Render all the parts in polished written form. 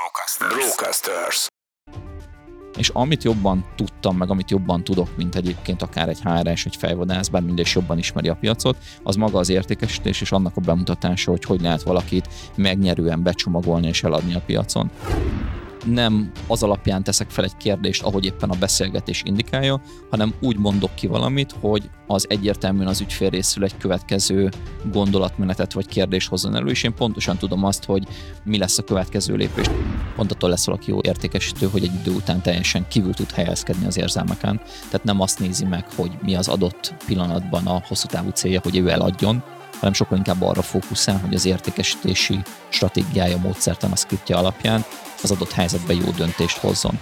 Brocasters. És amit jobban tudtam, meg amit jobban tudok, mint egyébként akár egy HRS, egy fejvadász, bár mindegy jobban ismeri a piacot, az maga az értékesítés és annak a bemutatása, hogy lehet valakit megnyerően becsomagolni és eladni a piacon. Nem az alapján teszek fel egy kérdést, ahogy éppen a beszélgetés indikálja, hanem úgy mondok ki valamit, hogy az egyértelműen az ügyfél részről egy következő gondolatmenetet vagy kérdést hozzon elő, és én pontosan tudom azt, hogy mi lesz a következő lépés. Pont attól lesz valaki jó értékesítő, hogy egy idő után teljesen kívül tud helyezkedni az érzelmeken. Tehát nem azt nézi meg, hogy mi az adott pillanatban a hosszú távú célja, hogy ő eladjon, hanem sokkal inkább arra fókuszál, hogy az értékesítési stratégiája, módszertan, a szkriptje alapján az adott helyzetben jó döntést hozzon.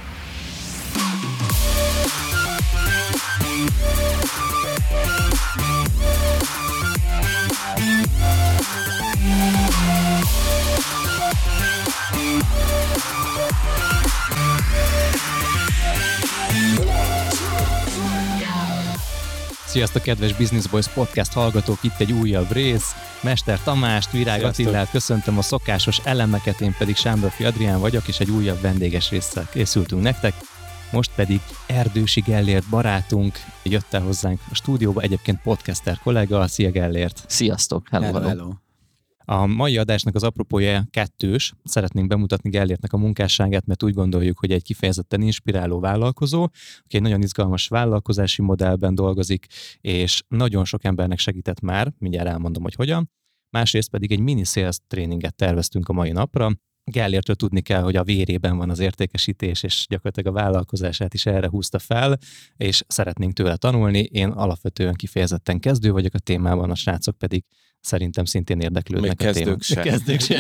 Sziasztok, kedves Business Boys Podcast hallgatók, itt egy újabb rész. Mester Tamást, Virág Attilát köszöntöm, a szokásos elemeket, én pedig Sándorfi Adrián vagyok, és egy újabb vendéges résszel készültünk nektek. Most pedig Erdősi Gellért barátunk jött el hozzánk a stúdióba, egyébként podcaster kollega. Szia Gellért! Sziasztok! Hello. A mai adásnak az apropója kettős. Szeretnénk bemutatni Gellértnek a munkásságát, mert úgy gondoljuk, hogy egy kifejezetten inspiráló vállalkozó, aki egy nagyon izgalmas vállalkozási modellben dolgozik, és nagyon sok embernek segített már, mindjárt elmondom, hogy hogyan. Másrészt pedig egy mini sales tréninget terveztünk a mai napra. Gellértől tudni kell, hogy a vérében van az értékesítés, és gyakorlatilag a vállalkozását is erre húzta fel, és szeretnénk tőle tanulni. Én alapvetően kifejezetten kezdő vagyok a témában, a srácok pedig szerintem szintén érdeklődnek még a témában. Kezdők se.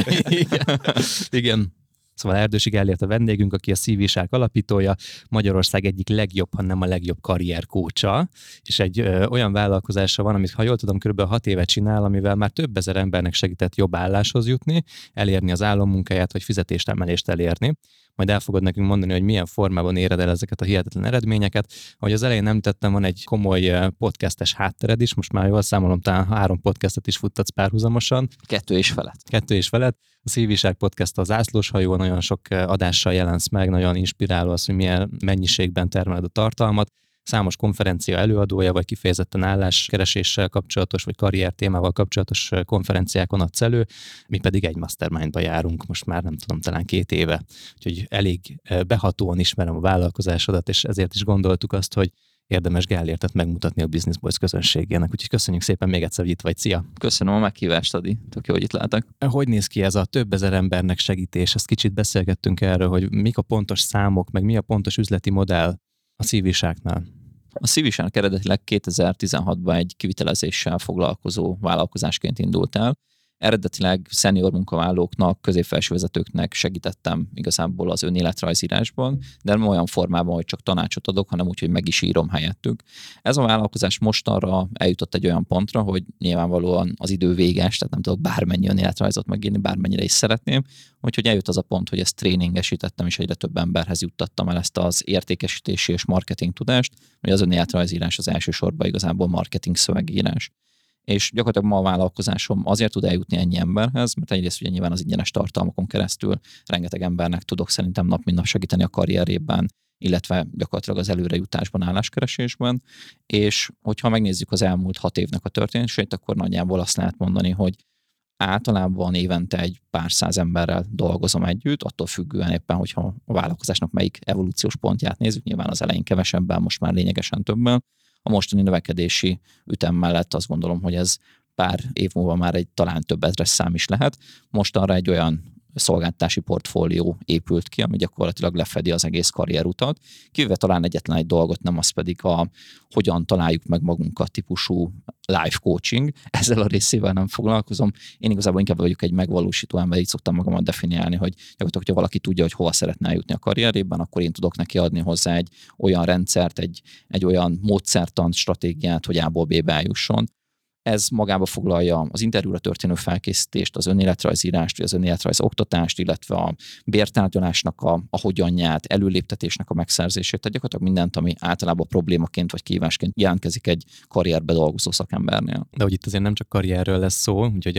Igen. Szóval Erdősi Gellért a vendégünk, aki a CV-ság alapítója, Magyarország egyik legjobb, ha nem a legjobb karrierkócsa, és egy olyan vállalkozása van, amit, ha jól tudom, kb. 6 éve csinál, amivel már több ezer embernek segített jobb álláshoz jutni, elérni az álommunkáját, vagy fizetésemelést elérni. Majd el fogod nekünk mondani, hogy milyen formában éred el ezeket a hihetetlen eredményeket. Ahogy az elején említettem, van egy komoly podcastes háttered is, most már jól számolom, talán 3 podcastet is futtatsz párhuzamosan. 2 és felett. A CV-ság podcast az zászlóshajó, nagyon sok adással jelensz meg, nagyon inspiráló az, hogy milyen mennyiségben termeled a tartalmat. Számos konferencia előadója, vagy kifejezetten álláskereséssel kapcsolatos, vagy karrier témával kapcsolatos konferenciákon adsz elő, mi pedig egy mastermindba járunk, most már nem tudom, talán 2 éve. Úgyhogy elég behatóan ismerem a vállalkozásodat, és ezért is gondoltuk azt, hogy érdemes Gellértet megmutatni a Business Boys közönségének. Úgyhogy köszönjük szépen még egyszer, hogy itt vagy. Szia! Köszönöm a meghívást, Adi. Tök jó, hogy itt látok. Hogy néz ki ez a több ezer embernek segítés? Ezt kicsit beszélgettünk erről, hogy mik a pontos számok, meg mi a pontos üzleti modell a CV-ságnál. A CV-ság eredetileg 2016-ban egy kivitelezéssel foglalkozó vállalkozásként indult el. Eredetileg szenior munkavállalóknak, középfelső vezetőknek segítettem igazából az önéletrajzírásban, de nem olyan formában, hogy csak tanácsot adok, hanem úgy, hogy meg is írom helyettük. Ez a vállalkozás mostanra eljutott egy olyan pontra, hogy nyilvánvalóan az idő véges, tehát nem tudok bármennyi önéletrajzot megírni, bármennyire is szeretném, úgyhogy eljött az a pont, hogy ezt tréningesítettem, és egyre több emberhez juttattam el ezt az értékesítési és marketing tudást, hogy az önéletrajzírás az elsősorban igazából marketing szövegírás. És gyakorlatilag ma a vállalkozásom azért tud eljutni ennyi emberhez, mert egyrészt ugye nyilván az ingyenes tartalmakon keresztül rengeteg embernek tudok szerintem nap mint nap segíteni a karrierében, illetve gyakorlatilag az előrejutásban, álláskeresésben, és hogyha megnézzük az elmúlt 6 évnek a történését, akkor nagyjából azt lehet mondani, hogy általában évente egy pár száz emberrel dolgozom együtt, attól függően éppen, hogyha a vállalkozásnak melyik evolúciós pontját nézzük, nyilván az elején kevesebben, most már lényegesen többen. A mostani növekedési ütem mellett azt gondolom, hogy ez pár év múlva már egy talán több ezres szám is lehet. Mostanra egy olyan szolgáltatási portfólió épült ki, ami gyakorlatilag lefedi az egész karrierutat, kivéve talán egyetlen egy dolgot, nem az pedig a hogyan találjuk meg magunkat típusú life coaching. Ezzel a részével nem foglalkozom. Én igazából inkább vagyok egy megvalósító ember, így szoktam magamat definiálni, hogy gyakorlatilag, hogyha valaki tudja, hogy hova szeretne eljutni a karrierében, akkor én tudok neki adni hozzá egy olyan rendszert, egy olyan módszertant, stratégiát, hogy A-ból B-be eljusson. Ez magába foglalja az interjúra történő felkészítést, az önéletrajzírást, az önéletrajz oktatást, illetve a bértárgyalásnak a hogyanját, előléptetésnek a megszerzését, tehát gyakorlatilag mindent, ami általában problémaként vagy kihívásként jelentkezik egy karrierbe dolgozó szakembernél. De hogy itt azért nem csak karrierről lesz szó, úgyhogy a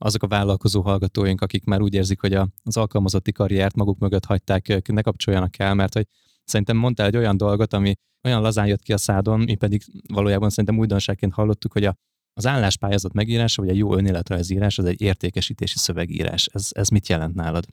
azok a vállalkozó hallgatóink, akik már úgy érzik, hogy az alkalmazotti karriert maguk mögött hagyták, ők ne kapcsoljanak el, mert hogy szerintem mondtál egy olyan dolgot, ami olyan lazán jött ki a szádon, mi pedig valójában szerintem újdonságként hallottuk, hogy az álláspályázat megírása, vagy egy jó önéletrajzírás, az egy értékesítési szövegírás. Ez mit jelent nálad?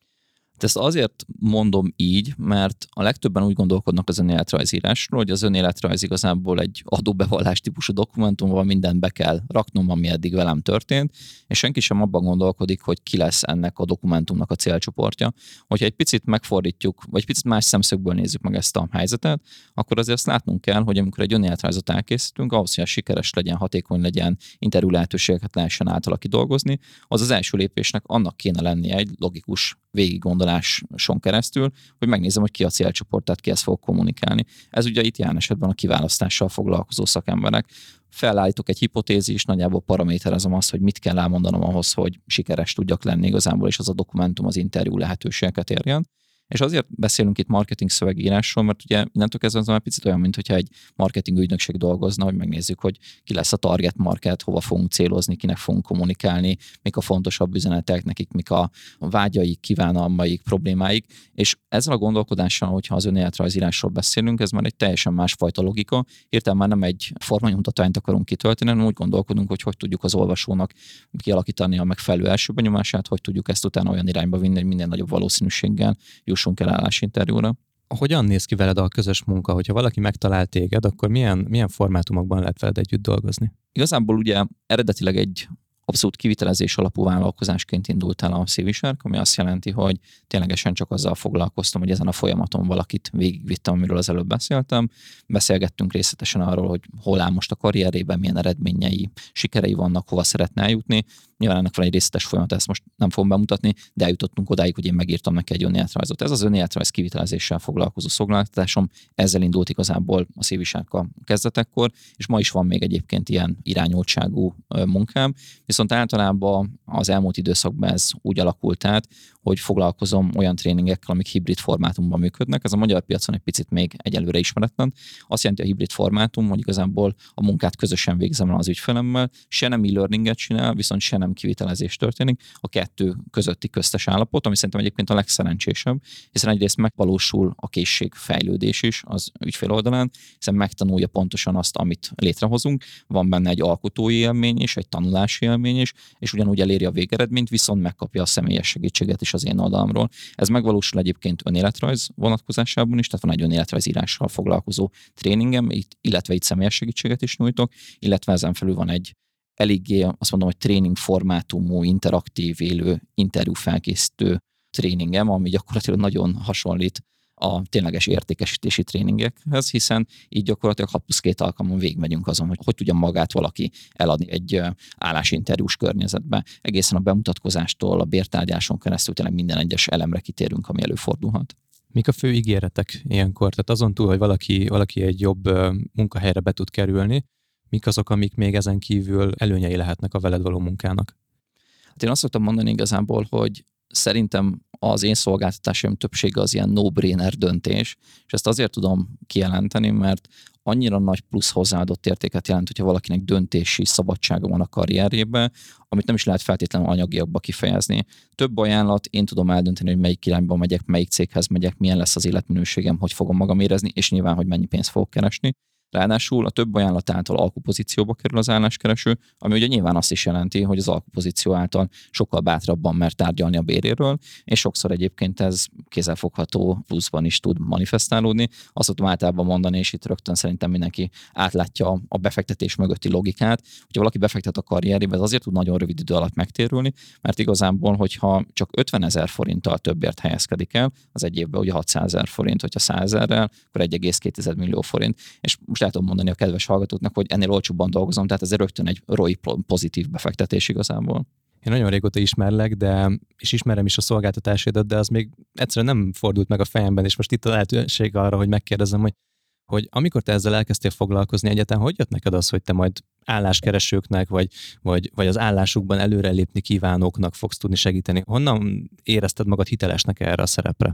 Ezt azért mondom így, mert a legtöbben úgy gondolkodnak az önéletrajzírásról, hogy az önéletrajz igazából egy adóbevallás típusú dokumentum, ahol mindent be kell raknom, ami eddig velem történt, és senki sem abban gondolkodik, hogy ki lesz ennek a dokumentumnak a célcsoportja. Hogyha egy picit megfordítjuk, vagy picit más szemszögből nézzük meg ezt a helyzetet, akkor azért azt látnunk kell, hogy amikor egy önéletrajzot elkészítünk, ahhoz, hogy sikeres legyen, hatékony legyen, interjú lehetőségeket lehessen általa kidolgozni, az első lépésnek annak kéne lennie egy logikus végiggondoláson keresztül, hogy megnézem, hogy ki a célcsoport, tehát ki ezt fog kommunikálni. Ez ugye itt jelen esetben a kiválasztással foglalkozó szakemberek. Felállítok egy hipotézis, nagyjából paraméterezem azt, hogy mit kell elmondanom ahhoz, hogy sikeres tudjak lenni igazából, és az a dokumentum az interjú lehetőségeket érjen. És azért beszélünk itt marketing szövegírásról, mert ugye innentől kezdve az már picit olyan, mintha egy marketing ügynökség dolgozna, hogy megnézzük, hogy ki lesz a target market, hova fogunk célozni, kinek fogunk kommunikálni, mik a fontosabb üzenetek, nekik mik a vágyaik, kívánalmaik, problémáik. És ezzel a gondolkodással, hogyha az önéletrajzírásról beszélünk, ez már egy teljesen másfajta logika. Hirtelen már nem egy formanyomtatványt akarunk kitölteni, hanem úgy gondolkodunk, hogy tudjuk az olvasónak kialakítani a megfelelő első benyomását, hogy tudjuk ezt utána olyan irányba vinni, hogy minden nagyobb valószínűséggel jussunk el állásinterjúra. Hogyan néz ki veled a közös munka? Hogyha valaki megtalál téged, akkor milyen formátumokban lehet veled együtt dolgozni? Igazából ugye eredetileg egy abszolút kivitelezés alapú vállalkozásként indult el a Civishark, ami azt jelenti, hogy ténylegesen csak azzal foglalkoztam, hogy ezen a folyamaton valakit végigvittem, amiről az előbb beszéltem. Beszélgettünk részletesen arról, hogy hol áll most a karrierében, milyen eredményei, sikerei vannak, hova szeretne eljutni. Nyilván ennek van egy részletes folyamat, ezt most nem fogom bemutatni, de eljutottunk odáig, hogy én megírtam neki egy önéletrajzot. Ez az önéletrajz kivitelezéssel foglalkozó szolgáltatásom, ezzel indult igazából a Civishark a kezdetekkor, és ma is van még egyébként ilyen irányultságú munkám. Viszont általában az elmúlt időszakban ez úgy alakult át, hogy foglalkozom olyan tréningekkel, amik hibrid formátumban működnek. Ez a magyar piacon egy picit még egyelőre ismeretlen. Azt jelenti a hibrid formátum, hogy igazából a munkát közösen végzem el az ügyfelemmel, se nem e-learninget csinál, viszont se nem kivitelezés történik. A kettő közötti köztes állapot, ami szerintem egyébként a legszerencsésebb, hiszen egyrészt megvalósul a készségfejlődés is az ügyfél oldalán, hiszen megtanulja pontosan azt, amit létrehozunk. Van benne egy alkotói élmény is, egy tanulási élmény is, és ugyanúgy eléri a végeredményt, viszont megkapja a személyes segítséget is az én oldalamról. Ez megvalósul egyébként önéletrajz vonatkozásában is, tehát van egy önéletrajzírással foglalkozó tréningem, illetve itt személyes segítséget is nyújtok, illetve ezen felül van egy eléggé, azt mondom, hogy tréning formátumú, interaktív, élő interjú felkészítő tréningem, ami gyakorlatilag nagyon hasonlít a tényleges értékesítési tréningekhez, hiszen így gyakorlatilag 6+2 alkalommal végigmegyünk azon, hogy tudja magát valaki eladni egy állásinterjús környezetbe. Egészen a bemutatkozástól, a bértárgyáson keresztül tényleg minden egyes elemre kitérünk, ami előfordulhat. Mik a fő ígéretek ilyenkor? Tehát azon túl, hogy valaki egy jobb munkahelyre be tud kerülni, mik azok, amik még ezen kívül előnyei lehetnek a veled való munkának? Hát én azt szoktam mondani igazából, hogy szerintem az én szolgáltatásaim többsége az ilyen no-brainer döntés, és ezt azért tudom kijelenteni, mert annyira nagy plusz hozzáadott értéket jelent, hogyha valakinek döntési szabadsága van a karrierjében, amit nem is lehet feltétlenül anyagiakba kifejezni. Több ajánlat, én tudom eldönteni, hogy melyik irányba megyek, melyik céghez megyek, milyen lesz az életminőségem, hogy fogom magam érezni, és nyilván, hogy mennyi pénzt fogok keresni. Ráadásul a több ajánlat által alkupozícióba kerül az álláskereső, ami ugye nyilván azt is jelenti, hogy az alkupozíció által sokkal bátrabban mer tárgyalni a béréről, és sokszor egyébként ez kézzelfogható pluszban is tud manifestálódni. Azt tudom általában mondani, és itt rögtön szerintem mindenki átlátja a befektetés mögötti logikát, hogyha valaki befektet a karrierébe, ez azért tud nagyon rövid idő alatt megtérülni, mert igazából, hogyha csak 50 000 forinttal többért helyezkedik el, az egy évben ugye 600 000 forint, hogyha 100 000-rel, akkor 1,2 millió forint, és most el tudom mondani a kedves hallgatóknak, hogy ennél olcsóbban dolgozom, tehát ez rögtön egy ROI pozitív befektetés igazából. Én nagyon régóta ismerlek, és ismerem is a szolgáltatásodat, de az még egyszerűen nem fordult meg a fejemben, és most itt a lehetőség arra, hogy megkérdezem, hogy amikor te ezzel elkezdtél foglalkozni egyáltalán, hogy jött neked az, hogy te majd álláskeresőknek, vagy az állásukban előrelépni kívánóknak fogsz tudni segíteni? Honnan érezted magad hitelesnek erre a szerepre?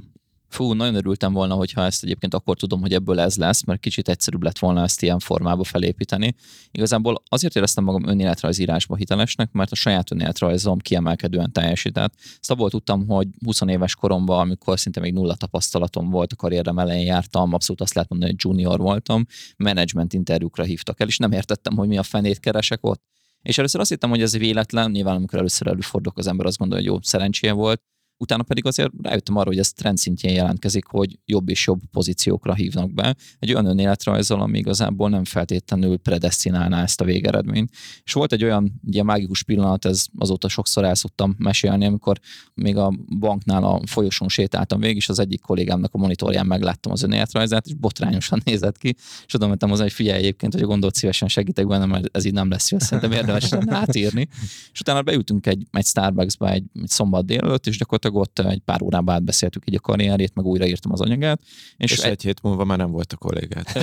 Nagyon örültem volna, hogyha ezt egyébként akkor tudom, hogy ebből ez lesz, mert kicsit egyszerűbb lett volna ezt ilyen formába felépíteni. Igazából azért éreztem magam önéletrajzírásba hitelesnek, mert a saját önéletrajzom kiemelkedően teljesített. Ezt abból tudtam, hogy 20 éves koromban, amikor szinte még nulla tapasztalatom volt, a karrierem elején jártam, abszolút azt lehet mondani, hogy junior voltam, management interjúkra hívtak el, és nem értettem, hogy mi a fenét keresek ott. És először azt hittem, hogy ez véletlen, nyilván amikor először előfordulok, az ember azt gondolja, hogy jó, szerencséje volt. Utána pedig azért rájöttem arra, hogy ez trendszintjén jelentkezik, hogy jobb és jobb pozíciókra hívnak be. Egy olyan önéletrajzzal, ami igazából nem feltétlenül predesztinálná ezt a végeredményt. És volt egy olyan ilyen mágikus pillanat, ez azóta sokszor el szoktam mesélni, amikor még a banknál a folyosón sétáltam végig, és az egyik kollégámnak a monitorján megláttam az önéletrajzát, és botrányosan nézett ki, és oda mentem hozzá, hogy figyelj egyébként, hogy gondolt szívesen segítek benne, mert ez így nem lesz jó, szerintem érdemes lenne átírni. És utána beültünk egy Starbucksba egy szombat délelőtt, és gyakorlatilag ott egy pár órában átbeszéltük így a karrierét, meg újraírtam az anyagát. És egy hét múlva már nem volt a kollégát.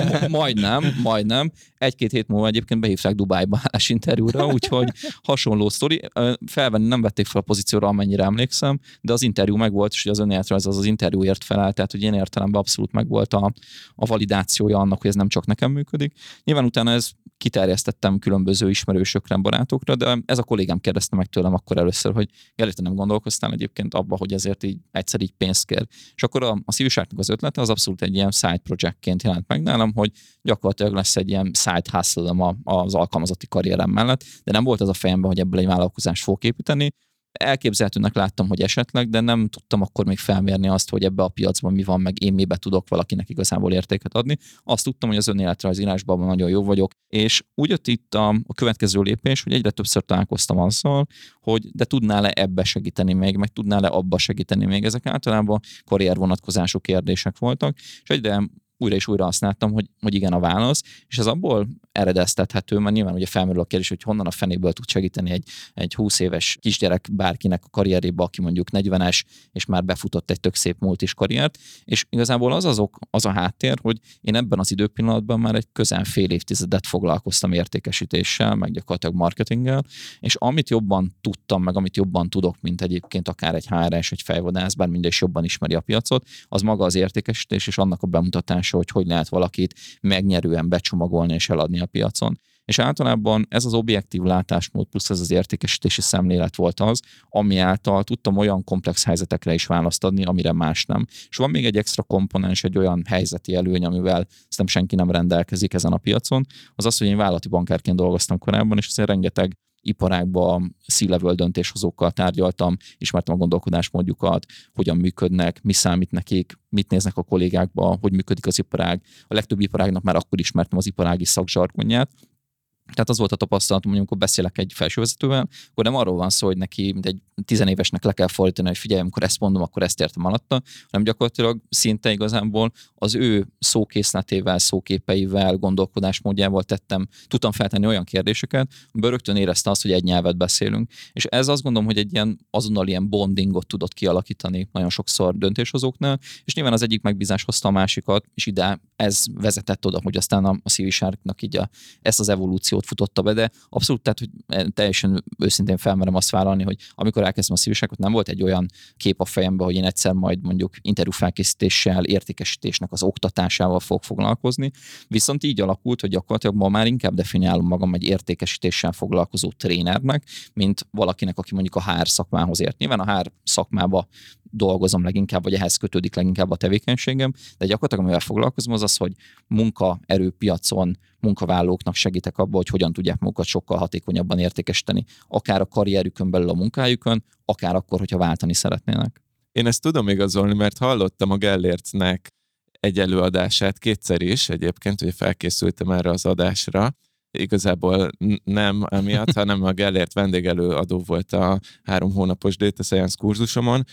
Majdnem. Egy-két hét múlva egyébként behívták Dubájba állásinterjúra, úgyhogy hasonló sztori. Felvenni nem vették fel a pozícióra, amennyire emlékszem, de az interjú megvolt, és az önéletrajz az interjúért felállt, tehát hogy én értelemben abszolút megvolt a validációja annak, hogy ez nem csak nekem működik. Nyilván utána ez kiterjesztettem különböző ismerősökre, barátokra, de ez a kollégám kérdezte meg tőlem akkor először, hogy Geri, te nem gondolkoztál egyébként abba, hogy ezért így egyszer így pénzt kér. És akkor a szívűságnak az ötlete az abszolút egy ilyen side projectként jelent meg nálam, hogy gyakorlatilag lesz egy ilyen side hustle az alkalmazotti karrierem mellett, de nem volt az a fejemben, hogy ebből egy vállalkozást fogok építeni. Elképzelhetőnek láttam, hogy esetleg, de nem tudtam akkor még felmérni azt, hogy ebbe a piacban mi van, meg én mibe tudok valakinek igazából értéket adni. Azt tudtam, hogy az önéletrajzírásban nagyon jó vagyok, és úgy jött itt a következő lépés, hogy egyre többször találkoztam azzal, hogy de tudnál-e ebbe segíteni még, meg tudnál-e abba segíteni még. Ezek általában karrier vonatkozású kérdések voltak, és egyre újra és újra használtam, hogy igen a válasz, és ez abból eredeztethető, mert nyilván ugye felmerül a kérdés, hogy honnan a fenéből tud segíteni egy 20 éves kisgyerek bárkinek a karrierébe, aki mondjuk 40-es, és már befutott egy tök szép multis karriert, és igazából az a háttér, hogy én ebben az időpillanatban már egy közel fél évtizedet foglalkoztam értékesítéssel, meg gyakorlatilag marketinggel, és amit jobban tudtam, meg amit jobban tudok, mint egyébként akár egy HR-es, egy fejvadász, bár mindegy jobban ismeri a piacot, az maga az értékesítés, és annak a bemutatása, hogy lehet valakit megnyerően becsomagolni és eladni a piacon. És általában ez az objektív látásmód plusz ez az értékesítési szemlélet volt az, ami által tudtam olyan komplex helyzetekre is választ adni, amire más nem. És van még egy extra komponens, egy olyan helyzeti előny, amivel szerintem senki nem rendelkezik ezen a piacon, az az, hogy én vállalati bankárként dolgoztam korábban, és azért rengeteg iparágban C-level döntéshozókkal tárgyaltam, ismertem a gondolkodásmódjukat, hogyan működnek, mi számít nekik, mit néznek a kollégákba, hogy működik az iparág. A legtöbb iparágnak már akkor ismertem az iparági szakzsargonját. Tehát az volt a tapasztalatom, hogy amikor beszélek egy felsővezetővel, akkor nem arról van szó, hogy neki egy 10 évesnek le kell fordítani, hogy figyelj, amikor ezt mondom, akkor ezt értem alatta, hanem gyakorlatilag szinte igazából az ő szókészletével, szóképeivel, gondolkodásmódjával tudtam feltenni olyan kérdéseket, amiből rögtön érezte azt, hogy egy nyelvet beszélünk. És ez azt gondolom, hogy egy ilyen azonnal ilyen bondingot tudott kialakítani nagyon sokszor döntéshozóknál, és nyilván az egyik megbízás hozta a másikat, és ide ez vezetett oda, hogy aztán a szívisárknak így ezt az evolúciót futotta be, de abszolút, tehát hogy teljesen őszintén felmerem azt vállalni, hogy amikor elkezdtem a szíviságot, nem volt egy olyan kép a fejemben, hogy én egyszer majd mondjuk interjúfelkészítéssel, értékesítésnek az oktatásával fog foglalkozni. Viszont így alakult, hogy gyakorlatilag ma már inkább definiálom magam egy értékesítéssel foglalkozó trénernek, mint valakinek, aki mondjuk a HR szakmához ért. Nyilván a HR szakmába dolgozom leginkább, vagy ehhez kötődik leginkább a tevékenységem, de gyakorlatilag amivel foglalkozom az, hogy munkaerőpiacon munkavállalóknak segítek abba, hogy hogyan tudják magukat sokkal hatékonyabban értékesíteni, akár a karrierükön belül a munkájukon, akár akkor, hogyha váltani szeretnének. Én ezt tudom igazolni, mert hallottam a Gellércnek egy előadását kétszer is, egyébként, hogy felkészültem erre az adásra. Igazából nem emiatt, hanem a Gellért vendégelőadó volt a 3 hónapos Data Science kurzusomon,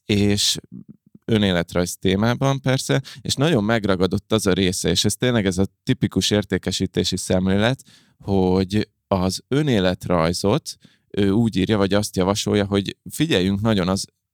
és önéletrajz témában persze, és nagyon megragadott az a része, és ez tényleg ez a tipikus értékesítési szemlélet, hogy az önéletrajzot ő úgy írja, vagy azt javasolja, hogy figyeljünk nagyon az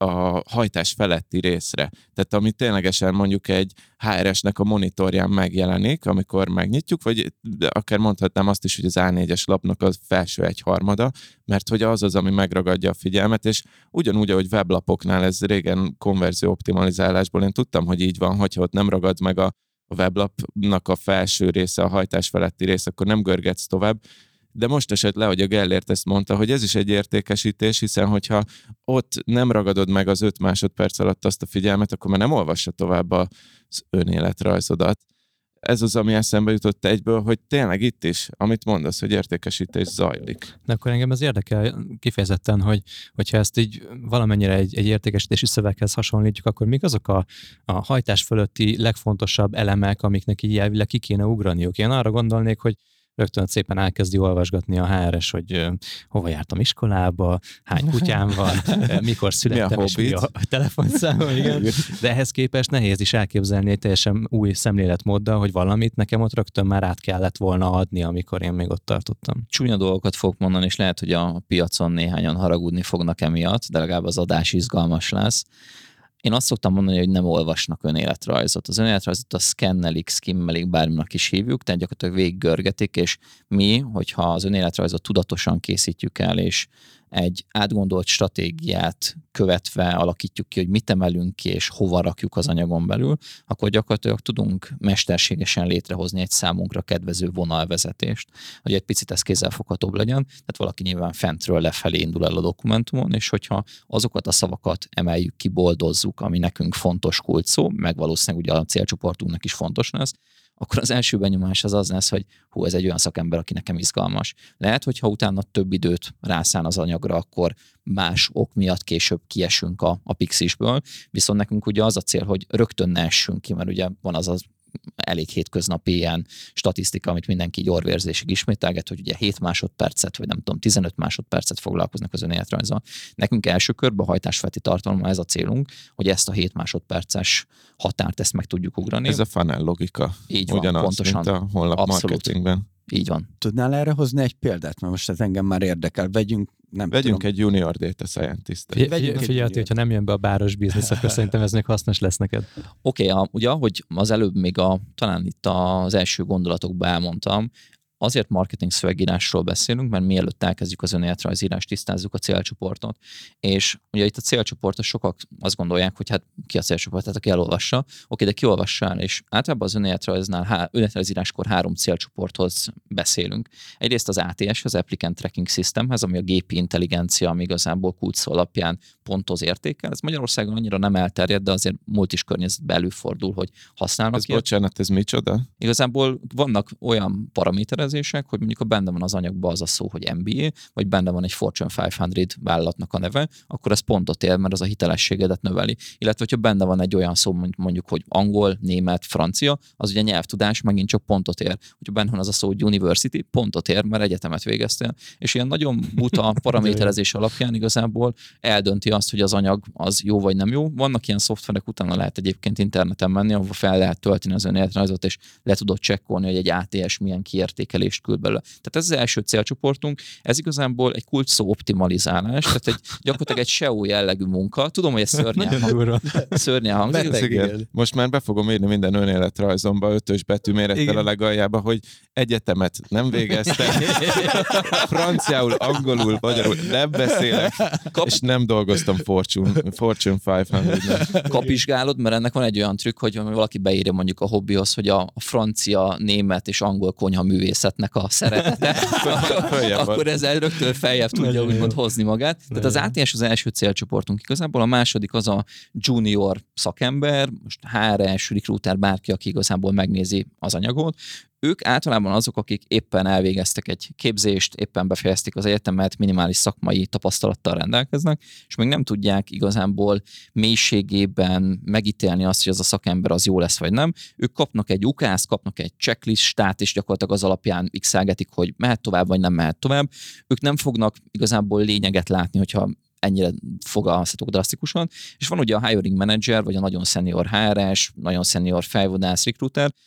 a hajtás feletti részre. Tehát ami ténylegesen mondjuk egy HRS-nek a monitorján megjelenik, amikor megnyitjuk, vagy akár mondhatnám azt is, hogy az A4-es lapnak az felső egyharmada, mert hogy az, ami megragadja a figyelmet, és ugyanúgy, ahogy weblapoknál, ez régen konverzió optimalizálásból én tudtam, hogy így van, hogyha ott nem ragad meg a weblapnak a felső része, a hajtás feletti része, akkor nem görgetsz tovább. De most esett le, hogy a Gellért ezt mondta, hogy ez is egy értékesítés, hiszen hogyha ott nem ragadod meg az 5 másodperc alatt azt a figyelmet, akkor már nem olvassa tovább az önéletrajzodat. Ez az, ami eszembe jutott egyből, hogy tényleg itt is, amit mondasz, hogy értékesítés zajlik. De akkor engem ez érdekel kifejezetten, hogyha ezt így valamennyire egy értékesítési szöveghez hasonlítjuk, akkor mik azok a hajtás fölötti legfontosabb elemek, amiknek így elvileg ki kéne ugraniuk. Én arra gondolnék, hogy rögtön szépen elkezdi olvasgatni a HRS, hogy hova jártam iskolába, hány kutyám van, mikor születtem, és mi a telefonszámom, igen. De ehhez képest nehéz is elképzelni egy teljesen új szemléletmóddal, hogy valamit nekem ott rögtön már át kellett volna adni, amikor én még ott tartottam. Csúnya dolgokat fogok mondani, és lehet, hogy a piacon néhányan haragudni fognak emiatt, de legalább az adás izgalmas lesz. Én azt szoktam mondani, hogy nem olvasnak önéletrajzot. Az önéletrajzot a szkennelik, skimmelik, bárminak is hívjuk, tehát gyakorlatilag végiggörgetik, és mi, hogyha az önéletrajzot tudatosan készítjük el, és egy átgondolt stratégiát követve alakítjuk ki, hogy mit emelünk ki, és hova rakjuk az anyagon belül, akkor gyakorlatilag tudunk mesterségesen létrehozni egy számunkra kedvező vonalvezetést, hogy egy picit ez kézzelfoghatóbb legyen. Tehát valaki nyilván fentről lefelé indul el a dokumentumon, és hogyha azokat a szavakat emeljük ki, boldozzuk, ami nekünk fontos kulcsszó, meg valószínűleg ugye a célcsoportunknak is fontos lesz, akkor az első benyomás az lesz, hogy ez egy olyan szakember, aki nekem izgalmas. Lehet, hogyha utána több időt rászán az anyagra, akkor más ok miatt később kiesünk a Pixisből, viszont nekünk ugye az a cél, hogy rögtön ne essünk ki, mert ugye van az elég hétköznapi ilyen statisztika, amit mindenki orvérzésig ismételget, hogy ugye 7 másodpercet, vagy nem tudom, 15 másodpercet foglalkoznak az önéletrajzzal. Nekünk első körben a hajtásfeletti tartalommal ez a célunk, hogy ezt a 7 másodperces határt ezt meg tudjuk ugrani. Ez a funnel logika. Így van, ugyanaz, pontosan. mint a honlap marketingben. Így van. Tudnál erre hozni egy példát? Mert most ez engem már érdekel. Vegyünk egy junior data scientist. Figyelj, hogyha nem jön be a báros biznisz, akkor szerintem ez még hasznos lesz neked. Oké, ugye, ahogy az előbb még talán itt az első gondolatokban elmondtam, azért marketing szövegírásról beszélünk, mert mielőtt elkezdjük az önéletrajzírást, tisztázzuk a célcsoportot. És ugye itt a célcsoportot sokak azt gondolják, hogy hát ki a célcsoport, tehát aki elolvassa. Oké, de ki olvassa el, és általában az önéletrajzíráskor 3 célcsoporthoz beszélünk. Egyrészt az ATS, az Applicant Tracking System, ez ami a gépi intelligencia, ami igazából kulcsszó alapján pontoz értékel. Ez Magyarországon annyira nem elterjedt, de azért multis környezetben előfordul, hogy használnak. Bocsánat, ez micsoda? Igazából vannak olyan paraméterek, hogy mondjuk ha benne van az anyagban az a szó, hogy MBA, vagy benne van egy Fortune 500 vállalatnak a neve, akkor ez pontot ér, mert az a hitelességedet növeli. Illetve, hogyha benne van egy olyan szó, mondjuk, hogy angol, német, francia, az ugye nyelvtudás megint csak pontot ér. Hogyha benne van az a szó, hogy university, pontot ér, mert egyetemet végeztél. És ilyen nagyon buta paraméterezés alapján igazából eldönti azt, hogy az anyag az jó vagy nem jó. Vannak ilyen szoftverek, utána lehet egyébként interneten menni, ahol fel lehet tölteni az önéletrajzot, és le tudod csekkolni, hogy egy ATS milyen kiértékelést küld belőle. Tehát ez az első célcsoportunk, ez igazából egy kulcsszó optimalizálás, tehát gyakorlatilag egy SEO jellegű munka. Tudom, hogy ez szörnyen hangzik. Most már be fogom írni minden önéletrajzomba 5-ös betűmérettel a legaljába, hogy egyetemet nem végeztem, franciául, angolul, magyarul nem beszélek, és nem dolgoztam Fortune 500-nál. Kapizsgálod, mert ennek van egy olyan trükk, hogy valaki beírja mondjuk a hobbihoz, hogy a francia, német és angol konyha művészetnek a szeretete, akkor ezzel rögtön feljebb tudja úgymond hozni magát. Tehát az ATS az első célcsoportunk igazából, a második az a junior szakember, most HRS, recruiter, bárki, aki igazából megnézi az anyagot. Ők általában azok, akik éppen elvégeztek egy képzést, éppen befejezték az egyetemet, minimális szakmai tapasztalattal rendelkeznek, és még nem tudják igazából mélységében megítélni azt, hogy az a szakember az jó lesz vagy nem. Ők kapnak egy ukászt, kapnak egy checklistát, és gyakorlatilag az alapján x-elgetik, hogy mehet tovább, vagy nem mehet tovább. Ők nem fognak igazából lényeget látni, hogyha ennyire fogalmazhatók drasztikusan. És van ugye a hiring manager, vagy a nagyon senior HRS, nagyon senior fejvadász, recruiter,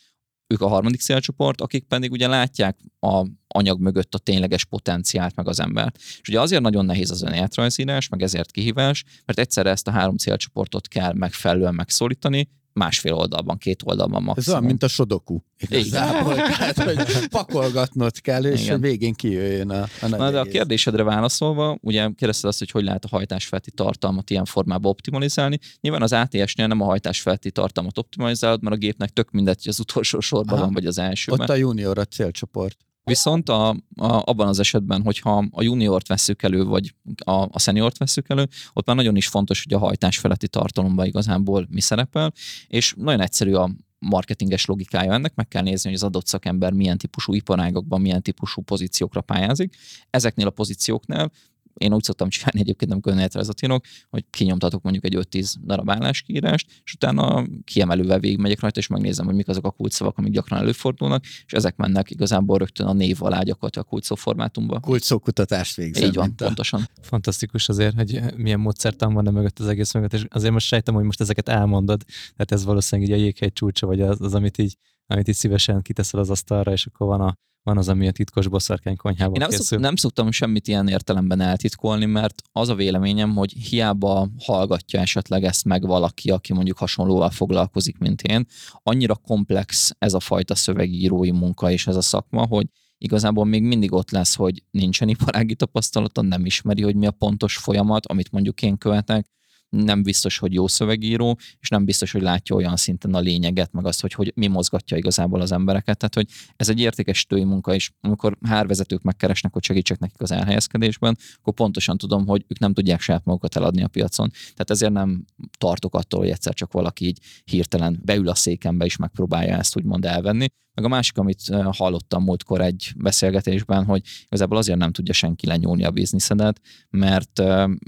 ők a harmadik célcsoport, akik pedig ugye látják a anyag mögött a tényleges potenciált meg az embert. És ugye azért nagyon nehéz az önéletrajzírás, meg ezért kihívás, mert egyszerre ezt a 3 célcsoportot kell megfelelően megszólítani, 1,5 oldalban, 2 oldalban maximum. Ez olyan, mint a Sudoku. Igazából, tehát, hogy pakolgatnod kell, és a végén kijöjjön a nagy Na, de a kérdésedre válaszolva, ugye kérdezted azt, hogy lehet a hajtásfeletti tartalmat ilyen formában optimalizálni. Nyilván az ATS-nél nem a hajtásfeletti tartalmat optimalizálod, mert a gépnek tök mindegy, hogy az utolsó sorban van, vagy az elsőben. Ott a junior a célcsoport. Viszont abban az esetben, hogyha a juniort vesszük elő, vagy a seniort vesszük elő, ott már nagyon is fontos, hogy a hajtás feletti tartalomban igazából mi szerepel, és nagyon egyszerű a marketinges logikája ennek, meg kell nézni, hogy az adott szakember milyen típusú iparágokban, milyen típusú pozíciókra pályázik. Ezeknél a pozícióknál én úgy szoktam csinálni egyébként, amikor önéletrajzot írok, hogy kinyomtatok mondjuk egy 5-10 darab álláskiírást, és utána kiemelővel végigmegyek rajta, és megnézem, hogy mik azok a kulcsszavak, amik gyakran előfordulnak, és ezek mennek igazából rögtön a név alá gyakorlatilag a kulcsszó formátumba. Kulcsszókutatást végzem. Így van, pontosan. Fantasztikus azért, hogy milyen módszertan van mögött az egész mögött, és azért most sejtem, hogy most ezeket elmondod, tehát ez valószínűleg így a jéghegy csúcsa, vagy az amit így szívesen kiteszel az asztalra, és akkor van az, ami a titkos boszorkány konyhában készül. Nem szoktam semmit ilyen értelemben eltitkolni, mert az a véleményem, hogy hiába hallgatja esetleg ezt meg valaki, aki mondjuk hasonlóval foglalkozik, mint én, annyira komplex ez a fajta szövegírói munka és ez a szakma, hogy igazából még mindig ott lesz, hogy nincsen iparági tapasztalata, nem ismeri, hogy mi a pontos folyamat, amit mondjuk én követek, nem biztos, hogy jó szövegíró, és nem biztos, hogy látja olyan szinten a lényeget, meg azt, hogy mi mozgatja igazából az embereket. Tehát, hogy ez egy értékesítői munka, és amikor HR-vezetők megkeresnek, hogy segítsek nekik az elhelyezkedésben, akkor pontosan tudom, hogy ők nem tudják saját magukat eladni a piacon. Tehát ezért nem tartok attól, hogy egyszer csak valaki így hirtelen beül a székembe, és megpróbálja ezt úgymond elvenni. Meg a másik, amit hallottam múltkor egy beszélgetésben, hogy igazából azért nem tudja senki lenyúlni a bizniszedet, mert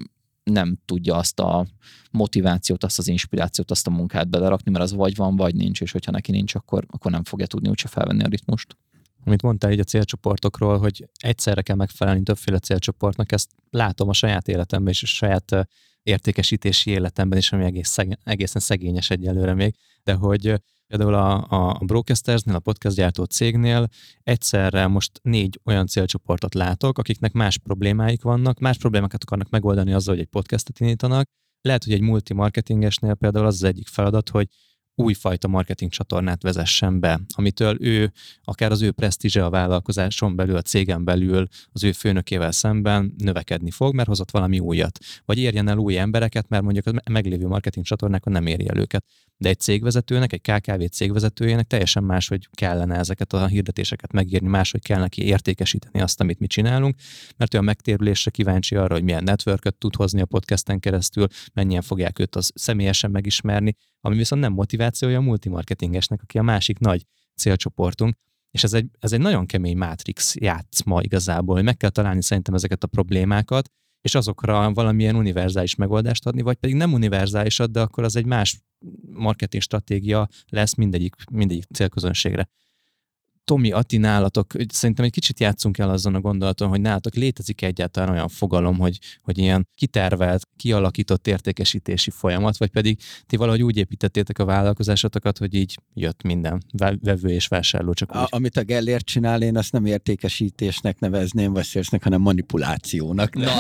nem tudja azt a motivációt, azt az inspirációt, azt a munkát belerakni, mert az vagy van, vagy nincs, és hogyha neki nincs, akkor nem fogja tudni úgyse felvenni a ritmust. Amit mondtál így a célcsoportokról, hogy egyszerre kell megfelelni többféle célcsoportnak, ezt látom a saját életemben és a saját értékesítési életemben is, ami egészen szegényes egyelőre még, de hogy például a Broadcastersnél, a podcastgyártó cégnél egyszerre most 4 olyan célcsoportot látok, akiknek más problémáik vannak, más problémákat akarnak megoldani azzal, hogy egy podcastet indítanak. Lehet, hogy egy multimarketingesnél például az egyik feladat, hogy újfajta marketing csatornát vezessen be, amitől ő, akár az ő presztízse a vállalkozáson belül, a cégen belül, az ő főnökével szemben növekedni fog, mert hozott valami újat. Vagy érjen el új embereket, mert mondjuk a meglévő marketing csatornákon nem éri el őket. De egy cégvezetőnek, egy KKV cégvezetőjének teljesen máshogy kellene ezeket a hirdetéseket megírni, máshogy kell neki értékesíteni azt, amit mi csinálunk, mert ő a megtérülésre kíváncsi arra, hogy milyen networköt tud hozni a podcasten keresztül, mennyien fogják őt az személyesen megismerni, ami viszont nem motivációja a multimarketingesnek, aki a másik nagy célcsoportunk. És ez egy nagyon kemény mátrix játszma igazából, hogy meg kell találni szerintem ezeket a problémákat, és azokra valamilyen univerzális megoldást adni, vagy pedig nem univerzálisat, de akkor az egy más marketing stratégia lesz mindegyik célközönségre. Tomi, Ati, nálatok, szerintem egy kicsit játszunk el azon a gondolaton, hogy nálatok létezik egyáltalán olyan fogalom, hogy ilyen kitervelt, kialakított értékesítési folyamat, vagy pedig ti valahogy úgy építettétek a vállalkozásotokat, hogy így jött minden vevő és vásárló csak úgy. Amit a Gellért csinál, én azt nem értékesítésnek nevezném, vagy szélsnek, hanem manipulációnak. Na,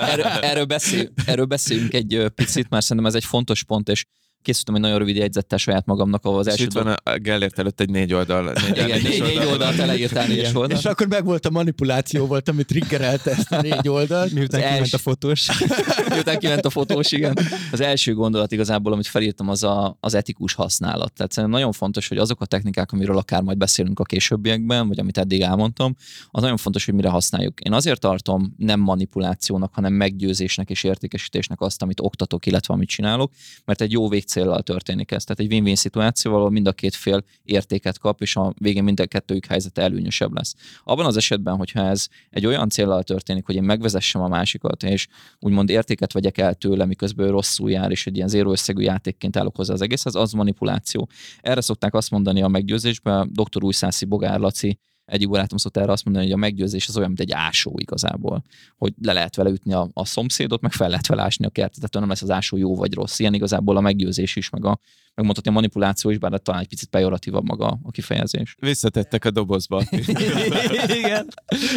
erről beszéljünk egy picit, mert szerintem ez egy fontos pont, és készítettem egy nagyon rövid jegyzettel saját magamnak, ahol az első... Itt van a Gellért előtt egy 4 oldal. Négy oldalt eleírtál, 4 oldalt. És akkor megvolt a manipuláció volt, ami triggerelte ezt a 4 oldalt. Miután kiment a fotós. Miután kiment a fotós, igen. Az első gondolat igazából, amit felírtam, az etikus használat. Tehát szerintem nagyon fontos, hogy azok a technikák, amiről akár majd beszélünk a későbbiekben, vagy amit eddig elmondtam, az nagyon fontos, hogy mire használjuk. Én azért tartom nem manipulációnak, hanem meggyőzésnek és értékesítésnek azt, amit oktatok, illetve amit csinálok, mert egy jó végcéllal történik ez. Tehát egy win-win szituációval, ahol mind a két fél értéket kap, és a végén mind a kettőjük helyzete előnyösebb lesz. Abban az esetben, hogyha ez egy olyan céllal történik, hogy én megvezessem a másikat, és úgymond értéket vegyek el tőle, miközben rosszul jár, és egy ilyen zéró összegű játékként állok hozzá az egészhez, az manipuláció. Erre szokták azt mondani a meggyőzésben, dr. Újszászi Bogár Laci Egyik barátom szokta erre azt mondani, hogy a meggyőzés az olyan, mint egy ásó igazából, hogy le lehet vele ütni a szomszédot, meg fel lehet vele ásni a kertet, tehát nem lesz az ásó jó vagy rossz. Ilyen igazából a meggyőzés is, megmondhatni a manipuláció is, bár talán egy picit pejoratívabb maga a kifejezés. Visszatettek a dobozba. Igen.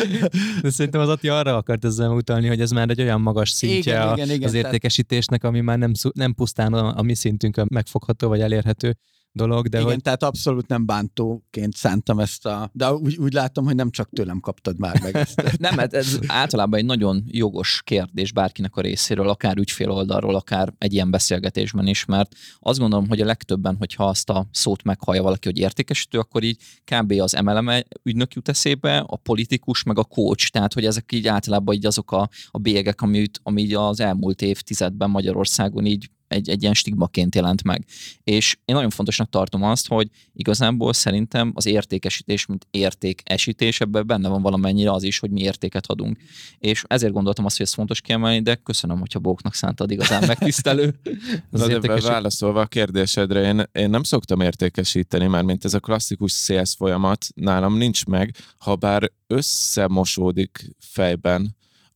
De szerintem az Atti arra akart ezzel utalni, hogy ez már egy olyan magas szintje az értékesítésnek, ami már nem pusztán a mi szintünkön megfogható vagy elérhető dolog, de igen, hogy... tehát abszolút nem bántóként szántam ezt de úgy látom, hogy nem csak tőlem kaptad már meg ezt. Nem, mert ez általában egy nagyon jogos kérdés bárkinek a részéről, akár ügyfél oldalról, akár egy ilyen beszélgetésben is, mert azt gondolom, hogy a legtöbben, hogyha azt a szót meghallja valaki, hogy értékesítő, akkor így kb. Az MLM ügynök jut eszébe, a politikus, meg a coach, tehát hogy ezek így általában így azok a bélyegek, ami az elmúlt évtizedben Magyarországon így egy ilyen stigmaként jelent meg. És én nagyon fontosnak tartom azt, hogy igazából szerintem az értékesítés, mint értékesítés, ebben benne van valamennyire az is, hogy mi értéket adunk. És ezért gondoltam azt, hogy ez fontos kiemelni, de köszönöm, hogyha Bóknak szántad, igazán megtisztelő. Válaszolva a kérdésedre, én nem szoktam értékesíteni, mármint ez a klasszikus sales folyamat nálam nincs meg, ha bár összemosódik fejben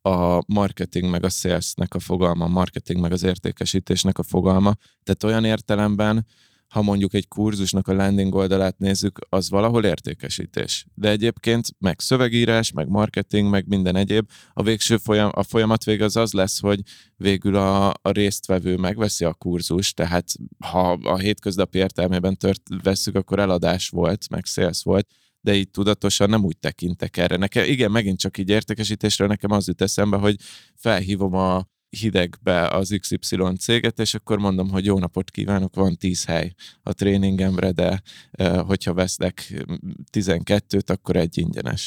a marketing meg a salesnek a fogalma, a marketing meg az értékesítésnek a fogalma. Tehát olyan értelemben, ha mondjuk egy kurzusnak a landing oldalát nézzük, az valahol értékesítés. De egyébként meg szövegírás, meg marketing, meg minden egyéb. A végső a folyamat vége az lesz, hogy végül a résztvevő megveszi a kurzust, tehát ha a hétköznapi értelmében vesszük, akkor eladás volt, meg sales volt, de így tudatosan nem úgy tekintek erre. Igen, megint csak így értékesítésről nekem az jut eszembe, hogy felhívom a hidegbe az XY céget, és akkor mondom, hogy jó napot kívánok, van 10 hely a tréningemre, de hogyha vesznek 12-t, akkor egy ingyenes.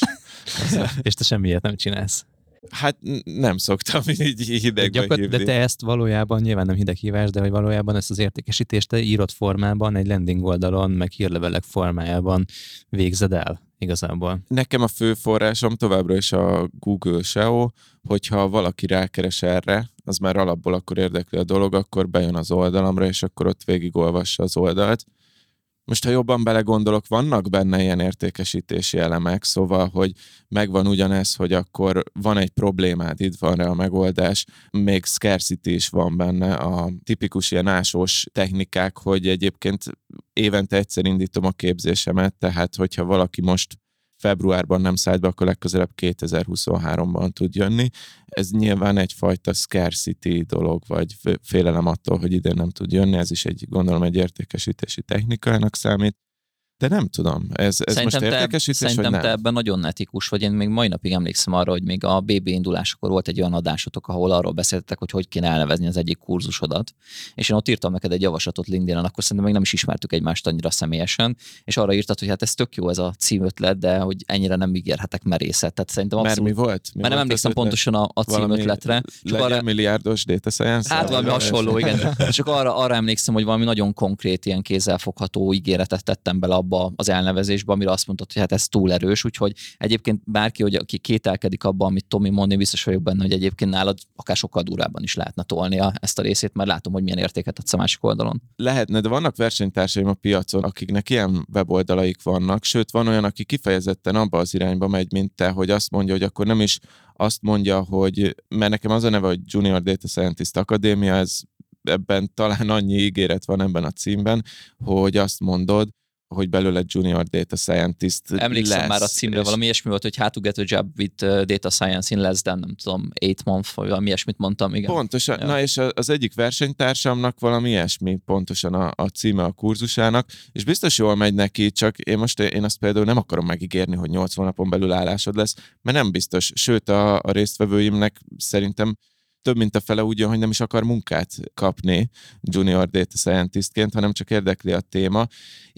És te semmiért nem csinálsz. Hát nem szoktam így hidegbe hívni. De te ezt valójában, nyilván nem hideghívás, de hogy valójában ezt az értékesítést te írott formában, egy landing oldalon, meg hírlevelek formájában végzed el igazából. Nekem a fő forrásom továbbra is a Google SEO, hogyha valaki rákeres erre, az már alapból akkor érdekli a dolog, akkor bejön az oldalamra, és akkor ott végigolvassa az oldalt. Most, ha jobban belegondolok, vannak benne ilyen értékesítési elemek, szóval, hogy megvan ugyanez, hogy akkor van egy problémád, itt van rá a megoldás, még scarcity is van benne, a tipikus ilyen ásós technikák, hogy egyébként évente egyszer indítom a képzésemet, tehát hogyha valaki most februárban nem szállt be, akkor legközelebb 2023-ban tud jönni. Ez nyilván egyfajta scarcity dolog, vagy félelem attól, hogy idén nem tud jönni, ez is gondolom egy értékesítési technikának számít. De nem tudom, ez most értékesítés, szerintem vagy nem? Te ebben nagyon etikus vagy. Én még mai napig emlékszem arra, hogy még a BB indulásakor volt egy olyan adásotok, ahol arról beszéltetek, hogy kéne elnevezni az egyik kurzusodat. És én ott írtam neked egy javaslatot LinkedIn-en, akkor szerintem még nem is ismertük egymást annyira személyesen, és arra írtad, hogy hát ez tök jó ez a címötlet, de hogy ennyire nem ígérhetek merészet. Tehát szerintem abszolút... Mert mi volt? Mert nem emlékszem pontosan a címötletre. Legyen milliárdos data science? Hát valami hasonló, igen. Csak arra emlékszem, hogy valami nagyon konkrét, ilyen kézzelfogható ígéretet tettem bele az elnevezésbe, amire azt mondtad, hogy hát ez túl erős, úgyhogy egyébként bárki, aki kételkedik abban, amit Tomi mond, én biztos vagyok benne, hogy egyébként nálad akár sokkal durvábban is lehetne tolnia ezt a részét, mert látom, hogy milyen értéket adsz a másik oldalon. Lehetne, de vannak versenytársaim a piacon, akiknek ilyen weboldalaik vannak, sőt van olyan, aki kifejezetten abba az irányba megy, mint te, hogy azt mondja, hogy akkor nem is azt mondja, hogy, mert nekem az a neve, hogy Junior Data Scientist Akadémia, ebben talán annyi ígéret van ebben a címben, hogy azt mondod, hogy belőle Junior Data Scientist Emlékszem lesz, már a címre, valami ilyesmi volt, hogy how to get a job with data science in less than, nem tudom, 8 months, vagy valami ilyesmit mondtam, igen. Pontosan, ja. Na és az egyik versenytársamnak valami ilyesmi, pontosan a címe a kurzusának, és biztos jól megy neki, csak én azt például nem akarom megígérni, hogy 80 napon belül állásod lesz, mert nem biztos, sőt a résztvevőimnek szerintem több mint a fele úgy jön, hogy nem is akar munkát kapni Junior Data Scientistként, hanem csak érdekli a téma.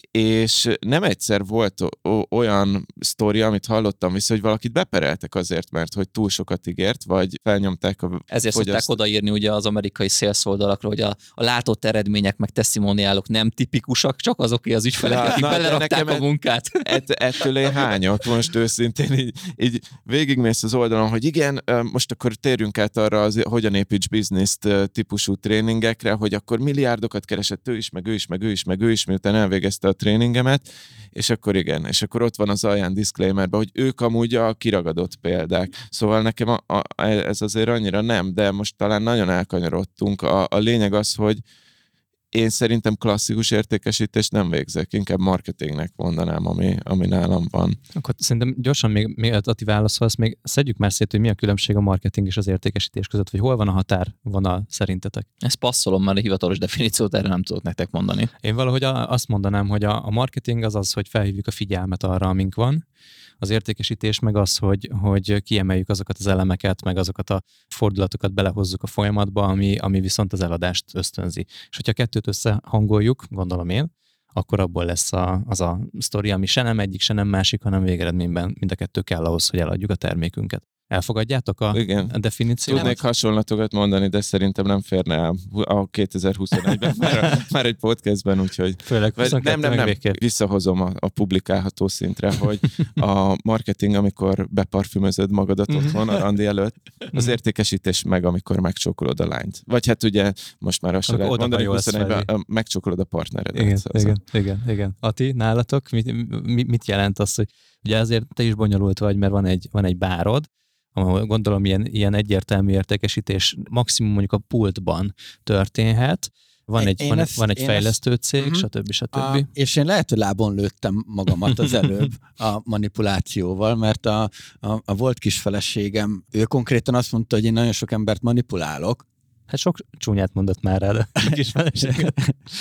És nem egyszer volt olyan sztori, amit hallottam vissza, hogy valakit bepereltek azért, mert hogy túl sokat ígért, vagy felnyomták a Ezért szokták odaírni ugye az amerikai sales oldalakra, hogy a látott eredmények meg testimoniálok nem tipikusak, csak azoké az ügyfelek, akik belerakták a munkát. Ettől én hányok most őszintén, így végigmész az oldalon, hogy igen, most akkor térjünk át arra, hogy hogyan építs bizniszt típusú tréningekre, hogy akkor milliárdokat keresett ő is, miután elvégezte a tréningemet, és akkor igen, és akkor ott van az alján disclaimerben, hogy ők amúgy a kiragadott példák. Szóval nekem ez azért annyira nem, de most talán nagyon elkanyarodtunk. A lényeg az, hogy én szerintem klasszikus értékesítést nem végzek, inkább marketingnek mondanám, ami nálam van. Akkor szerintem gyorsan még Ati válaszolsz, még szedjük már szét, hogy mi a különbség a marketing és az értékesítés között, vagy hol van a határvonal szerintetek? Ezt passzolom, mert a hivatalos definíciót erre nem tudok nektek mondani. Én valahogy azt mondanám, hogy a marketing az, hogy felhívjuk a figyelmet arra, amink van. Az értékesítés meg az, hogy kiemeljük azokat az elemeket, meg azokat a fordulatokat belehozzuk a folyamatba, ami viszont az eladást ösztönzi. És hogyha kettőt összehangoljuk, gondolom én, akkor abból lesz az a sztori, ami se nem egyik, se nem másik, hanem végeredményben mind a kettő kell ahhoz, hogy eladjuk a termékünket. Elfogadjátok a definíciót? Tudnék hasonlatokat mondani, de szerintem nem férne el a 2021-ben, már egy podcastben, úgyhogy... Főleg nem. Visszahozom a publikálható szintre, hogy a marketing, amikor beparfümözöd magadat otthon a randi előtt, az értékesítés meg, amikor megcsókolod a lányt. Vagy hát ugye most már azt sem lehet mondani, 21-ben megcsókolod a partneredet. Igen. Ati, nálatok mit jelent az, hogy ugye azért te is bonyolult vagy, mert van egy bárod, ahol gondolom ilyen egyértelmű értékesítés maximum mondjuk a pultban történhet, van egy fejlesztő cég, stb. És én lehet, hogy lábon lőttem magamat az előbb a manipulációval, mert a volt kisfeleségem, ő konkrétan azt mondta, hogy én nagyon sok embert manipulálok. Hát sok csúnyát mondott már rá, de a kisfeleségem.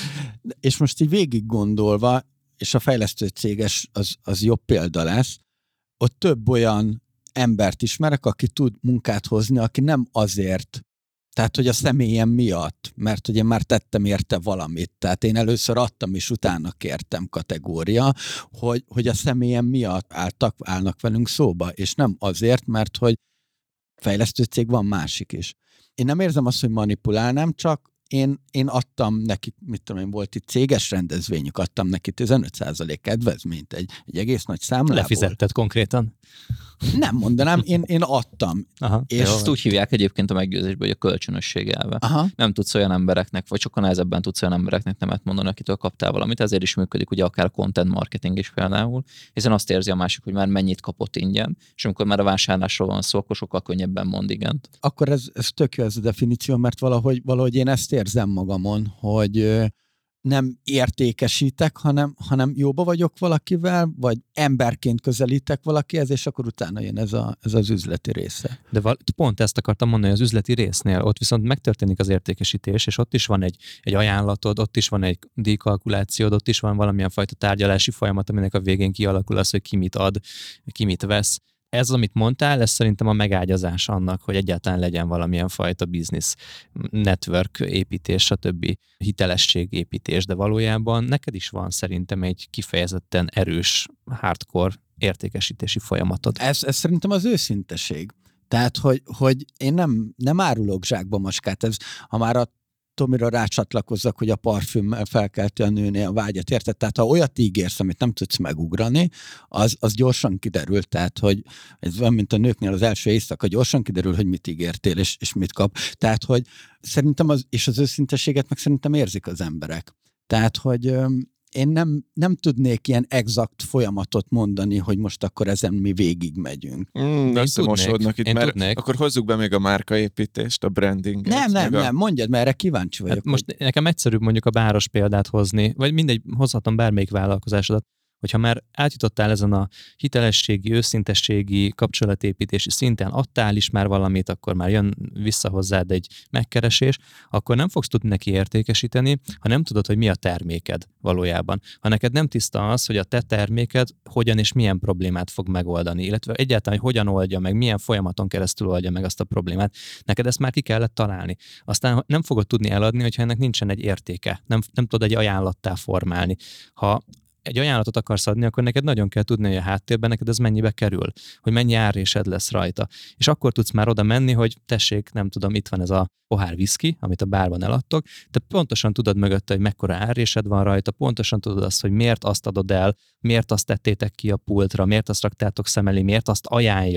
És most így végig gondolva, és a fejlesztő céges az jobb példa lesz, ott több olyan embert ismerek, aki tud munkát hozni, aki nem azért, tehát hogy a személyem miatt, mert hogy én már tettem érte valamit, tehát én először adtam és utána kértem kategória, hogy a személyem miatt állnak velünk szóba, és nem azért, mert hogy fejlesztő cég van másik is. Én nem érzem azt, hogy manipulálnám, csak én adtam nekik, mit tudom én, volt itt céges rendezvényük, adtam neki 15% kedvezményt egy egész nagy számlából. Lefizetted konkrétan? Nem mondanám, én adtam. Aha, és ezt úgy hívják egyébként a meggyőzésben, hogy a kölcsönösség elve. Aha. Nem tudsz olyan embereknek, vagy sokkal nehezebben tudsz olyan embereknek nemet mondani, akitől kaptál valamit, ezért is működik ugye akár a content marketing is például, hiszen azt érzi a másik, hogy már mennyit kapott ingyen, és amikor már a vásárlásról van szó, akkor sokkal könnyebben mond igent. Akkor ez tök jó ez a definíció, mert valahogy én ezt érzem magamon, hogy nem értékesítek, hanem jóba vagyok valakivel, vagy emberként közelítek valakihez, és akkor utána jön ez az üzleti része. De pont ezt akartam mondani, az üzleti résznél, ott viszont megtörténik az értékesítés, és ott is van egy ajánlatod, ott is van egy díjkalkulációd, ott is van valamilyen fajta tárgyalási folyamat, aminek a végén kialakul az, hogy ki mit ad, ki mit vesz. Ez, amit mondtál, ez szerintem a megágyazás annak, hogy egyáltalán legyen valamilyen fajta business, network építés, stb. Hitelesség építés, de valójában neked is van szerintem egy kifejezetten erős, hardcore értékesítési folyamatod. Ez szerintem az őszinteség. Tehát, hogy én nem árulok zsákba macskát. Ha már a Tomira rácsatlakozzak, hogy a parfümmel felkelti a nőnél a vágyat, érted? Tehát ha olyat ígérsz, amit nem tudsz megugrani, az gyorsan kiderül. Tehát, hogy ez van, mint a nőknél az első éjszaka, gyorsan kiderül, hogy mit ígértél, és mit kap. Tehát, hogy szerintem és az őszinteséget meg szerintem érzik az emberek. Tehát, hogy én nem tudnék ilyen exakt folyamatot mondani, hogy most akkor ezen mi végig megyünk. Összemosódnak itt, mert akkor hozzuk be még a márkaépítést, a brandinget. Nem, mondjad, mert erre kíváncsi vagyok. Hát most nekem egyszerűbb mondjuk a báros példát hozni, vagy mindegy, hozhatom bármelyik vállalkozásodat, hogyha már átjutottál ezen a hitelességi, őszintességi, kapcsolatépítési szinten, adtál is már valamit, akkor már jön vissza hozzád egy megkeresés, akkor nem fogsz tudni neki értékesíteni, ha nem tudod, hogy mi a terméked valójában. Ha neked nem tiszta az, hogy a te terméked hogyan és milyen problémát fog megoldani, illetve egyáltalán, hogy hogyan oldja meg, milyen folyamaton keresztül oldja meg azt a problémát, neked ezt már ki kellett találni. Aztán nem fogod tudni eladni, hogyha ennek nincsen egy értéke, nem tudod egy ajánlattá formálni. Ha egy ajánlatot akarsz adni, akkor neked nagyon kell tudni, hogy a háttérben neked ez mennyibe kerül, hogy mennyi árrésed lesz rajta. És akkor tudsz már oda menni, hogy tessék, nem tudom, itt van ez a pohár viszki, amit a bárban eladtok, te pontosan tudod mögötte, hogy mekkora árrésed van rajta, pontosan tudod azt, hogy miért azt adod el, miért azt tettétek ki a pultra, miért azt raktátok szem elé, miért azt ajánlja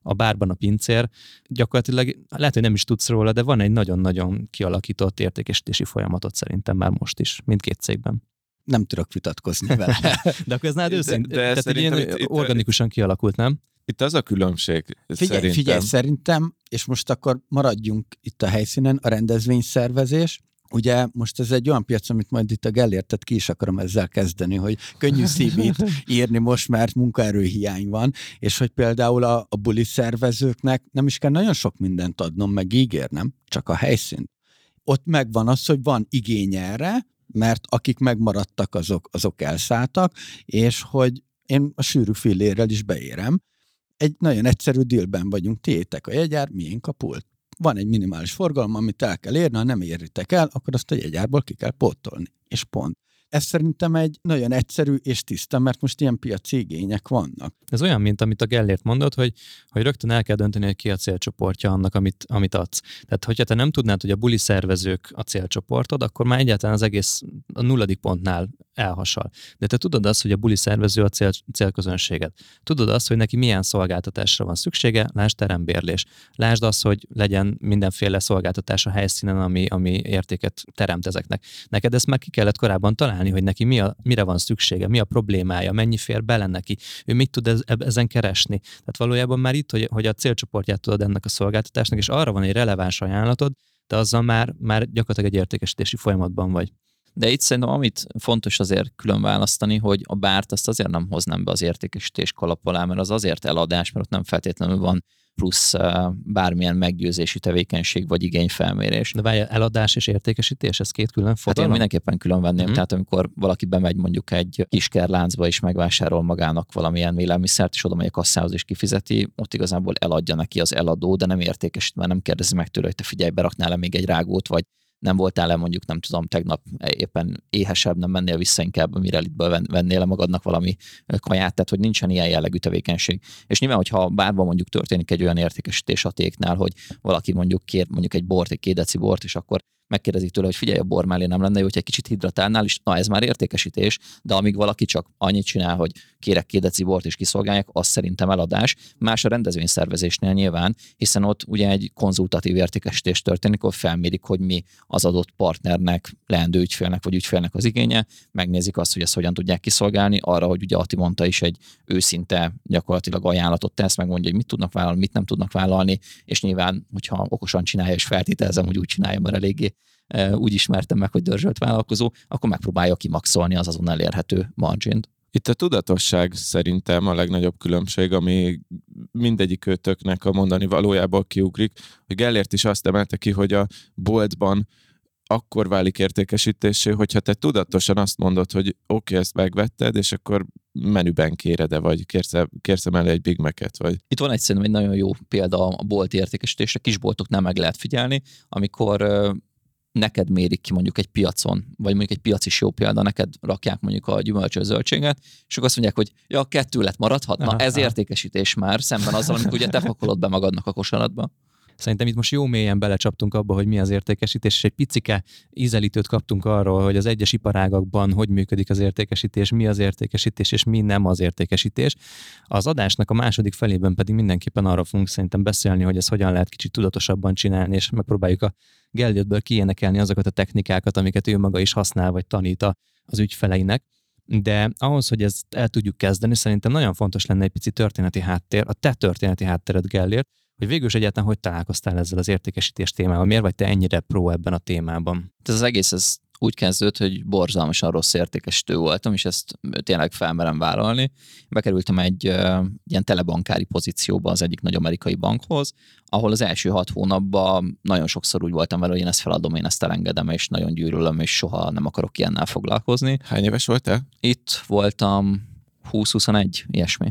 a bárban a pincér, gyakorlatilag lehet, hogy nem is tudsz róla, de van egy nagyon-nagyon kialakított értékesítési folyamatot szerintem már most is, mindkét cégben. Nem tudok vitatkozni vele. De akkor ez nálad őszintén, de tehát egy ilyen itt organikusan kialakult, nem? Itt az a különbség, Figyelj, szerintem, és most akkor maradjunk itt a helyszínen, a rendezvényszervezés. Ugye most ez egy olyan piac, amit majd itt a Gellértet ki is akarom ezzel kezdeni, hogy könnyű CV-t írni most, mert munkaerőhiány van, és hogy például a buli szervezőknek nem is kell nagyon sok mindent adnom, meg ígérnem, csak a helyszínt. Ott megvan az, hogy van igény erre, mert akik megmaradtak, azok elszálltak, és hogy én a sűrű fillérrel is beérem. Egy nagyon egyszerű dealben vagyunk, tiétek a jegyár, miénk a pult. Van egy minimális forgalom, amit el kell érni, ha nem éritek el, akkor azt a jegyárból ki kell pótolni. És pont. Ez szerintem egy nagyon egyszerű és tiszta, mert most ilyen piaci igények vannak. Ez olyan, mint amit a Gellért mondott, hogy rögtön el kell dönteni, hogy ki a célcsoportja annak, amit adsz. Tehát, hogyha te nem tudnád, hogy a buli szervezők a célcsoportod, akkor már egyáltalán az egész a 0. pontnál elhasal. De te tudod azt, hogy a buli szervező a célközönséged. Tudod azt, hogy neki milyen szolgáltatásra van szüksége, lásd terembérlés. Lásd azt, hogy legyen mindenféle szolgáltatás a helyszínen, ami értéket teremt ezeknek. Neked ezt meg ki kellett korábban találni, hogy neki mire van szüksége, mi a problémája, mennyi fér bele neki, ő mit tud ezen keresni. Tehát valójában már itt, hogy a célcsoportját tudod ennek a szolgáltatásnak, és arra van egy releváns ajánlatod, de azzal már gyakorlatilag egy értékesítési folyamatban vagy. De itt szerintem amit fontos azért külön választani, hogy a bárt azt azért nem hoznám be az értékesítés kalap alá, mert az azért eladás, mert ott nem feltétlenül van plusz bármilyen meggyőzési tevékenység vagy igényfelmérés. De várj, eladás és értékesítés, ez két külön fogalom? Hát én mindenképpen külön venném, tehát amikor valaki bemegy mondjuk egy kiskerláncba és megvásárol magának valamilyen élelmiszert, és oda megy a kasszához és kifizeti, ott igazából eladja neki az eladó, de nem értékesít, mert nem kérdezi meg tőle, hogy te figyelj, beraknál-e még egy rágót, vagy nem voltál-e mondjuk, nem tudom, tegnap éppen éhesebb, nem mennél vissza inkább a Mirelitből vennél-e magadnak valami kaját, tehát hogy nincsen ilyen jellegű tevékenység. És nyilván, hogyha bárban mondjuk történik egy olyan értékesítés a téknál, hogy valaki mondjuk kér mondjuk egy bort, egy 2 deci bort, és akkor megkérdezik tőle, hogy figyelj, a bor mellé nem lenne jó, hogy egy kicsit hidratálnál, és na ez már értékesítés, de amíg valaki csak annyit csinál, hogy kérek 2 deci bort és kiszolgálják, az szerintem eladás. Más a rendezvényszervezésnél nyilván, hiszen ott ugye egy konzultatív értékesítés történik, ahol felmérik, hogy mi az adott partnernek, leendő ügyfélnek vagy ügyfélnek az igénye, megnézik azt, hogy ezt hogyan tudják kiszolgálni, arra, hogy ugye Ati mondta is, egy őszinte gyakorlatilag ajánlatot tesz, megmondja, hogy mit tudnak vállalni, mit nem tudnak vállalni, és nyilván, hogyha okosan csinálja, és feltételezem, hogy úgy csinálja, mert eléggé úgy ismertem meg, hogy dörzsölt vállalkozó, akkor megpróbálja kimaxolni az azon elérhető margint. Itt a tudatosság szerintem a legnagyobb különbség, ami mindegyik őtöknek a mondani valójából kiugrik, hogy Gellért is azt emelte ki, hogy a boltban akkor válik értékesítésé, hogyha te tudatosan azt mondod, hogy oké, ezt megvetted, és akkor menüben kéred-e, vagy kérsz mellé egy Big Mac-et, vagy... Itt van szerintem egy nagyon jó példa a bolt értékesítésre, kisboltoknál meg lehet figyelni, amikor neked mérik ki mondjuk egy piacon, vagy mondjuk egy piac is jó példa, neked rakják mondjuk a gyümölcsös zöldséget, és akkor azt mondják, hogy ja, 2 lett maradhat, na ez értékesítés már, szemben azzal, amikor ugye te pakolod be magadnak a kosaratba. Szerintem itt most jó mélyen belecsaptunk abba, hogy mi az értékesítés, és egy picike ízelítőt kaptunk arról, hogy az egyes iparágakban hogy működik az értékesítés, mi az értékesítés, és mi nem az értékesítés. Az adásnak a második felében pedig mindenképpen arra fogunk szerintem beszélni, hogy ez hogyan lehet kicsit tudatosabban csinálni, és megpróbáljuk a Gellértből kiénekelni azokat a technikákat, amiket ő maga is használ, vagy tanít az ügyfeleinek. De ahhoz, hogy ezt el tudjuk kezdeni, szerintem nagyon fontos lenne egy pici történeti háttér, a te történeti háttered, Gellért, hogy végül is egyáltalán hogy találkoztál ezzel az értékesítés témával, miért vagy te ennyire pro ebben a témában? Ez az egész úgy kezdődött, hogy borzalmasan rossz értékesítő voltam, és ezt tényleg felmerem vállalni. Bekerültem egy ilyen telebankári pozícióba az egyik nagy amerikai bankhoz, ahol az első 6 hónapban nagyon sokszor úgy voltam vele, hogy én ezt feladom, én ezt elengedem, és nagyon gyűlölöm, és soha nem akarok ilyennel foglalkozni. Hány éves voltál? Itt voltam 20-21, ilyesmi.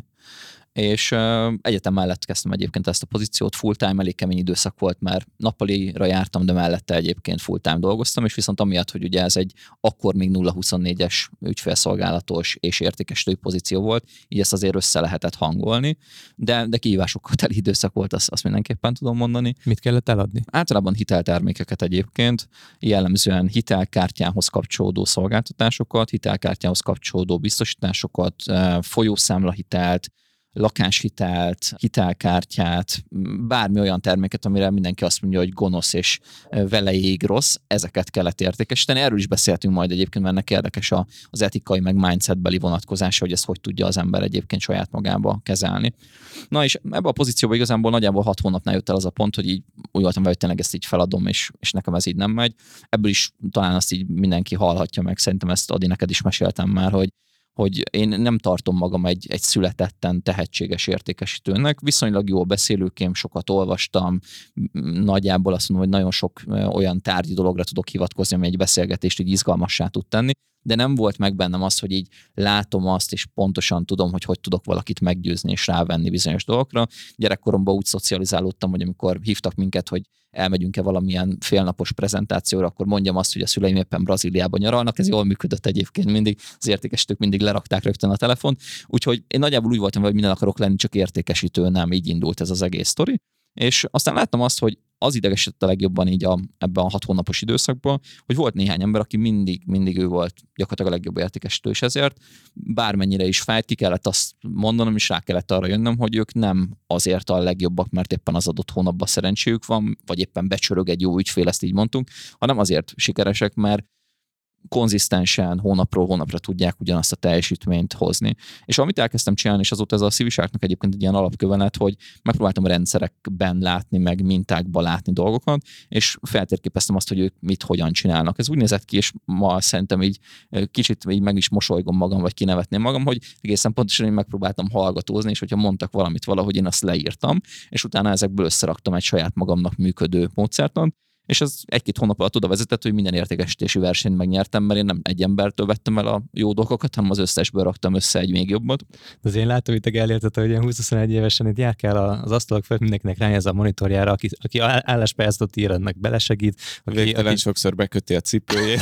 És egyetem mellett kezdtem egyébként ezt a pozíciót, full-time, elég kemény időszak volt, mert nappalira jártam, de mellette egyébként full-time dolgoztam, és viszont amiatt, hogy ugye ez egy akkor még 0-24-es ügyfélszolgálatos és értékesítői pozíció volt, így ezt azért össze lehetett hangolni, de kihívásokkal teli időszak volt, azt mindenképpen tudom mondani. Mit kellett eladni? Általában hiteltermékeket egyébként, jellemzően hitelkártyához kapcsolódó szolgáltatásokat, hitelkártyához kapcsolódó biztosításokat, folyószámlahitelt, lakáshitelt, hitelkártyát, bármi olyan terméket, amire mindenki azt mondja, hogy gonosz és veleig rossz, ezeket kellett értékesíteni. Erről is beszéltünk majd egyébként, mert ennek érdekes az etikai meg mindsetbeli vonatkozása, hogy ezt hogy tudja az ember egyébként saját magába kezelni. Na és ebbe a pozícióba igazából nagyjából 6 hónapnál jött el az a pont, hogy így úgy voltam vele, hogy tényleg ezt így feladom, és nekem ez így nem megy. Ebből is talán azt így mindenki hallhatja meg, szerintem ezt Adi neked is meséltem már, hogy én nem tartom magam egy születetten tehetséges értékesítőnek. Viszonylag jól beszélőkém, sokat olvastam, nagyjából azt mondom, hogy nagyon sok olyan tárgyi dologra tudok hivatkozni, ami egy beszélgetést így izgalmassá tud tenni, de nem volt meg bennem az, hogy így látom azt, és pontosan tudom, hogy tudok valakit meggyőzni és rávenni bizonyos dolgokra. Gyerekkoromban úgy szocializálódtam, hogy amikor hívtak minket, hogy elmegyünk-e valamilyen félnapos prezentációra, akkor mondjam azt, hogy a szüleim éppen Brazíliában nyaralnak, ez jól működött egyébként mindig, az értékesítők mindig lerakták rögtön a telefont, úgyhogy én nagyjából úgy voltam, hogy minden akarok lenni, csak értékesítő, nem, így indult ez az egész sztori. És aztán láttam azt, hogy az idegesített a legjobban így ebben a 6 hónapos időszakban, hogy volt néhány ember, aki mindig ő volt gyakorlatilag a legjobb értékesítő, és ezért bármennyire is fájt, ki kellett azt mondanom, és rá kellett arra jönnöm, hogy ők nem azért a legjobbak, mert éppen az adott hónapban szerencséjük van, vagy éppen becsörög egy jó ügyfél, ezt így mondtunk, hanem azért sikeresek, mert konzisztensen hónapról hónapra tudják ugyanazt a teljesítményt hozni. És amit elkezdtem csinálni, és azóta ez a Civisharknak egyébként egy ilyen alapkövenet, hogy megpróbáltam a rendszerekben látni, meg mintákban látni dolgokat, és feltérképeztem azt, hogy ők mit, hogyan csinálnak. Ez úgy nézett ki, és ma szerintem így kicsit így meg is mosolygom magam, vagy kinevetném magam, hogy egészen pontosan én megpróbáltam hallgatózni, és hogyha mondtak valamit valahogy én azt leírtam, és utána ezekből összeraktam egy saját magamnak működő módszertant, és ez 1-2 hónap alatt oda vezetett, hogy minden értékesítési versenyt megnyertem, mert én nem egy embertől vettem el a jó dolgokat, hanem az összesből raktam össze egy még jobbat. De az én látom, hogy te elérted, hogy ilyen 20-21 évesen itt jár kell az asztalok felett mindenkinek rányez a monitorjára, aki álláspályázatot ír, ennek belesegít. Végtelen sokszor beköti a cipőjét.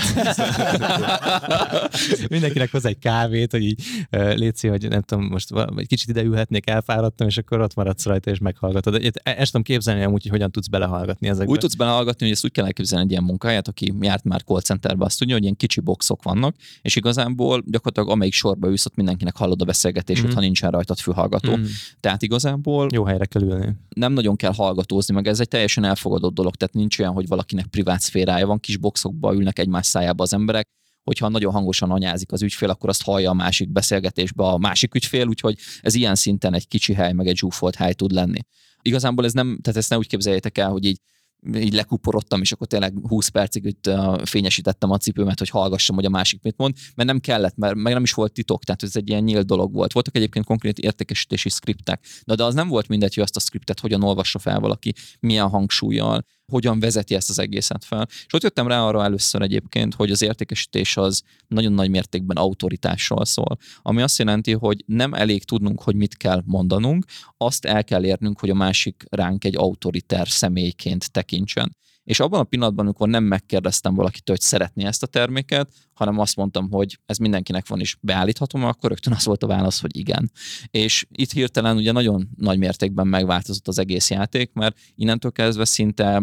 Mindenkinek hoz egy kávét, hogy így létszi, hogy nem tudom, most egy kicsit ide ülhetnék, elfáradtam, és akkor ott maradsz rajta, és meghallgatod. Ezt tudom képzelni amúgy, hogy hogyan tudsz belehallgatni ezekbe. Úgy tudsz belehallgatni, hogy ezt úgy kell elképzelni egy ilyen munkahelyet, aki járt már call centerbe, azt tudja, hogy ilyen kicsi boxok vannak, és igazából gyakorlatilag amelyik sorba ülsz, ott mindenkinek hallod a beszélgetését, ha nincsen rajtad fülhallgató. Tehát igazából jó helyre kell ülni. Nem nagyon kell hallgatózni, meg ez egy teljesen elfogadott dolog, tehát nincs olyan, hogy valakinek privát szférája van, kis boxokba ülnek egymás szájába az emberek, hogyha nagyon hangosan anyázik az ügyfél, akkor azt hallja a másik beszélgetésbe a másik ügyfél, úgyhogy ez ilyen szinten egy kicsi hely, meg egy zsúfolt hely tud lenni. Igazából ez nem, tehát ezt ne úgy képzeljétek el, hogy így lekuporodtam, és akkor tényleg 20 percig itt fényesítettem a cipőmet, hogy hallgassam, hogy a másik mit mond, mert nem kellett, mert meg nem is volt titok, tehát ez egy ilyen nyílt dolog volt. Voltak egyébként konkrét értékesítési skriptek, de az nem volt mindegy, hogy azt a skriptet hogyan olvassa fel valaki, milyen hangsúllyal, hogyan vezeti ezt az egészet fel. És ott jöttem rá arra először egyébként, hogy az értékesítés az nagyon nagy mértékben autoritásról szól. Ami azt jelenti, hogy nem elég tudnunk, hogy mit kell mondanunk, azt el kell érnünk, hogy a másik ránk egy autoriter személyként tekintsen. És abban a pillanatban, amikor nem megkérdeztem valakitől, hogy szeretné ezt a terméket, hanem azt mondtam, hogy ez mindenkinek van és beállíthatom, akkor rögtön az volt a válasz, hogy igen. És itt hirtelen ugye nagyon nagy mértékben megváltozott az egész játék, mert innentől kezdve szinte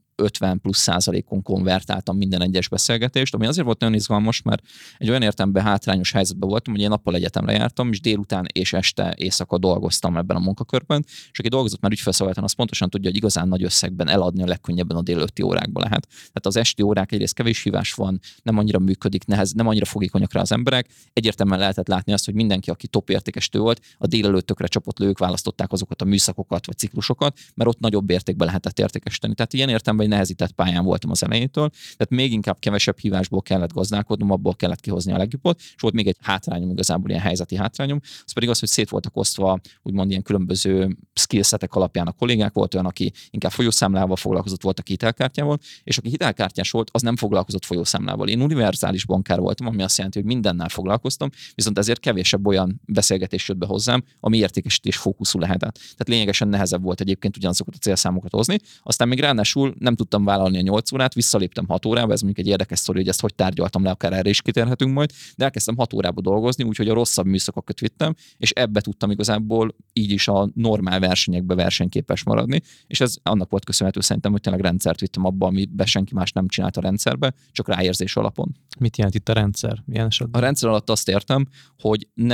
50+% konvertáltam minden egyes beszélgetést, ami azért volt nagyon izgalmas, mert egy olyan értelemben hátrányos helyzetben voltam, hogy én nappal egyetemre jártam, és délután és este éjszaka dolgoztam ebben a munkakörben, és aki dolgozott már ügyfélszolgáltatón, az pontosan tudja, hogy igazán nagy összegben eladni a legkönnyebben a délelőtti órákban lehet. Tehát az esti órák egyrészt kevés hívás van, nem annyira működik, nem annyira fogékonyak rá az emberek. Egyértelműen lehetett látni azt, hogy mindenki, aki top értékesítő volt, a délelőttökre csapott le, ők választották azokat a műszakokat vagy ciklusokat, mert ott nagyobb értékben lehetett értékesíteni. Tehát ilyen értelemben egy nehezített pályán voltam az elejétől, tehát még inkább kevesebb hívásból kellett gazdálkodnom, abból kellett kihozni a legjobbat, és volt még egy hátrányom, igazából ilyen helyzeti hátrányom, az pedig az, hogy szét voltak osztva úgymond ilyen különböző skillsetek alapján a kollégák, volt olyan, aki inkább folyószámlával foglalkozott, volt, aki hitelkártyával, és aki hitelkártyás volt, az nem foglalkozott folyószámlával. Én univerzális bankár voltam, ami azt jelenti, hogy mindennel foglalkoztam, viszont ezért kevésebb olyan beszélgetés jött be hozzám, ami értékesítés fókuszú lehetett. Tehát lényegesen nehezebb volt egyébként ugyanazokat a célszámokat hozni. Aztán még ráadásul nem tudtam vállalni a 8 órát, visszaléptem 6 órába, ez mondjuk egy érdekes sztori, hogy ezt hogy tárgyaltam le, akár erre is kitérhetünk majd, de elkezdtem 6 órába dolgozni, úgyhogy a rosszabb műszakokat vittem, és ebbe tudtam igazából így is a normál versenyekbe versenyképes maradni, és ez annak volt köszönhető szerintem, hogy tényleg rendszert vittem abba, amiben senki más nem csinált a rendszerbe, csak ráérzés alapon. Mit jelent itt a rendszer? Milyen esetben? A rendszer alatt azt értem, hogy nem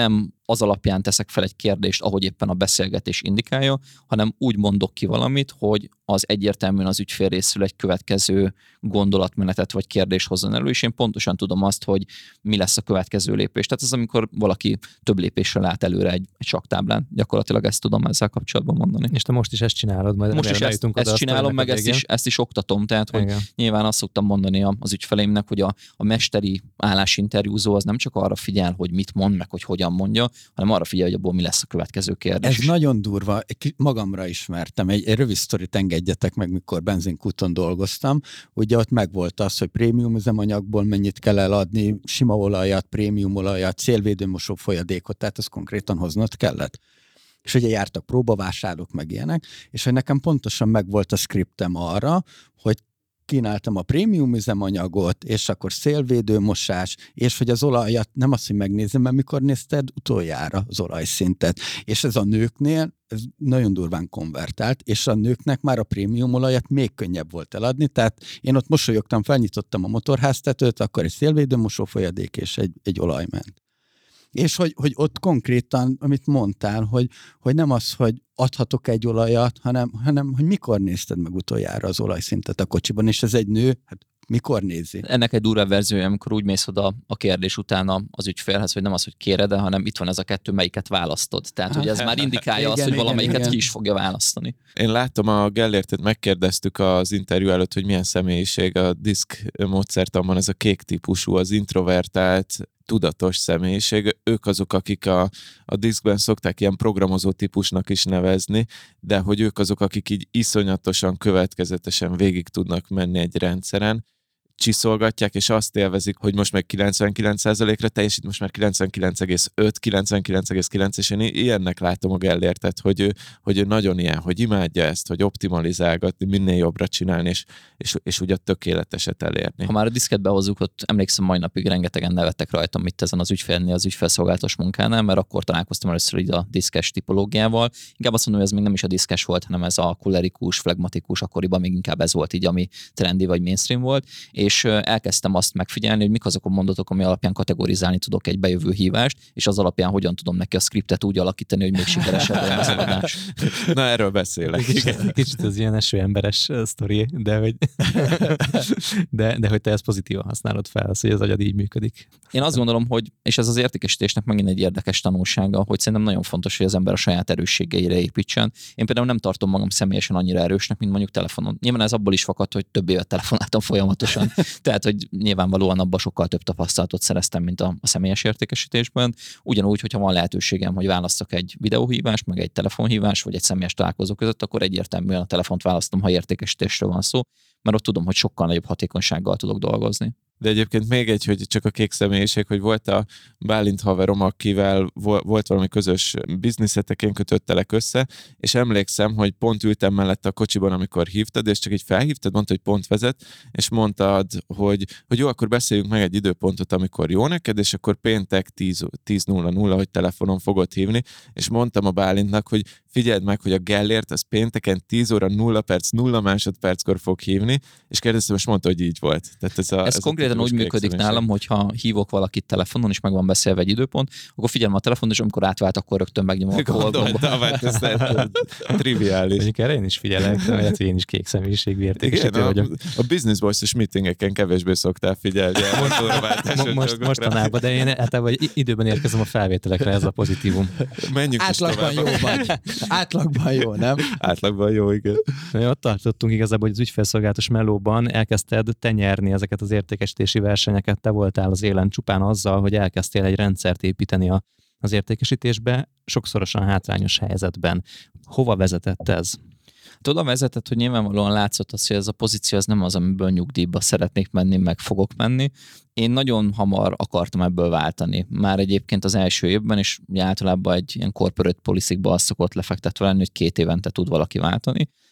az alapján teszek fel egy kérdést, ahogy éppen a beszélgetés indikálja, hanem úgy mondok ki valamit, hogy az egyértelműen az ügyfél részül egy következő gondolatmenetet vagy kérdést hozzon elő, és én pontosan tudom azt, hogy mi lesz a következő lépés. Tehát az, amikor valaki több lépésre lát előre egy saktáblán. Gyakorlatilag ezt tudom ezzel kapcsolatban mondani. És te most is ezt csinálod, majd most is ezt csinálom, meg ezt is oktatom, tehát hogy nyilván azt szoktam mondani az ügyfeleimnek, hogy a mesteri állásinterjúzó az nem csak arra figyel, hogy mit mond, meg hogy hogyan mondja, hanem arra figyel, hogy abból mi lesz a következő kérdés. Ez nagyon durva, magamra ismertem. Egy rövid sztorit engedjetek meg, mikor benzinkúton dolgoztam. Ugye ott megvolt az, hogy prémium üzemanyagból mennyit kell eladni, sima olajat, prémium olajat, szélvédőmosó folyadékot, tehát ezt konkrétan hoznod kellett. És ugye jártak próbavásárlók, meg ilyenek, és hogy nekem pontosan megvolt a skriptem arra, hogy kínáltam a prémium üzemanyagot, és akkor szélvédőmosás, és hogy az olajat nem azt, hogy megnézem, mert mikor nézted utoljára az olajszintet. És ez a nőknél ez nagyon durván konvertált, és a nőknek már a prémium olajat még könnyebb volt eladni, tehát én ott mosolyogtam, felnyitottam a motorháztetőt, akkor egy szélvédőmosó folyadék és egy olaj ment. És hogy ott konkrétan, amit mondtál, hogy nem az, hogy adhatok egy olajat, hanem hogy mikor nézted meg utoljára az olajszintet a kocsiban, és ez egy nő, hát mikor nézi? Ennek egy durva verziója, amikor úgy mész oda a kérdés utána az ügyfélhez, hogy nem az, hogy kéred, hanem itt van ez a kettő, melyiket választod. Tehát, hogy ez már indikálja azt, hogy valamelyiket ki is fogja választani. Én látom a Gellértet, megkérdeztük az interjú előtt, hogy milyen személyiség a diszk módszertanban, ez a kék típusú, az introvertált, tudatos személyiség. Ők azok, akik a diszkben szokták ilyen programozó típusnak is nevezni, de hogy ők azok, akik így iszonyatosan, következetesen végig tudnak menni egy rendszeren, csiszolgatják, és azt élvezik, hogy most meg 99%-ra teljesít, most már 99,5, 99,9, és én ilyennek látom a Gellértet, hogy ő nagyon ilyen, hogy imádja ezt, hogy optimalizálgatni, minél jobbra csinálni, és úgy a tökéleteset elérni. Ha már a diszket behozzuk, ott emlékszem, mai napig rengetegen nevettek rajtam itt ezen az ügyfélnél, az ügyfélszolgálatos munkánál, mert akkor találkoztam először így a diszkes tipológiával. Inkább azt mondom, hogy ez még nem is a diszkes volt, hanem ez a kulerikus, flegmatikus, akkoriban még inkább ez volt így, ami trendi vagy mainstream volt, és elkezdtem azt megfigyelni, hogy mik azok a mondatok, ami alapján kategorizálni tudok egy bejövő hívást, és az alapján hogyan tudom neki a skriptet úgy alakítani, hogy még sikeresebb legyen az adás. Na, erről beszélek. Kicsit az ilyen esőemberes sztori, de hogy te ezt pozitívan használod fel, az, hogy az agyad így működik. Én azt gondolom, hogy, és ez az értékesítésnek megint egy érdekes tanulsága, hogy szerintem nagyon fontos, hogy az ember a saját erősségeire építsen. Én például nem tartom magam személyesen annyira erősnek, mint mondjuk telefonon. Nyilván ez abból is fakad, hogy több évet telefonáltam folyamatosan. Tehát, hogy nyilvánvalóan abban sokkal több tapasztalatot szereztem, mint a személyes értékesítésben. Ugyanúgy, hogyha van lehetőségem, hogy választok egy videóhívást, meg egy telefonhívást, vagy egy személyes találkozó között, akkor egyértelműen a telefont választom, ha értékesítésről van szó, mert ott tudom, hogy sokkal nagyobb hatékonysággal tudok dolgozni. De egyébként még egy, hogy csak a kék személyiség, hogy volt a Bálint haverom, akivel volt valami közös bizniszetek, én kötöttelek össze, és emlékszem, hogy pont ültem mellette a kocsiban, amikor hívtad, és csak így felhívtad, mondta, hogy pont vezet, és mondtad, hogy jó, akkor beszéljünk meg egy időpontot, amikor jó neked, és akkor péntek 10:00, hogy telefonon fogod hívni, és mondtam a Bálintnak, hogy figyeld meg, hogy a Gellért az pénteken 10:00:0 fog hívni, és kérdeztem, és mondta, hogy így volt. Tehát ez konkrétan úgy működik nálam, hogyha hívok valakit telefonon, és meg van beszélve egy időpont, akkor figyelem a telefon, és amikor átvált, akkor rögtön megnyomom a Gondoltam, ez triviális. Mondjuk erre én is figyelek, de lehet, hogy én is kék személyiségű értékesítő vagyok. A Business Boys-os meetingeken kevésbé szoktál figyelni. Mostanában, de én általában időben érkezem a felvételekre, ez a pozitívum. Menjünk átlagban jó vagy. Átlagban jó, nem? Átlagban jó, igen. Ott tartottunk igazából, hogy az ügyfélszolgálatos melóban elkezdted te nyerni ezeket az értékesítési versenyeket, te voltál az élen csupán azzal, hogy elkezdtél egy rendszert építeni az értékesítésbe, sokszorosan hátrányos helyzetben. Hova vezetett ez? Oda vezetett, hogy nyilvánvalóan látszott az, hogy ez a pozíció az nem az, amiből nyugdíjba szeretnék menni, meg fogok menni. Én nagyon hamar akartam ebből váltani. Már egyébként az első évben, és általában egy ilyen corporate policy-ba az szokott lefektetve lenni, hogy 2 évente tud valaki váltani.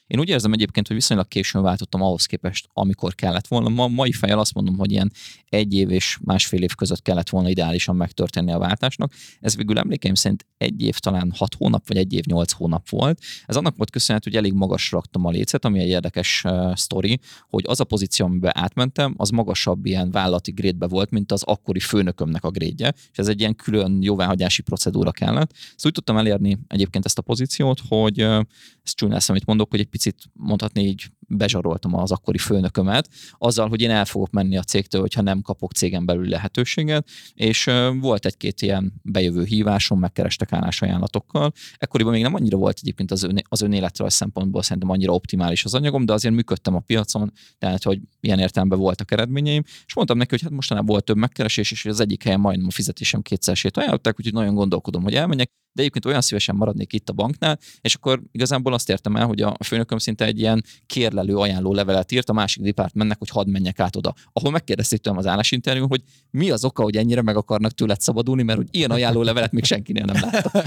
Én úgy érzem egyébként, hogy viszonylag későn váltottam ahhoz képest, amikor kellett volna. Mai fejjel azt mondom, hogy ilyen 1 év és 1,5 év között kellett volna ideálisan megtörténni a váltásnak. Ez végül emlékeim szerint 1 év talán 6 hónap, vagy 1 év 8 hónap volt. Ez annak volt köszönhető, hogy elég magasra raktam a lécet, ami egy érdekes sztori, hogy az a pozíció, amiben átmentem, az magasabb ilyen vállalati grédbe volt, mint az akkori főnökömnek a grédje, és ez egy ilyen külön jóváhagyási procedúra kellett. Szóval úgy tudtam elérni egyébként ezt a pozíciót, hogy ezt csúnya lesz, amit mondok, hogy egy picit mondhatni így bezsaroltam az akkori főnökömet, azzal, hogy én el fogok menni a cégtől, hogyha nem kapok cégen belül lehetőséget, és volt egy-két ilyen bejövő hívásom, megkerestek állásajánlatokkal. Ekkoriban még nem annyira volt egyébként az önéletrajz szempontból szerintem annyira optimális az anyagom, de azért működtem a piacon, tehát hogy ilyen értelemben voltak eredményeim, és mondtam neki, hogy hát mostanában volt több megkeresés, és az egyik helyen majdnem a fizetésem 2-szeresét ajánlották, úgyhogy nagyon gondolkodom, hogy elmenjek, de egyébként olyan szívesen maradnék itt a banknál, és akkor igazából azt értem el, hogy a főnököm szinte egy ilyen kérlelő ajánló levelet írt a másik departmentnek, hogy hadd menjek át oda. Ahol megkérdezték tőlem az állásinterjún, hogy mi az oka, hogy ennyire meg akarnak tőled szabadulni, mert hogy ilyen ajánló levelet még senkinél nem láttam.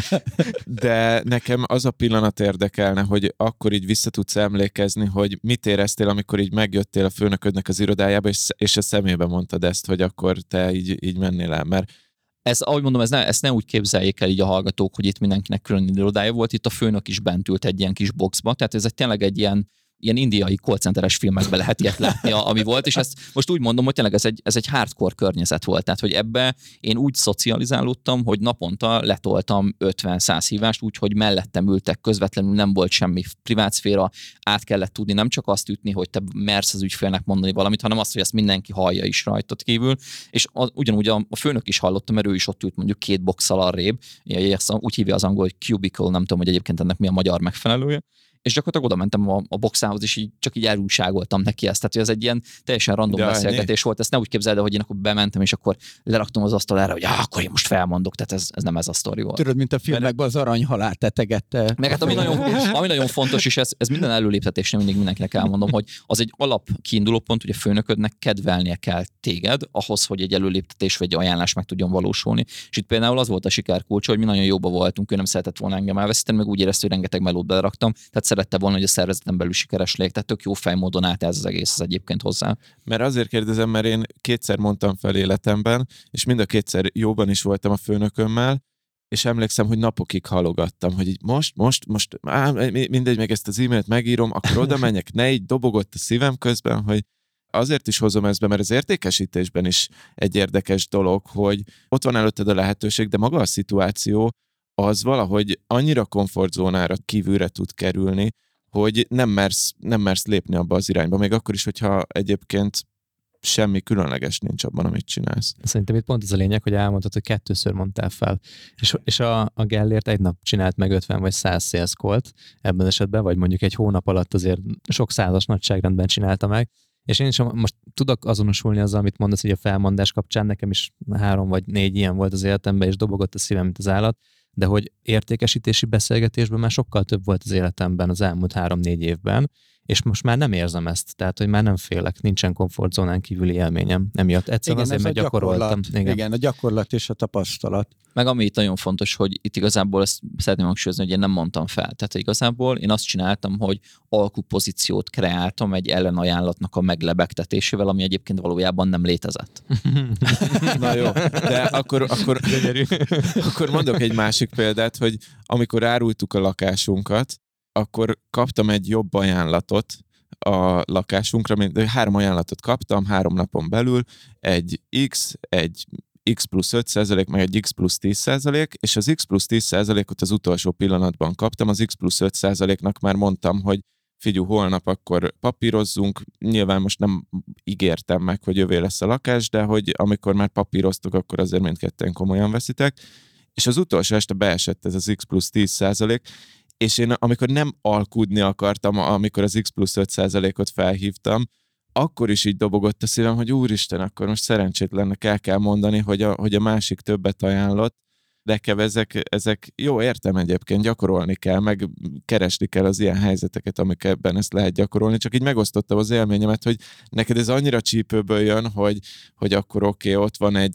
De nekem az a pillanat érdekelne, hogy akkor így vissza tudsz emlékezni, hogy mit éreztél, amikor így megjöttél a főnöködnek az irodájába, és a szemébe mondtad ezt, hogy akkor te így mennél el, mert Ez, ahogy mondom, ezt ne úgy képzeljék el így a hallgatók, hogy itt mindenkinek külön irodája volt, itt a főnök is bent ült egy ilyen kis boxba, tehát ez tényleg egy ilyen indiai callcenteres filmekben lehet ilyet látni, ami volt, és ezt most úgy mondom, hogy tényleg ez egy hardcore környezet volt, tehát hogy ebbe én úgy szocializálódtam, hogy naponta letoltam 50-100 hívást, úgyhogy mellettem ültek közvetlenül, nem volt semmi privát szféra, át kellett tudni nem csak azt ütni, hogy te mersz az ügyfélnek mondani valamit, hanem azt, hogy ezt mindenki hallja is rajtad kívül, és ugyanúgy a főnök is hallotta, mert ő is ott ült mondjuk 2 boxal arrébb, úgy hívja az angol, hogy cubicle, nem tudom, hogy egyébként ennek mi a magyar megfelelője. És gyakorlatilag oda mentem a boxához, és így csak így elújságoltam neki ezt. Tehát, hogy ez egy ilyen teljesen random beszélgetés volt. Ezt ne úgy képzeld el, hogy én akkor bementem, és akkor leraktam az asztalára, hogy akkor én most felmondok. Tehát ez nem ez a sztori volt. Tudod, mint a filmekben az aranyhalál tetegette. Meg hát ami nagyon fontos, és ez minden előléptetésnél mindig mindenkinek elmondom, hogy az egy alap kiinduló pont, hogy a főnöködnek kedvelnie kell téged, ahhoz, hogy egy előléptetés vagy egy ajánlás meg tudjon valósulni. És itt például az volt a sikerkulcs, hogy mi nagyon jóba voltunk, ő nem szeretett volna engem elveszíteni, meg úgy érezte, hogy rengeteg melót beleraktam. Tehát szerette volna, hogy a szervezeten belül sikeres legyek, tehát tök jó fejmódon állt ez az egész az egyébként hozzá. Mert azért kérdezem, mert én 2-szer mondtam fel életemben, és mind a 2-szer jóban is voltam a főnökömmel, és emlékszem, hogy napokig halogattam, hogy így most, mindegy, meg ezt az e-mailt megírom, akkor oda menjek, ne így dobogott a szívem közben, hogy azért is hozom ezt be, mert az értékesítésben is egy érdekes dolog, hogy ott van előtted a lehetőség, de maga a szituáció az valahogy annyira komfortzónára kívülre tud kerülni, hogy nem mersz lépni abba az irányba, még akkor is, hogyha egyébként semmi különleges nincs abban, amit csinálsz. Szerintem itt pont az a lényeg, hogy elmondtad, hogy 2-ször mondtál fel. És a Gellért egy nap csinált meg 50 vagy 100 sales call-t ebben esetben, vagy mondjuk egy hónap alatt azért sok százas nagyságrendben csinálta meg. És én is most tudok azonosulni azzal, amit mondasz, hogy a felmondás kapcsán nekem is 3 vagy 4 ilyen volt az életemben, és dobogott a szívem, mint az állat, de hogy értékesítési beszélgetésben már sokkal több volt az életemben az elmúlt 3-4 évben, és most már nem érzem ezt, tehát hogy már nem félek, nincsen komfortzónán kívüli élményem. Emiatt egyszerűen azért, mert gyakoroltam. Igen, a gyakorlat és a tapasztalat. Meg ami itt nagyon fontos, hogy itt igazából ezt szeretném hangsúlyozni, hogy én nem mondtam fel. Tehát igazából én azt csináltam, hogy alkupozíciót kreáltam egy ellenajánlatnak a meglebegtetésével, ami egyébként valójában nem létezett. Na jó, de akkor mondok egy másik példát, hogy amikor árultuk a lakásunkat, akkor kaptam egy jobb ajánlatot a lakásunkra, 3 ajánlatot kaptam 3 napon belül, egy X plusz 5%, meg egy X plusz 10%, és az X plusz 10%-ot az utolsó pillanatban kaptam, az X plusz 5%-nak már mondtam, hogy figyelj, holnap akkor papírozzunk, nyilván most nem ígértem meg, hogy jövő lesz a lakás, de hogy amikor már papíroztuk, akkor azért mindketten komolyan veszitek, és az utolsó este beesett ez az X plusz 10%, és én amikor nem alkudni akartam, amikor az X plusz 5%-ot felhívtam, akkor is így dobogott a szívem, hogy úristen, akkor most szerencsétlennek el kell mondani, hogy a másik többet ajánlott, de ezek jó, értem egyébként, gyakorolni kell, meg keresni kell az ilyen helyzeteket, amikben ezt lehet gyakorolni, csak így megosztottam az élményemet, hogy neked ez annyira csípőből jön, hogy akkor oké, ott van egy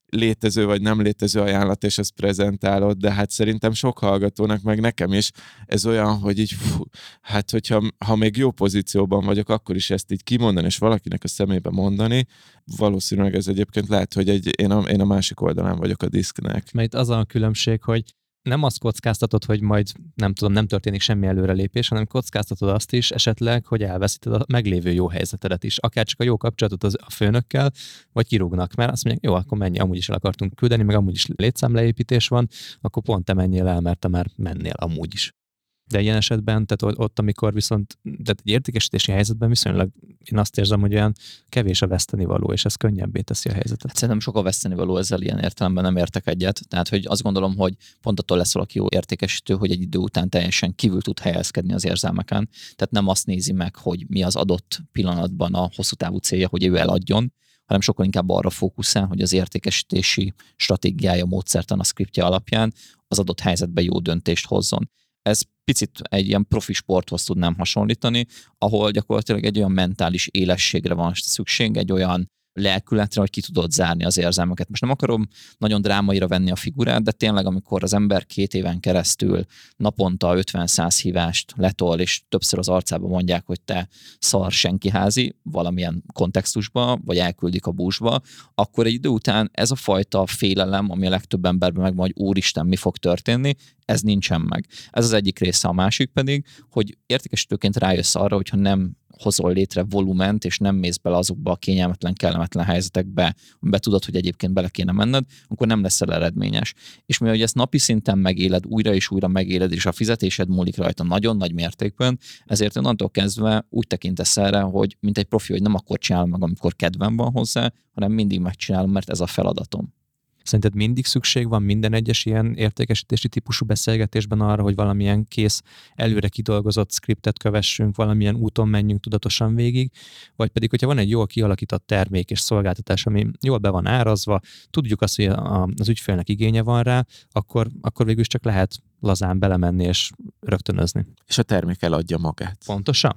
létező vagy nem létező ajánlat, és ezt prezentálod, de hát szerintem sok hallgatónak, meg nekem is ez olyan, hogy így hát hogyha még jó pozícióban vagyok, akkor is ezt így kimondani, és valakinek a szemébe mondani, valószínűleg ez egyébként lehet, hogy én a másik oldalán vagyok a diszknek. Mert itt az a különbség, hogy nem azt kockáztatod, hogy majd nem történik semmi előrelépés, hanem kockáztatod azt is esetleg, hogy elveszíted a meglévő jó helyzetedet is. Akár csak a jó kapcsolatot a főnökkel, vagy kirúgnak, mert azt mondják, jó, akkor menj, amúgy is el akartunk küldeni, meg amúgy is létszámleépítés van, akkor pont te menjél el, mert te már mennél amúgy is. De ilyen esetben, tehát ott, amikor viszont, tehát egy értékesítési helyzetben viszonylag én azt érzem, hogy olyan kevés a vesztenivaló, és ez könnyebbé teszi a helyzetet. Hát szerintem sok a vesztenivaló, ezzel ilyen értelemben nem értek egyet. Tehát, hogy azt gondolom, hogy pont attól lesz valaki jó értékesítő, hogy egy idő után teljesen kívül tud helyezkedni az érzelmeken. Tehát nem azt nézi meg, hogy mi az adott pillanatban a hosszú távú célja, hogy ő eladjon, hanem sokkal inkább arra fókuszál, hogy az értékesítési stratégiája, módszertan, a szkriptje alapján az adott helyzetben jó döntést hozzon. Ez picit egy ilyen profi sporthoz tudnám hasonlítani, ahol gyakorlatilag egy olyan mentális élességre van szükség, egy olyan lelkületre, hogy ki tudod zárni az érzelmeket. Most nem akarom nagyon drámaira venni a figurát, de tényleg, amikor az ember 2 éven keresztül naponta 50-100 hívást letol, és többször az arcába mondják, hogy te szar senkiházi valamilyen kontextusba, vagy elküldik a búzsba, akkor egy idő után ez a fajta félelem, ami a legtöbb emberben megvan, hogy úristen, mi fog történni, ez nincsen meg. Ez az egyik része, a másik pedig, hogy értékesítőként rájössz arra, hogyha nem hozol létre volument, és nem mész bele azokba a kényelmetlen, kellemetlen helyzetekbe, amiben tudod, hogy egyébként bele kéne menned, akkor nem leszel eredményes. És mivel hogy ezt napi szinten megéled, újra és újra megéled, és a fizetésed múlik rajta nagyon nagy mértékben, ezért onnantól kezdve úgy tekintesz erre, hogy mint egy profi, hogy nem akkor csinálom meg, amikor kedvem van hozzá, hanem mindig megcsinálom, mert ez a feladatom. Szerinted mindig szükség van minden egyes ilyen értékesítési típusú beszélgetésben arra, hogy valamilyen kész, előre kidolgozott skriptet kövessünk, valamilyen úton menjünk tudatosan végig, vagy pedig, hogyha van egy jól kialakított termék és szolgáltatás, ami jól be van árazva, tudjuk azt, hogy az ügyfélnek igénye van rá, akkor végül is csak lehet lazán belemenni és rögtönözni. És a termék eladja magát. Pontosan.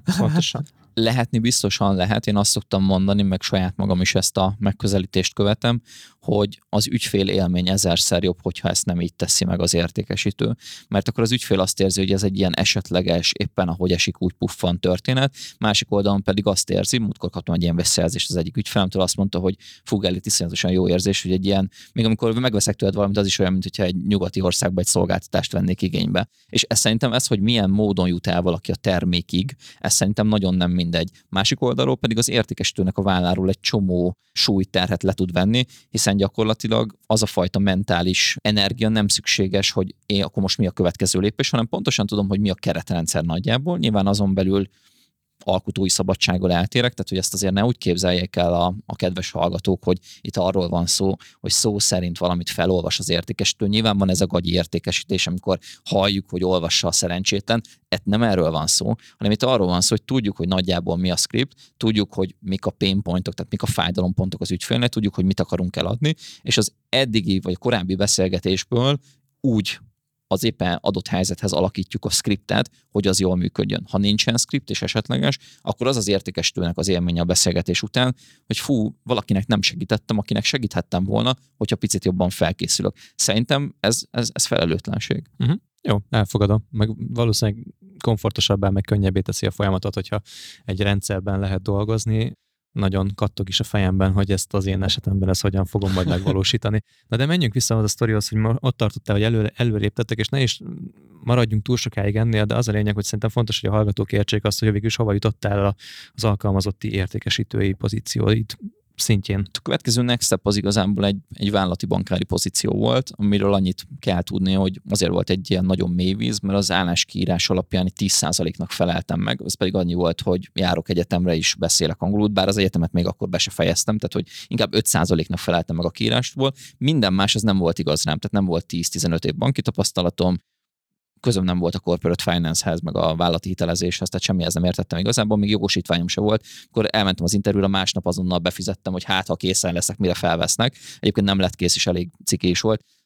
Lehetni biztosan lehet, én azt szoktam mondani, meg saját magam is ezt a megközelítést követem, hogy az ügyfél élmény 1000-szer jobb, hogyha ezt nem így teszi meg az értékesítő. Mert akkor az ügyfél azt érzi, hogy ez egy ilyen esetleges, éppen ahogy esik, úgy puffan történet, másik oldalon pedig azt érzi, múltkor kaptam egy ilyen visszajelzést az egyik ügyfelemtől, azt mondta, hogy Elliot, iszonyatosan jó érzés, hogy egy ilyen, még amikor megveszek tőled valamit, az is olyan, mint hogyha egy nyugati országban egy szolgáltatást vennék igénybe. És szerintem ez, hogy milyen módon jut el valaki a termékig, ez szerintem nagyon nem mindegy. Másik oldalról pedig az értékesítőnek a válláról egy csomó súlyterhet le tud venni, hiszen gyakorlatilag az a fajta mentális energia nem szükséges, hogy én akkor most mi a következő lépés, hanem pontosan tudom, hogy mi a keretrendszer nagyjából. Nyilván azon belül alkotói szabadsággal eltérek, tehát hogy ezt azért ne úgy képzeljék el a kedves hallgatók, hogy itt arról van szó, hogy szó szerint valamit felolvas az értékesítő. Nyilván van ez a gagyi értékesítés, amikor halljuk, hogy olvassa a szerencsétlen, nem erről van szó, hanem itt arról van szó, hogy tudjuk, hogy nagyjából mi a script, tudjuk, hogy mik a pain pointok, tehát mik a fájdalompontok az ügyfélnek, tudjuk, hogy mit akarunk eladni, és az eddigi vagy korábbi beszélgetésből úgy az éppen adott helyzethez alakítjuk a skriptet, hogy az jól működjön. Ha nincsen skript és esetleges, akkor az éltékesítőnek az élménye a beszélgetés után, hogy valakinek nem segítettem, akinek segíthettem volna, hogyha picit jobban felkészülök. Szerintem ez felelőtlenség. Uh-huh. Jó, elfogadom. Meg valószínűleg komfortosabbá, meg könnyebbé teszi a folyamatot, hogyha egy rendszerben lehet dolgozni. Nagyon kattog is a fejemben, hogy ezt az én esetemben ezt hogyan fogom majd megvalósítani. Na de menjünk vissza az a sztorihoz, hogy ott tartottál, hogy előréptettek, és ne is maradjunk túl sokáig ennél, de az a lényeg, hogy szerintem fontos, hogy a hallgatók értsék azt, hogy végül is hova jutottál az alkalmazotti értékesítői pozícióid szintjén. A következő next step az igazából egy vállalati bankári pozíció volt, amiről annyit kell tudni, hogy azért volt egy ilyen nagyon mély víz, mert az álláskiírás alapján 10%-nak feleltem meg, ez pedig annyi volt, hogy járok egyetemre is, beszélek angolul, bár az egyetemet még akkor be se fejeztem, tehát hogy inkább 5%-nak feleltem meg a kiírástól. Minden más az nem volt igaz rám, tehát nem volt 10-15 év banki tapasztalatom, közöm nem volt a corporate finance-hez, meg a vállalati hitelezéshez, tehát semmihez nem értettem igazából, még jogosítványom se volt. Akkor elmentem az interjúra, másnap azonnal befizettem, hogy ha készen leszek, mire felvesznek. Egyébként nem lett kész, és elég cikés volt.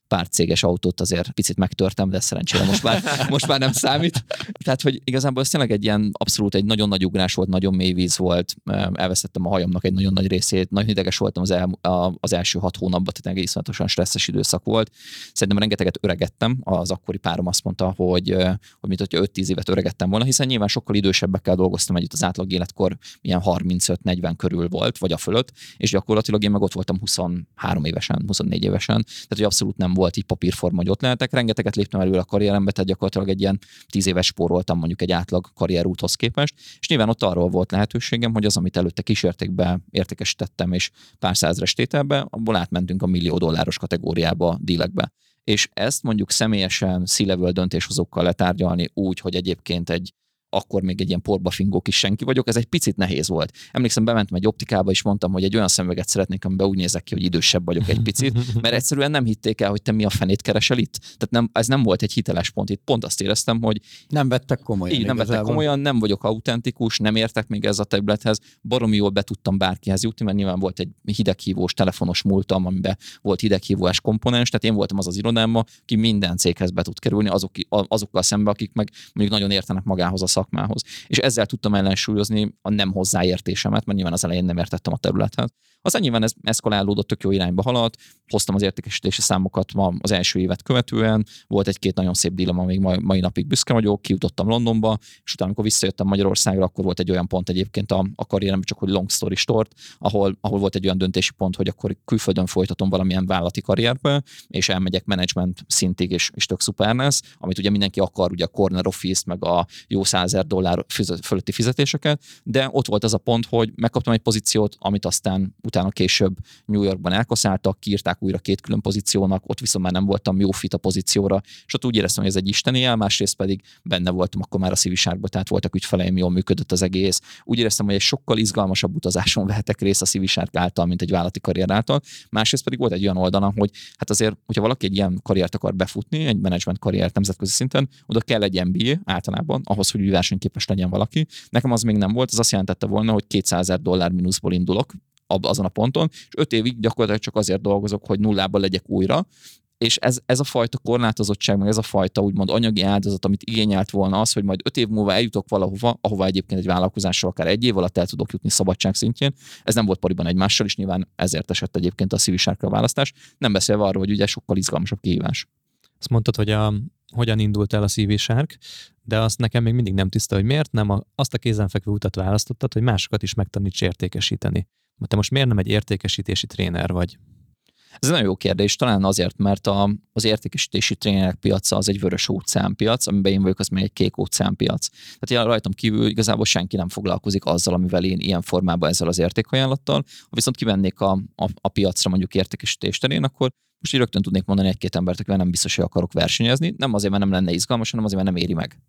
pár céges autót azért picit megtörtem, de szerencsére most már nem számít. Tehát, hogy igazából ez tényleg egy ilyen abszolút egy nagyon nagy ugrás volt, nagyon mély víz volt, elvesztettem a hajamnak egy nagyon nagy részét, nagyon ideges voltam az első 6 hónapban, tehát iszonyatosan stresszes időszak volt. Szerintem rengeteget öregettem, az akkori párom azt mondta, hogy mint hogyha 5-10 évet öregettem volna, hiszen nyilván sokkal idősebbekkel dolgoztam együtt, az átlag életkor ilyen 35-40 körül volt, vagy a fölött, és gyakorlatilag én meg ott voltam 23 évesen, 24 évesen, tehát hogy abszolút nem volt így papírforma, hogy ott lehetek. Rengeteget léptem előre a karrierembe, tehát gyakorlatilag egy ilyen 10 éves spóroltam mondjuk egy átlag karrierúthoz képest, és nyilván ott arról volt lehetőségem, hogy az, amit előtte kísértékbe értékesítettem, és pár százezres tételbe, abból átmentünk a $1 millió kategóriába, dílekbe. És ezt mondjuk személyesen C-level döntéshozókkal letárgyalni úgy, hogy egyébként akkor még egy ilyen porbafingó kis senki vagyok, ez egy picit nehéz volt. Emlékszem, bementem egy optikába, és mondtam, hogy egy olyan szemüveget szeretnék, amiben úgy nézek ki, hogy idősebb vagyok egy picit, mert egyszerűen nem hitték el, hogy te mi a fenét keresel itt. Tehát ez nem volt egy hiteles pont. Itt pont azt éreztem, hogy nem vettek komolyan. Így, nem vettek komolyan, nem vagyok autentikus, nem értek még ez a területhez. Baromi jól be tudtam bárkihez jutni, mert nyilván volt egy hideghívós telefonos múltam, amiben volt hideghívós komponens, tehát én voltam az irodámban, aki minden céghez be tud kerülni, azokkal szemben, akik meg mondjuk nagyon értenek magához a szakmához. És ezzel tudtam ellensúlyozni a nem hozzáértésemet, mert nyilván az elején nem értettem a területhez. Aztán nyilván ez eszkalálódott, tök jó irányba haladt, hoztam az értékesítési számokat az első évet követően, volt egy-két nagyon szép dílem, amíg mai napig büszke vagyok, kijutottam Londonba, és utána, amikor visszajöttem Magyarországra, akkor volt egy olyan pont egyébként a karrierem, csak hogy long story short, ahol volt egy olyan döntési pont, hogy akkor külföldön folytatom valamilyen vállalati karrierbe, és elmegyek management szintig, és tök szuper lesz, amit ugye mindenki akar, ugye a corner office, meg a jó $100,000 fölötti fizetéseket, de ott volt az a pont, hogy megkaptam egy pozíciót, amit aztán utána később New Yorkban elkaszáltak, kiírták újra 2 külön pozíciónak, ott viszont már nem voltam jó fit a pozícióra, és ott úgy éreztem, hogy ez egy isteni jel, másrészt pedig benne voltam akkor már a Civisárban, tehát voltak ügyfeleim, jól működött az egész. Úgy éreztem, hogy egy sokkal izgalmasabb utazáson vehetek részt a Civisárk által, mint egy vállalati karrier által. Másrészt pedig volt egy olyan oldalon, hogy hát azért, hogyha valaki egy ilyen karriert akar befutni, egy management karriert nemzetközi szinten, oda kell egy MBA általában, ahhoz, hogy versenyképes legyen valaki. Nekem az még nem volt, az azt jelentette volna, hogy $200,000 mínuszból indulok azon a ponton, és 5 évig gyakorlatilag csak azért dolgozok, hogy nullából legyek újra, és ez a fajta korlátozottság, meg ez a fajta úgymond anyagi áldozat, amit igényelt volna az, hogy majd 5 év múlva eljutok valahova, ahova egyébként egy vállalkozással akár 1 év alatt el tudok jutni szabadság szintjén. Ez nem volt pariban egymással, és nyilván ezért esett egyébként a Civisárkra a választás. Nem beszélve arról, hogy ugye sokkal izgalmasabb kihívás. Azt mondtad, hogy hogyan indult el a Civisárk, de azt nekem még mindig nem tiszta, hogy miért nem azt a kézenfekvő utat választottad, hogy másokat is megtaníts értékesíteni. Te most miért nem egy értékesítési tréner vagy? Ez egy nagyon jó kérdés, talán azért, mert az értékesítési trénerek piaca az egy vörös óceán piac, amiben én vagyok, az még egy kék óceán piac. Tehát rajtam kívül igazából senki nem foglalkozik azzal, amivel én ilyen formában ezzel az értékajánlattal. Ha viszont kivennék a piacra mondjuk értékesítés terén, akkor most így rögtön tudnék mondani 1-2 embert, akivel nem biztos, hogy akarok versenyezni. Nem azért, mert nem lenne izgalmas, hanem azért, mert nem éri meg.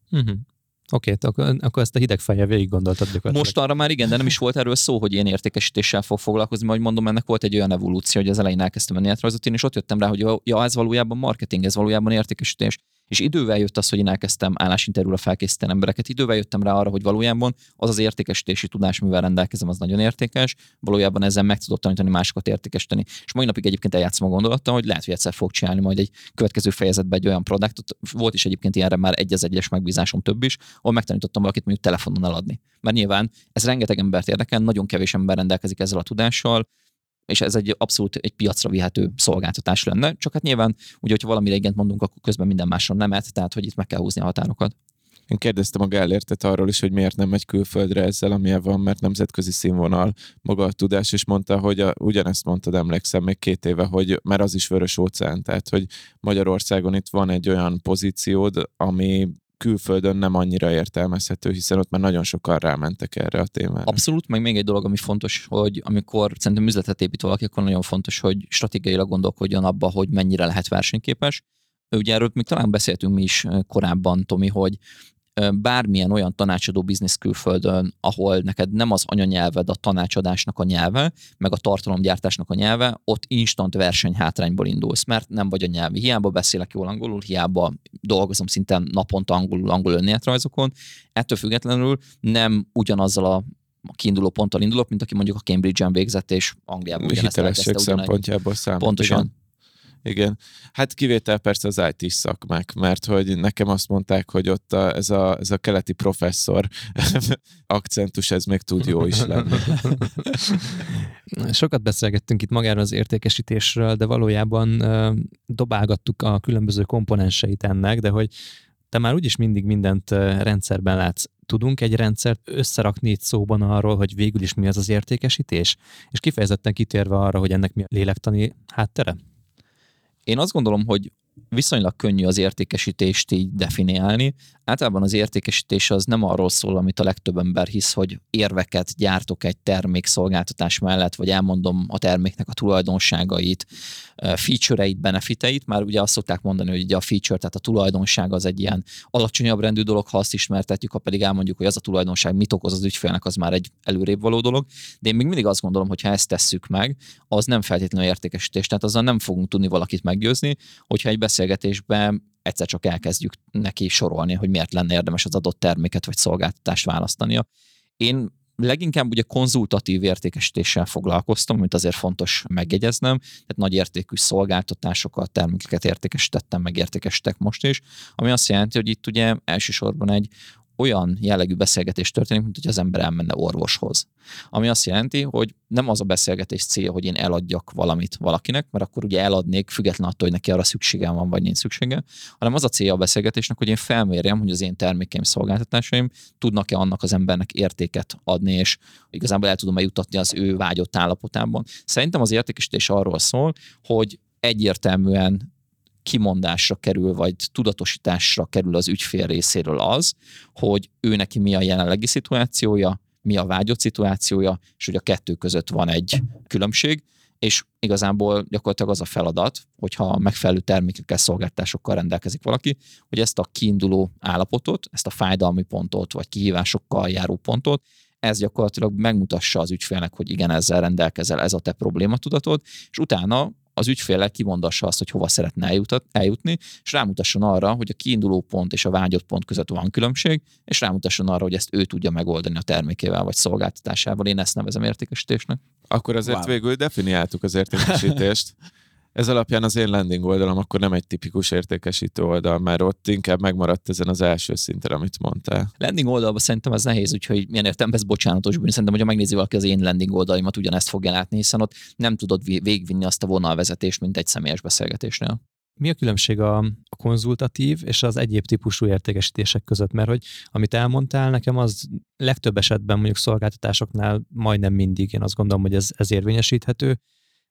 Oké, akkor ezt a hideg fejjel végig gondoltad gyakorlatilag. Most arra már igen, de nem is volt erről szó, hogy én értékesítéssel fog foglalkozni, majd mondom, ennek volt egy olyan evolúció, hogy az elején elkezdtem önéletrajzot írni, és ott jöttem rá, hogy ez valójában marketing, ez valójában értékesítés. És idővel jött az, hogy én elkezdtem állásinterjúra felkészíteni embereket. Idővel jöttem rá arra, hogy valójában az értékesítési tudás, mivel rendelkezem, az nagyon értékes. Valójában ezzel meg tudok tanítani másokat értékesíteni. És mai napig egyébként eljátszom a gondolattal, hogy lehet, hogy egyszer fog csinálni majd egy következő fejezetben egy olyan produktot. Volt is egyébként ilyenre már 1-1-es megbízásom több is, ahol megtanítottam valakit mondjuk telefonon eladni. Mert nyilván ez rengeteg embert érdekel, nagyon kevés ember rendelkezik ezzel a tudással, és ez egy abszolút egy piacra vihető szolgáltatás lenne. Csak hát nyilván, ugye, hogyha valamire igent mondunk, akkor közben minden másra nemet, tehát hogy itt meg kell húzni a határokat. Én kérdeztem a Gellértet arról is, hogy miért nem megy külföldre ezzel, amilyen van, mert nemzetközi színvonal maga a tudás, és mondta, hogy ugyanezt mondtad, emlékszem még 2 éve, hogy mert az is vörös óceán, tehát hogy Magyarországon itt van egy olyan pozíciód, ami külföldön nem annyira értelmezhető, hiszen ott már nagyon sokan rámentek erre a témára. Abszolút, meg még egy dolog, ami fontos, hogy amikor szerintem üzletet épít valaki, akkor nagyon fontos, hogy stratégiailag gondolkodjon abba, hogy mennyire lehet versenyképes. Ugye erről még talán beszéltünk mi is korábban, Tomi, hogy bármilyen olyan tanácsadó biznisz külföldön, ahol neked nem az anyanyelved a tanácsadásnak a nyelve, meg a tartalomgyártásnak a nyelve, ott instant versenyhátrányból indulsz, mert nem vagy a nyelvi. Hiába beszélek jól angolul, hiába dolgozom szinte naponta angol önéletrajzokon, ettől függetlenül nem ugyanazzal a kiinduló ponttal indulok, mint aki mondjuk a Cambridge-en végzett, és Angliában ugyanezt hitelesség szempontjából számít. Pontosan. Igen. Hát kivétel persze az IT szakmák, mert hogy nekem azt mondták, hogy ott ez a keleti professzor akcentus, ez még tud jó is lenni. Sokat beszélgettünk itt magáról az értékesítésről, de valójában dobálgattuk a különböző komponenseit ennek, de hogy te már úgyis mindig mindent rendszerben látsz. Tudunk egy rendszert összerakni itt szóban arról, hogy végül is mi az az értékesítés? És kifejezetten kitérve arra, hogy ennek mi a lélektani háttere? Én azt gondolom, hogy viszonylag könnyű az értékesítést így definiálni. Általában az értékesítés az nem arról szól, amit a legtöbb ember hisz, hogy érveket gyártok egy termékszolgáltatás mellett, vagy elmondom a terméknek a tulajdonságait, feature-eit, benefiteit. Már ugye azt szokták mondani, hogy ugye a feature, tehát a tulajdonság az egy ilyen alacsonyabb rendű dolog, ha azt ismertetjük, ha pedig elmondjuk, hogy az a tulajdonság mit okoz az ügyfélnek, az már egy előrébb való dolog. De én még mindig azt gondolom, hogy ha ezt tesszük meg, az nem feltétlenül értékesítés. Tehát azzal nem fogunk tudni valakit meggyőzni, hogyha egy beszélgetésben egyszer csak elkezdjük neki sorolni, hogy miért lenne érdemes az adott terméket vagy szolgáltatást választania. Én leginkább ugye konzultatív értékesítéssel foglalkoztam, amit azért fontos megjegyeznem, tehát nagy értékű szolgáltatásokat, termékeket értékesítettem, meg értékesítek most is, ami azt jelenti, hogy itt ugye elsősorban egy olyan jellegű beszélgetés történik, mint hogy az ember elmenne orvoshoz. Ami azt jelenti, hogy nem az a beszélgetés célja, hogy én eladjak valamit valakinek, mert akkor ugye eladnék, független attól, hogy neki arra szükségem van, vagy nincs szüksége, hanem az a célja a beszélgetésnek, hogy én felmérjem, hogy az én termékeim, szolgáltatásaim tudnak-e annak az embernek értéket adni, és igazából el tudom-e juttatni az ő vágyott állapotában. Szerintem az értékesítés arról szól, hogy egyértelműen kimondásra kerül, vagy tudatosításra kerül az ügyfél részéről az, hogy ő neki mi a jelenlegi szituációja, mi a vágyott szituációja, és hogy a kettő között van egy különbség, és igazából gyakorlatilag az a feladat, hogyha megfelelő termékekkel, szolgáltatásokkal rendelkezik valaki, hogy ezt a kiinduló állapotot, ezt a fájdalmi pontot, vagy kihívásokkal járó pontot, ez gyakorlatilag megmutassa az ügyfélnek, hogy igen, ezzel rendelkezel, ez a te problématudatod, és utána az ügyféllel kimondassa azt, hogy hova szeretne eljutni, és rámutasson arra, hogy a kiinduló pont és a vágyott pont között van különbség, és rámutasson arra, hogy ezt ő tudja megoldani a termékével vagy szolgáltatásával. Én ezt nevezem értékesítésnek. Akkor azért végül definiáltuk az értékesítést. Ez alapján az én landing oldalam akkor nem egy tipikus értékesítő oldal, mert ott inkább megmaradt ezen az első szinten, amit mondtál. Landing oldalban szerintem ez nehéz, úgyhogy milyen értelemben ez bocsánatos bűn. Szerintem, hogyha megnézi valaki az én landing oldalimat, ugyanezt fogja látni, hiszen ott nem tudod végigvinni azt a vonalvezetést, mint egy személyes beszélgetésnél. Mi a különbség a konzultatív és az egyéb típusú értékesítések között? Mert hogy amit elmondtál, nekem az legtöbb esetben mondjuk szolgáltatásoknál majdnem mindig, én azt gondolom, hogy ez érvényesíthető,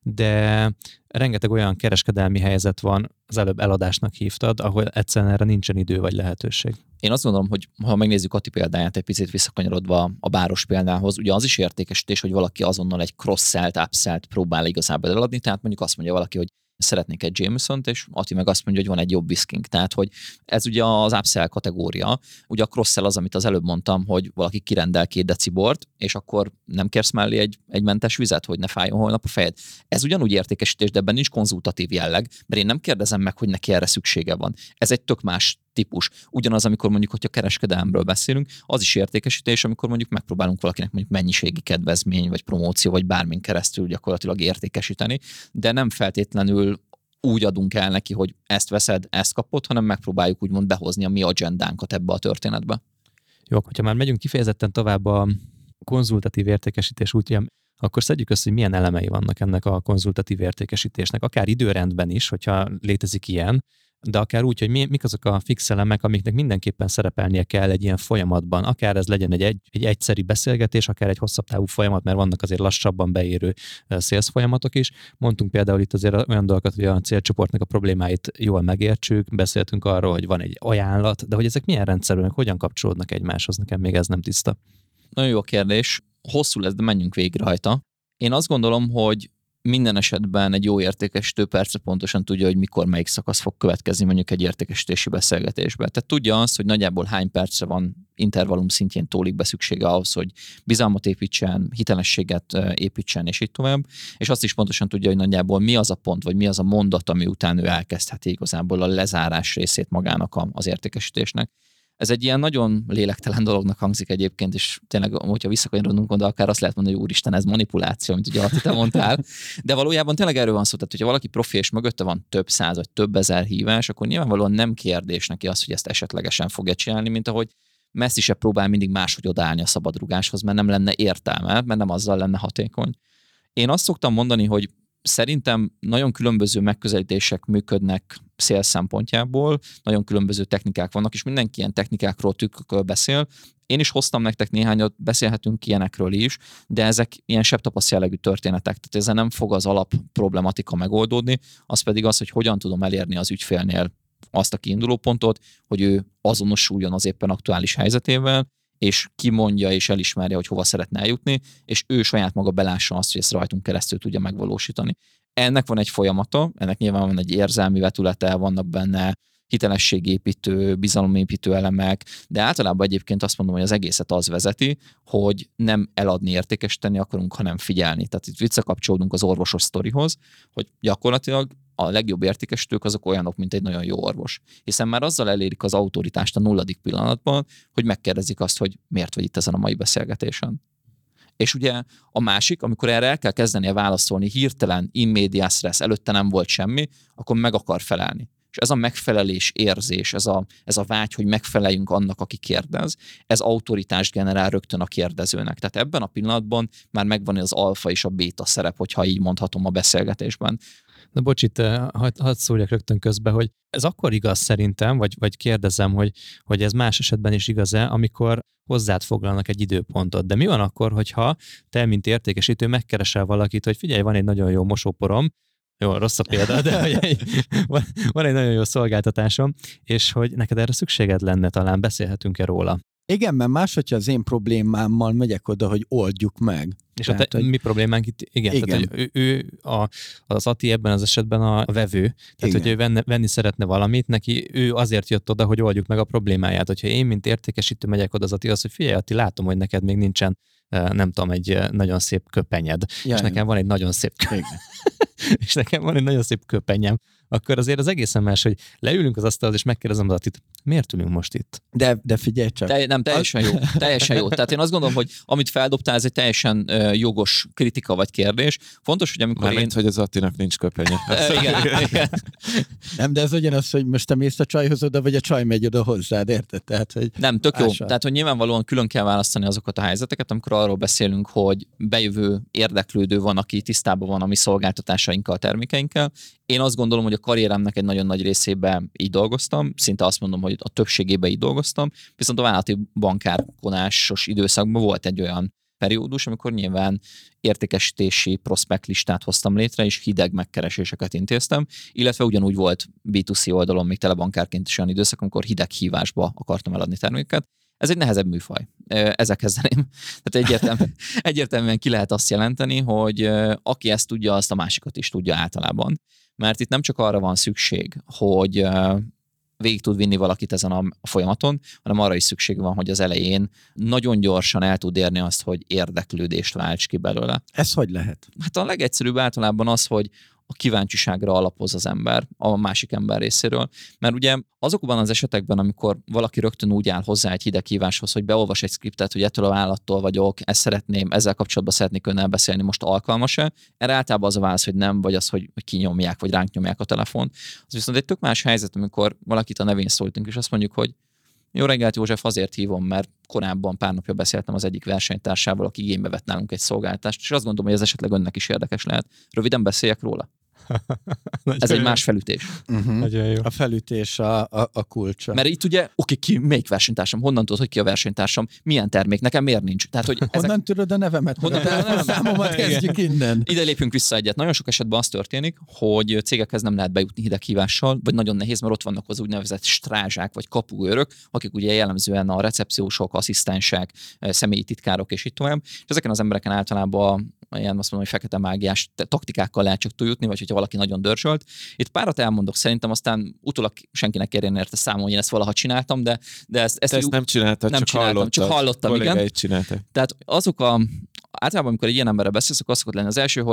de rengeteg olyan kereskedelmi helyzet van, az előbb eladásnak hívtad, ahol egyszerűen erre nincsen idő vagy lehetőség. Én azt gondolom, hogy ha megnézzük Ati példáját egy picit visszakanyarodva a báros példához, ugye az is értékesítés, hogy valaki azonnal egy cross-selt, upsellt próbál igazából eladni, tehát mondjuk azt mondja valaki, hogy szeretnék egy Jamesont, és Ati meg azt mondja, hogy van egy jobb whisky. Tehát, hogy ez ugye az upsell kategória. Ugye a cross-sell az, amit az előbb mondtam, hogy valaki kirendel 2 decibort, és akkor nem kérsz mellé egy mentes vizet, hogy ne fájjon holnap a fejed. Ez ugyanúgy értékesítés, de ebben nincs konzultatív jelleg, mert én nem kérdezem meg, hogy neki erre szüksége van. Ez egy tök más típus. Ugyanaz, amikor mondjuk, hogyha kereskedelemről beszélünk, az is értékesítés, amikor mondjuk megpróbálunk valakinek mondjuk mennyiségi kedvezmény, vagy promóció, vagy bármin keresztül gyakorlatilag értékesíteni, de nem feltétlenül úgy adunk el neki, hogy ezt veszed, ezt kapod, hanem megpróbáljuk úgymond behozni a mi agendánkat ebbe a történetbe. Jó, hogyha már megyünk kifejezetten tovább a konzultatív értékesítés útján, akkor szedjük össze, hogy milyen elemei vannak ennek a konzultatív értékesítésnek, akár időrendben is, hogyha létezik ilyen, de akár úgy, hogy mik azok a fix elemek, amiknek mindenképpen szerepelnie kell egy ilyen folyamatban. Akár ez legyen egy egyszeri beszélgetés, akár egy hosszabb távú folyamat, mert vannak azért lassabban beérő sales folyamatok is. Mondtunk például itt azért olyan dolgokat, hogy a célcsoportnak a problémáit jól megértsük, beszéltünk arról, hogy van egy ajánlat, de hogy ezek milyen rendszerűek, hogyan kapcsolódnak egymáshoz, nekem még ez nem tiszta. Nagyon jó kérdés. Hosszú lesz, de menjünk végig rajta. Én azt gondolom, hogy minden esetben egy jó értékesítő percre pontosan tudja, hogy mikor melyik szakasz fog következni mondjuk egy értékesítési beszélgetésbe. Tehát tudja azt, hogy nagyjából hány percre van intervallum szintjén tólik be szüksége ahhoz, hogy bizalmat építsen, hitelességet építsen, és így tovább. És azt is pontosan tudja, hogy nagyjából mi az a pont, vagy mi az a mondat, ami után ő elkezdheti igazából a lezárás részét magának az értékesítésnek. Ez egy ilyen nagyon lélektelen dolognak hangzik egyébként, és tényleg, hogyha visszakanyarodunk oda, akár azt lehet mondani, hogy úristen, ez manipuláció, amit ugye te mondtál. De valójában tényleg erről van szó, tehát hogyha valaki profi és mögötte van több száz vagy több ezer hívás, akkor nyilvánvalóan nem kérdés neki az, hogy ezt esetlegesen fogja csinálni, mint ahogy Messi se próbál mindig máshogy odaállni a szabadrugáshoz, mert nem lenne értelme, mert nem azzal lenne hatékony. Én azt szoktam mondani, hogy szerintem nagyon különböző megközelítések működnek sales szempontjából, nagyon különböző technikák vannak, és mindenki ilyen technikákról, trükkökről beszél. Én is hoztam nektek néhányat, beszélhetünk ilyenekről is, de ezek ilyen sebtapasz jellegű történetek, tehát ezzel nem fog az alap problematika megoldódni, az pedig az, hogy hogyan tudom elérni az ügyfélnél azt a kiinduló pontot, hogy ő azonosuljon az éppen aktuális helyzetével, és kimondja és elismerje, hogy hova szeretne eljutni, és ő saját maga belássa azt, hogy ezt rajtunk keresztül tudja megvalósítani. Ennek van egy folyamata, ennek nyilván van egy érzelmi vetülete, vannak benne hitelességépítő, bizalomépítő elemek, de általában egyébként azt mondom, hogy az egészet az vezeti, hogy nem eladni, értékesíteni akarunk, hanem figyelni. Tehát itt visszakapcsolódunk az orvosos sztorihoz, hogy gyakorlatilag a legjobb értékesítők azok olyanok, mint egy nagyon jó orvos. Hiszen már azzal elérik az autoritást a 0. pillanatban, hogy megkérdezik azt, hogy miért vagy itt ezen a mai beszélgetésen. És ugye a másik, amikor erre el kell kezdenie válaszolni hirtelen, in medias res, előtte nem volt semmi, akkor meg akar felelni. És ez a megfelelés érzés, ez a vágy, hogy megfeleljünk annak, aki kérdez, ez autoritást generál rögtön a kérdezőnek. Tehát ebben a pillanatban már megvan az alfa és a béta szerep, hogyha így mondhatom a beszélgetésben. Na bocs, itt hadd szóljak rögtön közbe, hogy ez akkor igaz szerintem, vagy kérdezem, hogy ez más esetben is igaz-e, amikor hozzád foglalnak egy időpontot. De mi van akkor, hogyha te, mint értékesítő, megkeresel valakit, hogy figyelj, van egy nagyon jó mosóporom, jó, rossz a példa, de van egy nagyon jó szolgáltatásom, és hogy neked erre szükséged lenne, talán beszélhetünk-e róla? Igen, mert más, hogyha az én problémámmal megyek oda, hogy oldjuk meg. És tehát, hogy mi problémánk itt? Igen. Tehát, hogy az Ati ebben az esetben a vevő. Tehát, hogy ő venni szeretne valamit, neki ő azért jött oda, hogy oldjuk meg a problémáját. Hogyha én, mint értékesítő megyek oda az Ati, az, hogy figyelj, Ati, látom, hogy neked még nincsen, nem tudom, egy nagyon szép köpenyed. És nekem van egy nagyon szép és nekem van egy nagyon szép köpenyem, akkor azért az egészen más, hogy leülünk az asztalhoz, és megkérdezem az Atit, miért ülünk most itt? De figyelj csak. Teljesen jó. Teljesen jó. Tehát én azt gondolom, hogy amit feldobtál, ez egy teljesen jogos kritika vagy kérdés. Fontos, hogy amikor Mármint, hogy az Attinak nincs köpenye. Igen. Nem, de ez ugyanaz, hogy most te mész a csajhoz oda, vagy a csaj megy oda hozzád, érted? Tehát, hogy nem, tök jó. Tehát, hogy nyilvánvalóan külön kell választani azokat a helyzeteket, amikor arról beszélünk, hogy bejövő érdeklődő van, aki tisztában van a mi szolgáltatásainkkal, termékeinkkel. Én azt gondolom, hogy a karrieremnek egy nagyon nagy részében így dolgoztam, szinte azt mondom, hogy a többségében így dolgoztam, viszont a vállalati bankárkonásos időszakban volt egy olyan periódus, amikor nyilván értékesítési prospektlistát hoztam létre, és hideg megkereséseket intéztem, illetve ugyanúgy volt B2C oldalon még telebankárként is olyan időszak, amikor hideg hívásba akartam eladni termékeket. Ez egy nehezebb műfaj. Ezzel kezdeném. Tehát egyértelműen ki lehet azt jelenteni, hogy aki ezt tudja, azt a másikat is tudja általában. Mert itt nem csak arra van szükség, hogy végig tud vinni valakit ezen a folyamaton, hanem arra is szükség van, hogy az elején nagyon gyorsan el tud érni azt, hogy érdeklődést válts ki belőle. Ez hogy lehet? Hát a legegyszerűbb általában az, hogy a kíváncsiságra alapoz az ember, a másik ember részéről. Mert ugye azokban az esetekben, amikor valaki rögtön úgy áll hozzá egy hideghíváshoz, hogy beolvas egy skriptet, hogy ettől a vállattól vagyok, ezt szeretném, ezzel kapcsolatban szeretnék önnel beszélni, most alkalmas-e? Erre általában az a válasz, hogy nem, vagy az, hogy kinyomják, vagy ránk nyomják a telefon. Az viszont egy tök más helyzet, amikor valakit a nevén szólítunk, és azt mondjuk, hogy jó reggelt, József, azért hívom, mert korábban pár napja beszéltem az egyik versenytársával, aki igénybe vett nálunk egy szolgáltást, és azt gondolom, hogy ez esetleg önnek is érdekes lehet. Röviden beszéljek róla. Ez egy más felütés. Jó. A felütés a kulcsa. Mert itt ugye, ki melyik versenytársam? Honnan tudod, hogy ki a versenytársam? Milyen termék? Nekem miért nincs? Tehát, hogy honnan tudod a nevemet? Honnan a számomat kezdjük innen. Ide lépünk vissza egyet. Nagyon sok esetben az történik, hogy cégekhez nem lehet bejutni hideghívással, vagy nagyon nehéz, mert ott vannak az úgynevezett strázsák, vagy kapuőrök, akik ugye jellemzően a recepciósok, asszisztensek, személyi titkárok és így tovább. És ezeken az embereken általában ilyen azt mondom, hogy fekete mágiás taktikákkal lehet csak túljutni, vagy hogyha valaki nagyon dörzsölt. Itt párat elmondok szerintem, aztán utólag senkinek kérjen érte számon, hogy én ezt valaha csináltam, de ezt nem csináltad, nem csak hallottam, igen. Csináltak. Tehát általában, amikor egy ilyen emberrel beszélsz, akkor az szokott lenni az első, hogy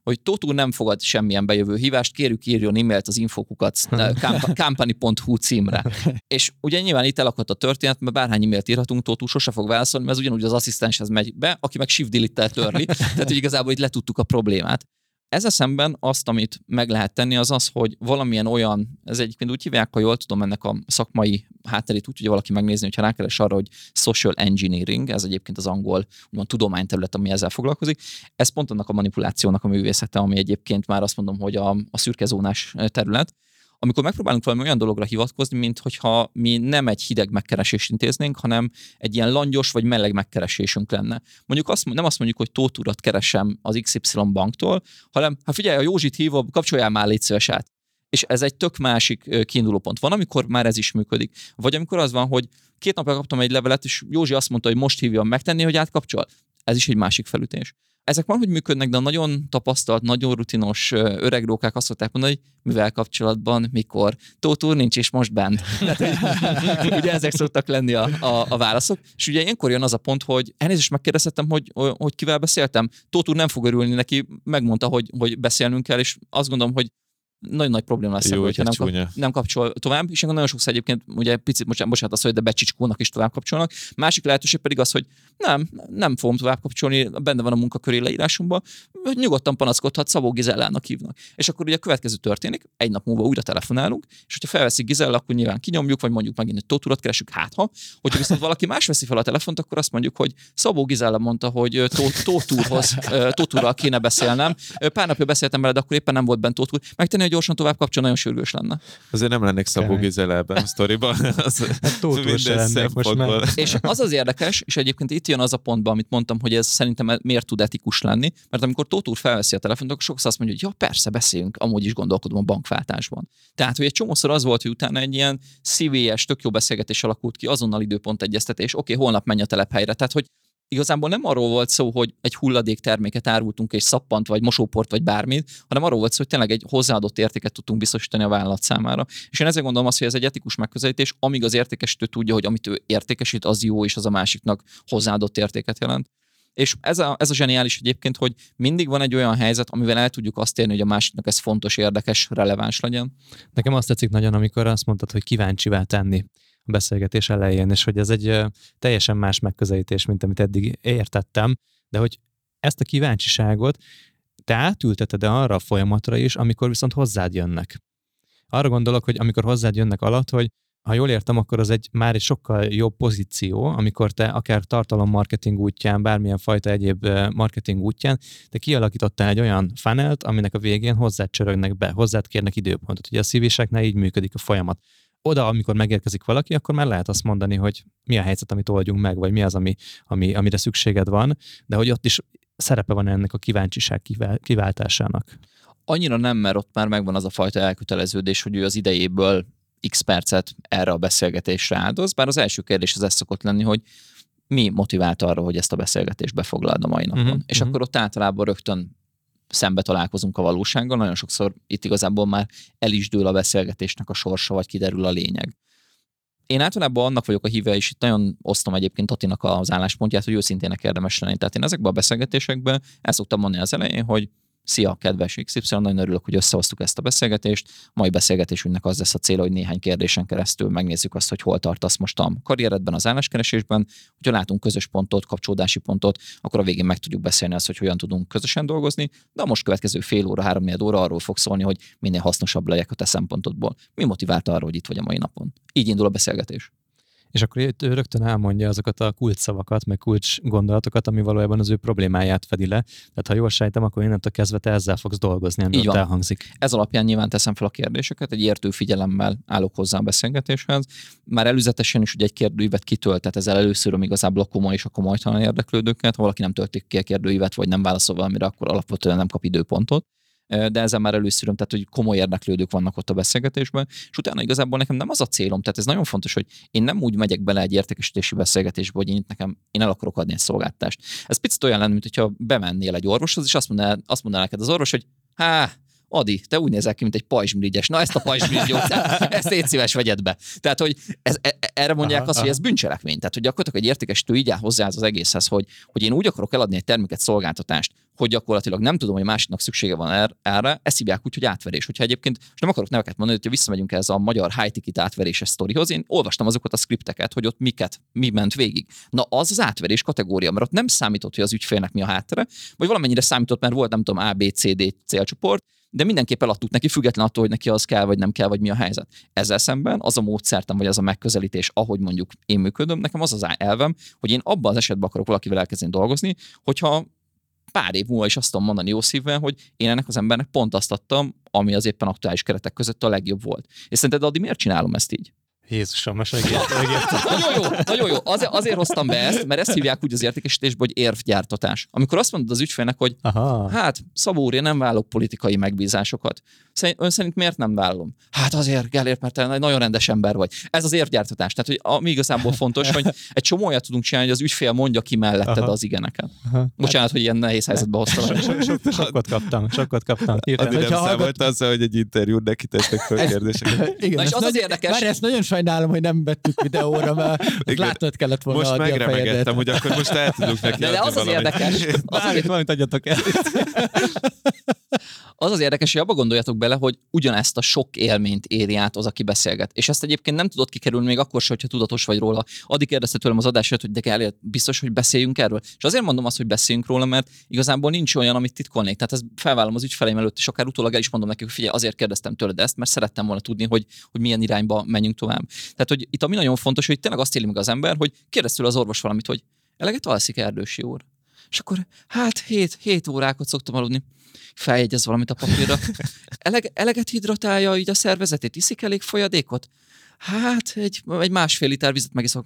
hogy Tóth úr nem fogad semmilyen bejövő hívást, kérjük írjon e-mailt az infokukat company.hu címre. És ugye nyilván itt elakadt a történet, mert bárhány e-mailt írhatunk, Tóth úr sose fog válaszolni, mert ez ugyanúgy az asszisztenshez megy be, aki meg shift delete-tel törli, tehát hogy igazából itt letudtuk a problémát. Ezzel szemben azt, amit meg lehet tenni, az az, hogy valamilyen olyan, ez egyébként úgy hívják, ha jól tudom ennek a szakmai hátterét, úgy tudja valaki megnézni, hogyha rákeres arra, hogy social engineering, ez egyébként az angol úgymond tudományterület, ami ezzel foglalkozik. Ez pont annak a manipulációnak a művészete, ami egyébként már azt mondom, hogy a szürkezónás terület. Amikor megpróbálunk valami olyan dologra hivatkozni, mint hogyha mi nem egy hideg megkeresést intéznénk, hanem egy ilyen langyos vagy meleg megkeresésünk lenne. Mondjuk nem azt mondjuk, hogy Tóth urat keresem az XY banktól, hanem hát figyelj, a Józsit hívom, kapcsoljál már, légy szíves át. És ez egy tök másik kiindulópont. Van, amikor már ez is működik. Vagy amikor az van, hogy 2 napja kaptam egy levelet, és Józsi azt mondta, hogy most hívjam, megtenni, hogy átkapcsol. Ez is egy másik felütés. Ezek valahogy működnek, de a nagyon tapasztalt, nagyon rutinos öreg rókák azt szokták mondani, hogy mivel kapcsolatban, mikor. Tóth úr nincs és most bent. Ugye ezek szoktak lenni a válaszok. És ugye ilyenkor jön az a pont, hogy elnézést megkérdeztem, hogy kivel beszéltem. Tóth úr nem fog örülni neki, megmondta, hogy beszélnünk kell, és azt gondolom, hogy nagyon nagy probléma lesz, hogyha nem kapcsol tovább, és nagyon sokszor egyébként, ugye picit, bocsánat, de becsicskónak is tovább kapcsolnak. Másik lehetőség pedig az, hogy nem fogom tovább kapcsolni, benne van a munkaköri leírásomban, nyugodtan panaszkodhat, Szabó Gizellának hívnak. És akkor ugye a következő történik, egy nap múlva újra telefonálunk, és hogyha felveszik Gizella, akkor nyilván kinyomjuk, vagy mondjuk megint egy Tóth urat keresünk, hogyha viszont valaki más veszi fel a telefont, akkor azt mondjuk, hogy Szabó Gizella mondta, hogy Tóth úrral kéne beszélnem. Pár napja beszéltem vele, de akkor éppen nem volt bent Tóth úr. Megtenni, hogy gyorsan tovább kapcsol, nagyon sürgős lenne. Azért nem lennék Szabó Gizella ebben a sztoriban. És az érdekes, és egyébként itt jön az a pontban, amit mondtam, hogy ez szerintem miért tud etikus lenni, mert amikor Tóth úr felveszi a telefont, akkor sokszor azt mondja, hogy ja, persze, beszéljünk, amúgy is gondolkodom a bankváltásban. Tehát, hogy egy csomószor az volt, hogy utána egy ilyen szívélyes, tök jó beszélgetés alakult ki, azonnal időpontegyeztetés, oké, holnap menj a telephelyre. Tehát, hogy igazából nem arról volt szó, hogy egy hulladékterméket árultunk, és szappant, vagy mosóport, vagy bármit, hanem arról volt szó, hogy tényleg egy hozzáadott értéket tudtunk biztosítani a vállalat számára. És én ezért gondolom azt, hogy ez egy etikus megközelítés, amíg az értékesítő tudja, hogy amit ő értékesít, az jó, és az a másiknak hozzáadott értéket jelent. És ez a zseniális egyébként, hogy mindig van egy olyan helyzet, amivel el tudjuk azt érni, hogy a másiknak ez fontos, érdekes, releváns legyen. Nekem azt tetszik nagyon, amikor azt mondtad, hogy kíváncsivá tenni a beszélgetés elején, és hogy ez egy teljesen más megközelítés, mint amit eddig értettem, de hogy ezt a kíváncsiságot te átülteted arra a folyamatra is, amikor viszont hozzád jönnek. Arra gondolok, hogy amikor hozzád jönnek alatt, hogy ha jól értem, akkor az már egy sokkal jobb pozíció, amikor te akár tartalommarketing útján, bármilyen fajta egyéb marketing útján, te kialakítottál egy olyan funnelt, aminek a végén hozzád csörögnek be, hozzád kérnek időpontot. Ugye a CV-seknél így működik a folyamat. Oda, amikor megérkezik valaki, akkor már lehet azt mondani, hogy mi a helyzet, amit oldjunk meg, vagy mi az, amire szükséged van, de hogy ott is szerepe van ennek a kíváncsiság kiváltásának. Annyira nem, mert ott már megvan az a fajta elköteleződés, hogy ő az idejéből x percet erre a beszélgetésre áldoz, bár az első kérdés az ez szokott lenni, hogy mi motivált arra, hogy ezt a beszélgetést befoglald a mai napon. És akkor ott általában rögtön szembe találkozunk a valósággal, nagyon sokszor itt igazából már el is dől a beszélgetésnek a sorsa, vagy kiderül a lényeg. Én általában annak vagyok a híve, és itt nagyon osztom egyébként Tatinak az álláspontját, hogy őszintének érdemes lenni. Tehát én ezekben a beszélgetésekben el szoktam mondani az elején, hogy szia, kedves XY, nagyon örülök, hogy összehoztuk ezt a beszélgetést. Mai beszélgetésünknek az lesz a célja, hogy néhány kérdésen keresztül megnézzük azt, hogy hol tartasz most a karrieredben, az álláskeresésben. Hogyha látunk közös pontot, kapcsolódási pontot, akkor a végén meg tudjuk beszélni azt, hogy hogyan tudunk közösen dolgozni, de a most következő fél óra, 3-4 óra arról fog szólni, hogy minél hasznosabb legyek a te szempontodból. Mi motiválta arra, hogy itt vagy a mai napon? Így indul a beszélgetés. És akkor ő rögtön elmondja azokat a kulcsszavakat, meg kulcs gondolatokat, ami valójában az ő problémáját fedi le. Tehát ha jól sejtem, akkor innentől kezdve te ezzel fogsz dolgozni, ami ott elhangzik. Ez alapján nyilván teszem fel a kérdéseket, egy értő figyelemmel állok hozzá a beszélgetéshez. Már előzetesen is ugye egy kérdőívet kitöltet, ezzel először igazából a komoly és a komolytalan érdeklődőket. Ha valaki nem töltik ki a kérdőívet, vagy nem válaszol valamire, akkor alapvetően nem kap időpontot. De ezzel már előszűröm, tehát hogy komoly érdeklődők vannak ott a beszélgetésben, és utána igazából nekem nem az a célom, tehát ez nagyon fontos, hogy én nem úgy megyek bele egy értékesítési beszélgetésbe, hogy én el akarok adni egy szolgáltást. Ez picit olyan lenne, mint hogyha bemennél egy orvoshoz, és azt mondaná neked az orvos, hogy Adi, te úgy nézel ki, mint egy pajzsmirigyes. Na ezt a pajzsmirigy gyógyszert, ezt légy szíves, vegyed be. Tehát, hogy erre mondják azt, hogy ez bűncselekmény. Tehát, hogy gyakorlatilag egy értékesítő így áll hozzá az egészhez, hogy én úgy akarok eladni egy terméket, szolgáltatást, hogy gyakorlatilag nem tudom, hogy másiknak szüksége van erre, ezt hívják úgy, hogy átverés. Hogyha egyébként, és nem akarok neveket mondani, hogyha visszamegyünk ez a magyar high-ticket átveréses sztorihoz, én olvastam azokat a skripteket, hogy ott mi ment végig. Na az átverés kategória, mert ott nem számított, hogy az ügyfélnek mi a háttere, vagy valamennyire számított, mert volt nem tudom A, B, C, D célcsoport, de mindenképp eladtuk neki, független attól, hogy neki az kell, vagy nem kell, vagy mi a helyzet. Ezzel szemben az a módszertan, vagy az a megközelítés, ahogy mondjuk én működöm, nekem az elvem, hogy én abban az esetben akarok valakivel elkezdeni dolgozni, hogyha pár év múlva is azt tudom mondani jó szívvel, hogy én ennek az embernek pont azt adtam, ami az éppen aktuális keretek között a legjobb volt. És szerinted, Adi, miért csinálom ezt így? Jézusom, most Nagyon jó. Azért hoztam be ezt, mert ezt hívják úgy az értékesítésben, hogy érvgyártatás. Amikor azt mondod az ügyfélnek, hogy hát, Szabó úr, én nem vállalok politikai megbízásokat. Ön szerint miért nem vállalom? Hát azért, Gellért, mert te nagyon rendes ember vagy. Ez az érvgyártatás. Tehát, hogy ami igazából fontos, hogy egy csomó olyat tudunk csinálni, hogy az ügyfél mondja ki melletted az igeneket. Bocsánat, hogy ilyen nehéz helyzetbe hoztam. Sokkot kaptam. Adi nem számolt azzal, hogy egy interjút neki tesznek fel kérdéseket. Igen, és az érdekes. Már ezt nagyon sajnálom, hogy nem vettük videóra, mert látnod kellett volna most adni a fejedet. Most megremegettem, hogy akkor most el tudunk neki de az az érdekes. Valamit adjatok el. Az érdekes, hogy abba gondoljatok bele, hogy ugyanezt a sok élményt éri át az, aki beszélget. És ezt egyébként nem tudod kikerülni még akkor sem, hogyha tudatos vagy róla. Addig kérdezte tőlem az adásért, hogy de Gellért, biztos, hogy beszéljünk erről. És azért mondom azt, hogy beszéljünk róla, mert igazából nincs olyan, amit titkolnék. Tehát ezt felvállom az ügyfeleim előtt, és akár utólag el is mondom nekik, hogy figyelj, azért kérdeztem tőled ezt, mert szerettem volna tudni, hogy milyen irányba menjünk tovább. Tehát, hogy itt ami nagyon fontos, hogy tényleg azt éli meg az ember, hogy kérdez tőle az orvos valamit, hogy eleget alszik Erdősi úr. És akkor, hát 7 órákat szoktam aludni. Feljegyez valamit a papírra. Eleget hidratálja így a szervezetét, iszik elég folyadékot? Hát egy 1,5 liter vizet megiszok.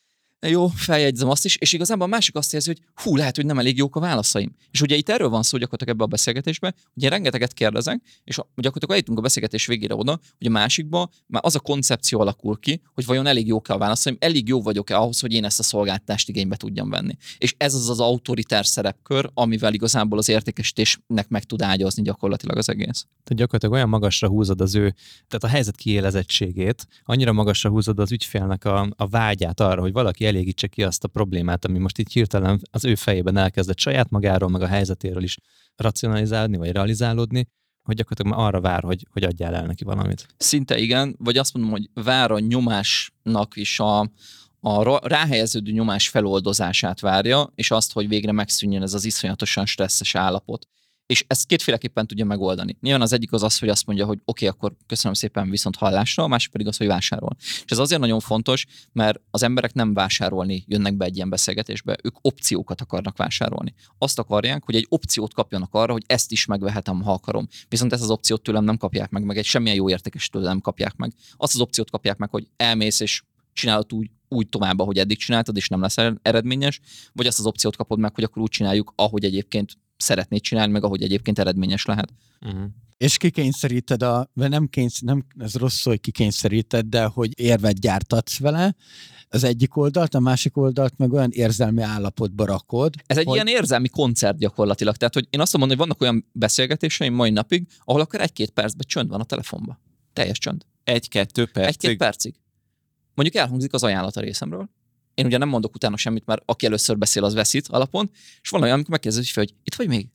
Jó, feljegyzem azt is, és igazából a másik azt érzi, hogy lehet, hogy nem elég jók a válaszaim. És ugye itt erről van szó gyakorlatilag ebbe a beszélgetésbe, hogy én rengeteget kérdezek, és gyakorlatilag eljutunk a beszélgetés végére oda, hogy a másikba már az a koncepció alakul ki, hogy vajon elég jók-e a válaszaim, elég jó vagyok-e ahhoz, hogy én ezt a szolgáltást igénybe tudjam venni. És ez az autoritár szerepkör, amivel igazából az értékesítésnek meg tud ágyazni gyakorlatilag az egész. Tehát gyakorlatilag olyan magasra húzod tehát a helyzet kiélezettségét, annyira magasra húzod az ügyfélnek a vágyát arra, hogy valaki elégítse ki azt a problémát, ami most így hirtelen az ő fejében elkezdett saját magáról, meg a helyzetéről is racionalizálni, vagy realizálódni, hogy gyakorlatilag már arra vár, hogy adjál el neki valamit. Szinte igen, vagy azt mondom, hogy vár a nyomásnak is a ráhelyeződő nyomás feloldozását várja, és azt, hogy végre megszűnjön ez az iszonyatosan stresszes állapot. És ezt kétféleképpen tudja megoldani. Nyilván az egyik az, hogy azt mondja, hogy oké, akkor köszönöm szépen, viszont hallásra, a másik pedig az, hogy vásárol. És ez azért nagyon fontos, mert az emberek nem vásárolni jönnek be egy ilyen beszélgetésbe, ők opciókat akarnak vásárolni. Azt akarják, hogy egy opciót kapjanak arra, hogy ezt is megvehetem, ha akarom. Viszont ezt az opciót tőlem nem kapják meg egy semmilyen jó értékesítőt nem kapják meg. Azt az opciót kapják meg, hogy elmész és csinálod úgy tovább, ahogy eddig csináltad, és nem lesz eredményes, vagy azt az opciót kapod meg, hogy akkor úgy csináljuk, ahogy egyébként szeretnéd csinálni, meg ahogy egyébként eredményes lehet. Uh-huh. És kikényszeríted nem ez rossz szó, hogy kikényszeríted, de hogy érvet gyártatsz vele, az egyik oldalt, a másik oldalt meg olyan érzelmi állapotba rakod. Ez egy ilyen érzelmi koncert gyakorlatilag. Tehát, hogy én azt mondom, hogy vannak olyan beszélgetéseim mai napig, ahol akár 1-2 percben csönd van a telefonban. Teljes csönd. 1-2 percig? 1-2 percig. Mondjuk elhangzik az ajánlat a részemről. Én ugye nem mondok utána semmit, mert aki először beszél, az veszít alapon, és van olyan, amikor megkérdezi, hogy itt vagy még?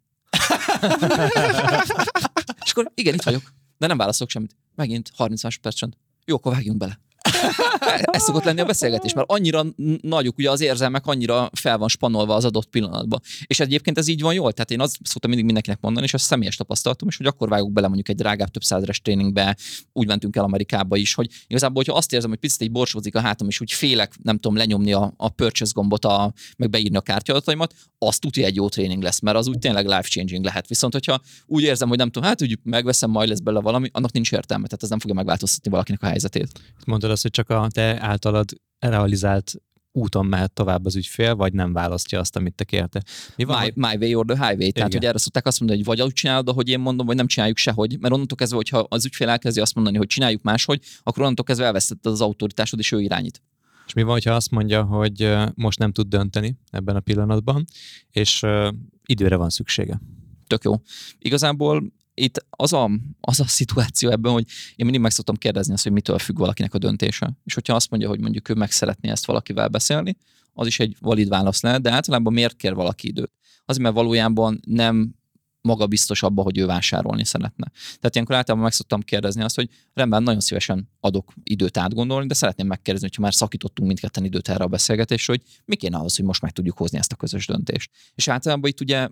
És akkor igen, itt vagyok, de nem válaszolok semmit. Megint 30 másodperc csönd. Jó, akkor vágjunk bele. Ez szokott lenni a beszélgetés, mert annyira nagyok, ugye az érzelmek annyira fel van spanolva az adott pillanatban. És egyébként ez így van jól, tehát én azt szoktam mindig mindenkinek mondani, és ezt személyes tapasztalatom is, hogy akkor vágok bele mondjuk egy drágább több százeres tréningbe, úgy mentünk el Amerikába is, hogy igazából, hogyha azt érzem, hogy picit így borsózik a hátam, és úgy félek, nem tudom, lenyomni a purchase gombot, meg beírni a kártyadataimat, az tudja egy jó tréning lesz, mert az úgy tényleg life changing lehet. Viszont, hogyha úgy érzem, hogy nem tudom, hát úgy megveszem, majd lesz bele valami, annak nincs értelme, tehát ez nem fogja megváltoztatni valakinek a helyzetét. Mondod azt, hogy csak a te általad realizált úton mehet tovább az ügyfél, vagy nem választja azt, amit te kérte. My way or the highway. Tehát, hogy erre szokták azt mondani, hogy vagy úgy csinálod, ahogy én mondom, vagy nem csináljuk sehogy. Mert onnantól kezdve, hogyha az ügyfél elkezdi azt mondani, hogy csináljuk máshogy, akkor onnantól kezdve elvesztetted az autoritásod, és ő irányít. És mi van, ha azt mondja, hogy most nem tud dönteni ebben a pillanatban, és időre van szüksége? Tök jó. Igazából itt az a szituáció ebben, hogy én mindig meg szoktam kérdezni azt, hogy mitől függ valakinek a döntése. És hogyha azt mondja, hogy mondjuk ő meg szeretné ezt valakivel beszélni, az is egy valid válasz lehet, de általában miért kér valaki időt? Azért, mert valójában nem maga biztos abba, hogy ő vásárolni szeretne. Tehát ilyenkor általában meg szoktam kérdezni azt, hogy rendben, nagyon szívesen adok időt átgondolni, de szeretném megkérdezni, hogyha már szakítottunk mindketten időt erre a beszélgetésre, hogy mi kéne ahhoz, hogy most meg tudjuk hozni ezt a közös döntést. És általában itt ugye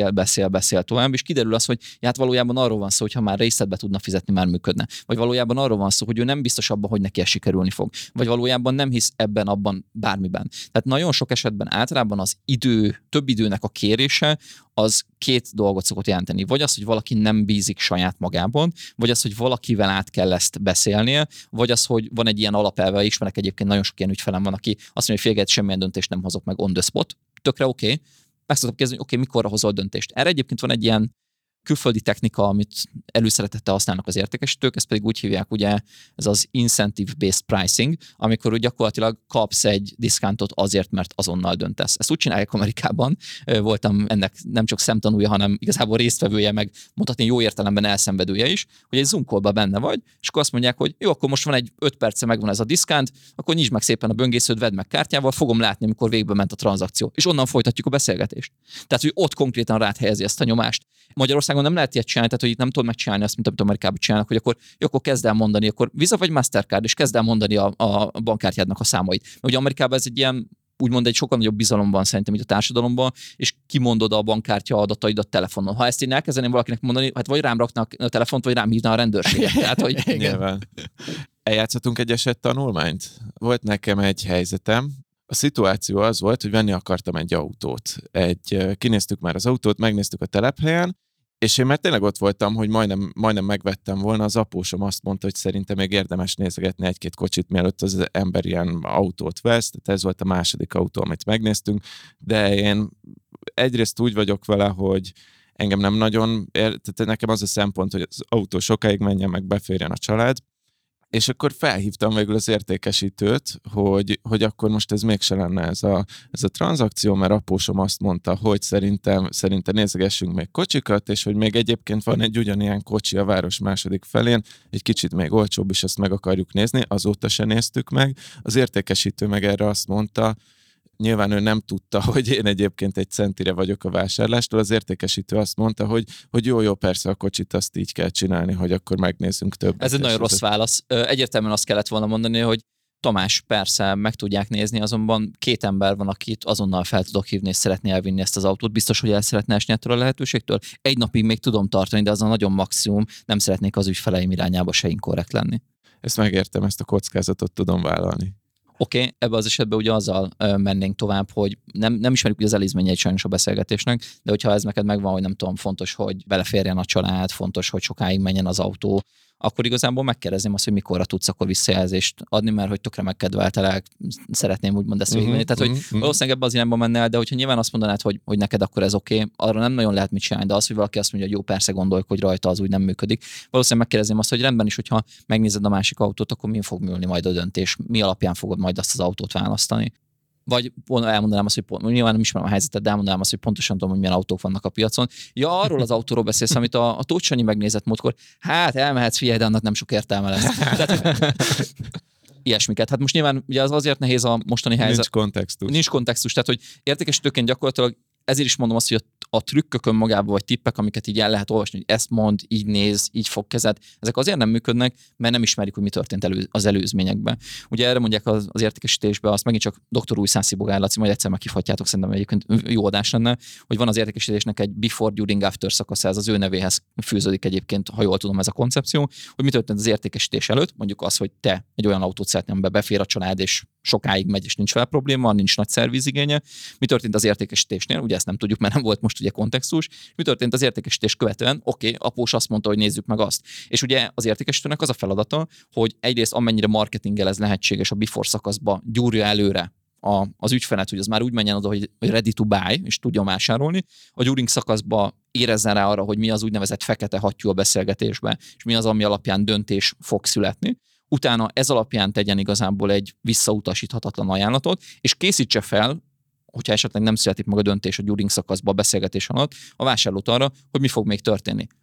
beszél tovább, és kiderül az, hogy hát valójában arról van szó, hogy ha már részletbe tudna fizetni, már működne. Vagy valójában arról van szó, hogy ő nem biztos abban, hogy neki ez sikerülni fog. Vagy valójában nem hisz ebben, abban, bármiben. Tehát nagyon sok esetben általában az több időnek a kérése az két dolgot szokott jelenteni. Vagy az, hogy valaki nem bízik saját magában, vagy az, hogy valakivel át kell ezt beszélnie, vagy az, hogy van egy ilyen alapelve, ismerek egyébként nagyon sok ilyen ügyfelem van, aki azt mondja, hogy félget, semmilyen döntést nem hozok meg on the spot. Tökre oké. Meg szoktam kérdezni, hogy mikorra hozol döntést. Erre egyébként van egy ilyen külföldi technika, amit előszeretettel használnak az értékesítők, ezt pedig úgy hívják, ugye ez az incentive-based pricing, amikor úgy gyakorlatilag kapsz egy diszkántot azért, mert azonnal döntesz. Ezt úgy csinálják Amerikában, voltam ennek nem csak szemtanúja, hanem igazából résztvevője, meg mondhatni jó értelemben elszenvedője is, hogy egy Zoom callban benne vagy, és akkor azt mondják, hogy jó, akkor most van egy 5 perce, megvan ez a diszkánt, akkor nyisd meg szépen a böngészőt, vedd meg kártyával, fogom látni, amikor végbe ment a tranzakció, és onnan folytatjuk a beszélgetést. Tehát, hogy ott konkrétan rád helyezi ezt a nyomást. Magyarországon nem lehet ilyet csinálni, tehát hogy itt nem tudod megcsinálni azt, mint amit Amerikában csinálnak, hogy akkor kezd el mondani, akkor Visa vagy Mastercard, és kezd el mondani a bankkártyádnak a számait. Mert ugye Amerikában ez egy ilyen, úgymond egy sokkal nagyobb bizalom van szerintem itt a társadalomban, és kimondod a bankkártya adataidat telefonon. Ha ezt én elkezdeném valakinek mondani, hát vagy rám raknak a telefont, vagy rám hívna a rendőrséget. Tehát, hogy Nyilván. Eljátszhatunk egy esettanulmányt? Volt nekem egy helyzetem. A szituáció az volt, hogy venni akartam egy autót. Kinéztük már az autót, megnéztük a telephelyen, és én már tényleg ott voltam, hogy majdnem megvettem volna. Az apósom azt mondta, hogy szerintem még érdemes nézegetni egy-két kocsit, mielőtt az ember ilyen autót vesz. Tehát ez volt a második autó, amit megnéztünk. De én egyrészt úgy vagyok vele, hogy engem nem nagyon tehát nekem az a szempont, hogy az autó sokáig menjen, meg beférjen a család. És akkor felhívtam végül az értékesítőt, hogy akkor most ez mégse lenne ez a tranzakció, mert apósom azt mondta, hogy szerintem nézegessünk még kocsikat, és hogy még egyébként van egy ugyanilyen kocsi a város második felén, egy kicsit még olcsóbb, és ezt meg akarjuk nézni, azóta se néztük meg. Az értékesítő meg erre azt mondta, nyilván ő nem tudta, hogy én egyébként egy centire vagyok a vásárlástól. Az értékesítő azt mondta, hogy jó, persze a kocsit azt így kell csinálni, hogy akkor megnézzünk többet. Ez egy nagyon rossz válasz. Egyértelműen azt kellett volna mondani, hogy Tamás, persze meg tudják nézni, azonban 2 ember van, akit azonnal fel tudok hívni, és szeretné elvinni ezt az autót. Biztos, hogy el szeretne esni ettől a lehetőségtől. Egy napig még tudom tartani, de az a nagyon maximum, nem szeretnék az ügyfeleim irányába se inkorrekt lenni. Ezt megértem, ezt a kockázatot tudom vállalni. Oké, ebben az esetben ugye azzal mennénk tovább, hogy nem ismerjük ugye az előzményeit sajnos a beszélgetésnek, de hogyha ez neked megvan, hogy nem tudom, fontos, hogy beleférjen a család, fontos, hogy sokáig menjen az autó, akkor igazából megkérdezném azt, hogy mikorra tudsz akkor visszajelzést adni, mert hogy tökre megkedveltelek, szeretném úgymond ezt végigmenni. Tehát, hogy valószínűleg ebbe az irányba menne el, de hogyha nyilván azt mondanád, hogy neked akkor ez oké, arra nem nagyon lehet mit csinálni, de az, hogy valaki azt mondja, hogy jó, persze gondoljuk, hogy rajta az úgy nem működik. Valószínűleg megkérdezném azt, hogy rendben is, hogyha megnézed a másik autót, akkor mi fog műlni majd a döntés, mi alapján fogod majd azt az autót választani. Vagy elmondanám azt, hogy nyilván nem ismerem a helyzetet, de elmondanám azt, hogy pontosan tudom, hogy milyen autók vannak a piacon. Ja, arról az autóról beszélsz, amit a Tóth Sanyi megnézett múltkor. Hát elmehetsz, figyelj, de annak nem sok értelme lesz. Tehát, ilyesmiket. Hát most nyilván ugye az azért nehéz a mostani helyzet. Nincs kontextus. Tehát, hogy értékesítőként gyakorlatilag ezért is mondom azt, hogy a trükkökön magában, vagy tippek, amiket így el lehet olvasni, hogy ezt mond, így néz, így fog kezed, ezek azért nem működnek, mert nem ismerik, hogy mi történt az előzményekben. Ugye erre mondják az értékesítésben, azt megint csak Dr. Újszászi Bogár Laci, majd egyszer megkifhatjátok, szerintem egyébként jó adás lenne, hogy van az értékesítésnek egy before, during, after szakasza, ez az ő nevéhez fűződik egyébként, ha jól tudom, ez a koncepció, hogy mi történt az értékesítés előtt, mondjuk az, hogy te egy olyan autót szeretnél, amiben befér a család, és sokáig megy, és nincs vele probléma, nincs nagy szervízigénye. Mi történt az értékesítésnél? Ugye ezt nem tudjuk, mert nem volt most ugye kontextus. Mi történt az értékesítés követően? Oké, após azt mondta, hogy nézzük meg azt. És ugye az értékesítőnek az a feladata, hogy egyrészt amennyire marketinggel ez lehetséges a before szakaszba gyúrja előre az ügyfelet, hogy az már úgy menjen oda, hogy ready to buy, és tudja vásárolni. A during szakaszba érezzen rá arra, hogy mi az úgynevezett fekete hattyú a beszélgetésben, és mi az, ami alapján döntés fog születni. Utána ez alapján tegyen igazából egy visszautasíthatatlan ajánlatot, és készítse fel, hogyha esetleg nem születik meg a döntés a during szakaszban a beszélgetés alatt, a vásárlót arra, hogy mi fog még történni.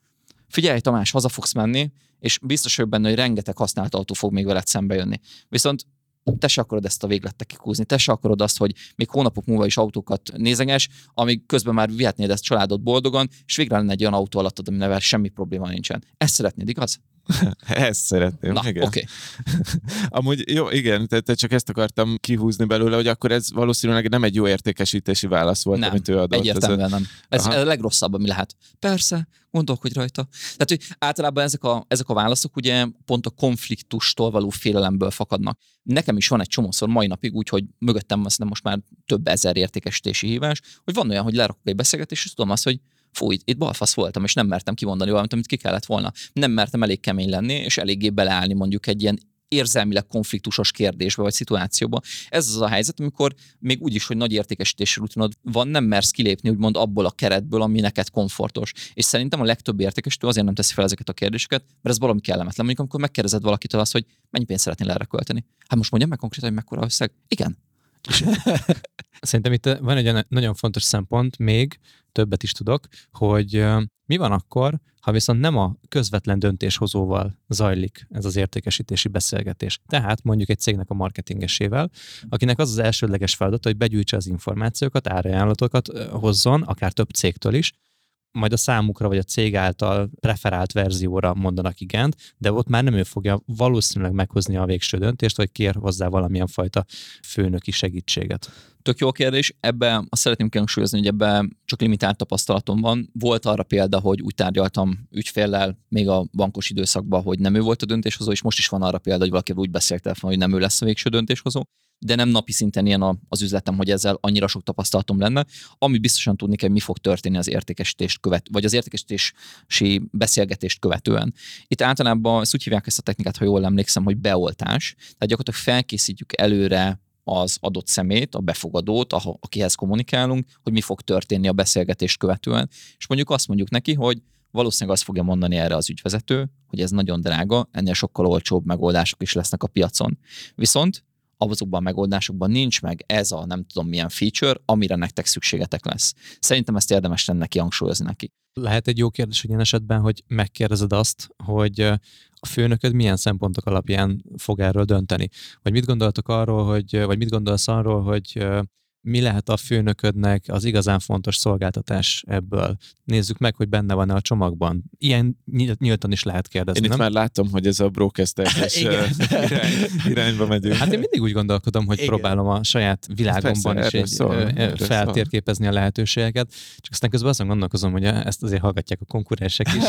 figyelj Tamás, haza fogsz menni, és biztos vagyok benne, hogy rengeteg használt autó fog még veled szembe jönni. Viszont te se akarod ezt a véglettel kikúzni, te se akarod azt, hogy még hónapok múlva is autókat nézeges, amíg közben már vihetnéd ezt családot boldogan, és végre lenne egy olyan autó alattad, aminével semmi probléma nincsen. Ezt szeretnéd, igaz? Ezt szeretném, Na, igen. oké. Amúgy jó, igen, tehát csak ezt akartam kihúzni belőle, hogy akkor ez valószínűleg nem egy jó értékesítési válasz volt, Nem, amit ő adott. egyértelműen nem. Ez a legrosszabb, ami lehet. Persze, gondolkodj rajta. Tehát, hogy általában ezek a válaszok ugye pont a konfliktustól való félelemből fakadnak. Nekem is van egy csomószor mai napig úgy, hogy mögöttem azt most már több ezer értékesítési hívás, hogy van olyan, hogy lerakok egy beszélgetést, és tudom azt, hogy fú, itt balfasz voltam, és nem mertem kimondani valamit, amit ki kellett volna. Nem mertem elég kemény lenni, és eléggé beleállni mondjuk egy ilyen érzelmileg konfliktusos kérdésbe vagy szituációba. Ez az a helyzet, amikor még úgy is, hogy nagy értékesítési rutinod van, nem mersz kilépni úgymond abból a keretből, ami neked komfortos. És szerintem a legtöbb értékesítő azért nem teszi fel ezeket a kérdéseket, mert ez valami kellemetlen. Mondjuk, amikor megkérdezed valakitől azt, hogy mennyi pénzt szeretnél erre költeni. Hát most mondjam meg konkrétan, hogy mekkora összeg. Igen. Szerintem itt van egy nagyon fontos szempont, még többet is tudok, hogy mi van akkor, ha viszont nem a közvetlen döntéshozóval zajlik ez az értékesítési beszélgetés. Tehát mondjuk egy cégnek a marketingesével, akinek az az elsődleges feladata, hogy begyűjtse az információkat, árajánlatokat hozzon, akár több cégtől is, majd a számukra vagy a cég által preferált verzióra mondanak igent, de ott már nem ő fogja valószínűleg meghozni a végső döntést, vagy kér hozzá valamilyen fajta főnöki segítséget. Tök jó kérdés. Ebben azt szeretném kihangsúlyozni, hogy ebben csak limitált tapasztalatom van. Volt arra példa, hogy úgy tárgyaltam ügyféllel még a bankos időszakban, hogy nem ő volt a döntéshozó, és most is van arra példa, hogy valakivel úgy beszélt telefonon, hogy nem ő lesz a végső döntéshozó, de nem napi szinten ilyen az üzletem, hogy ezzel annyira sok tapasztalatom lenne. Ami biztosan tudni kell, mi fog történni az értékesítést vagy az értékesítési beszélgetést követően. Itt általában ezt úgy hívják ezt a technikát, ha jól emlékszem, hogy beoltás. Tehát gyakorlatilag felkészítjük előre az adott szemét, a befogadót, akihez kommunikálunk, hogy mi fog történni a beszélgetést követően. És mondjuk azt mondjuk neki, hogy valószínűleg azt fogja mondani erre az ügyvezető, hogy ez nagyon drága, ennél sokkal olcsóbb megoldások is lesznek a piacon. Viszont azokban a megoldásokban nincs meg ez a nem tudom milyen feature, amire nektek szükségetek lesz. Szerintem ezt érdemes lenne kihangsúlyozni neki. Lehet egy jó kérdés ilyen esetben, hogy megkérdezed azt, hogy a főnököd milyen szempontok alapján fog erről dönteni? Vagy mit gondoltok arról, vagy mit gondolsz arról, hogy mi lehet a főnöködnek az igazán fontos szolgáltatás ebből? Nézzük meg, hogy benne van-e a csomagban. Ilyen nyíltan is lehet kérdezni, Én nem? itt már látom, hogy ez a broadcast-es irányba megyünk. Hát én mindig úgy gondolkodom, hogy próbálom a saját világomban is feltérképezni a lehetőségeket, csak aztán közben azon gondolkozom, hogy ezt azért hallgatják a konkurensek is.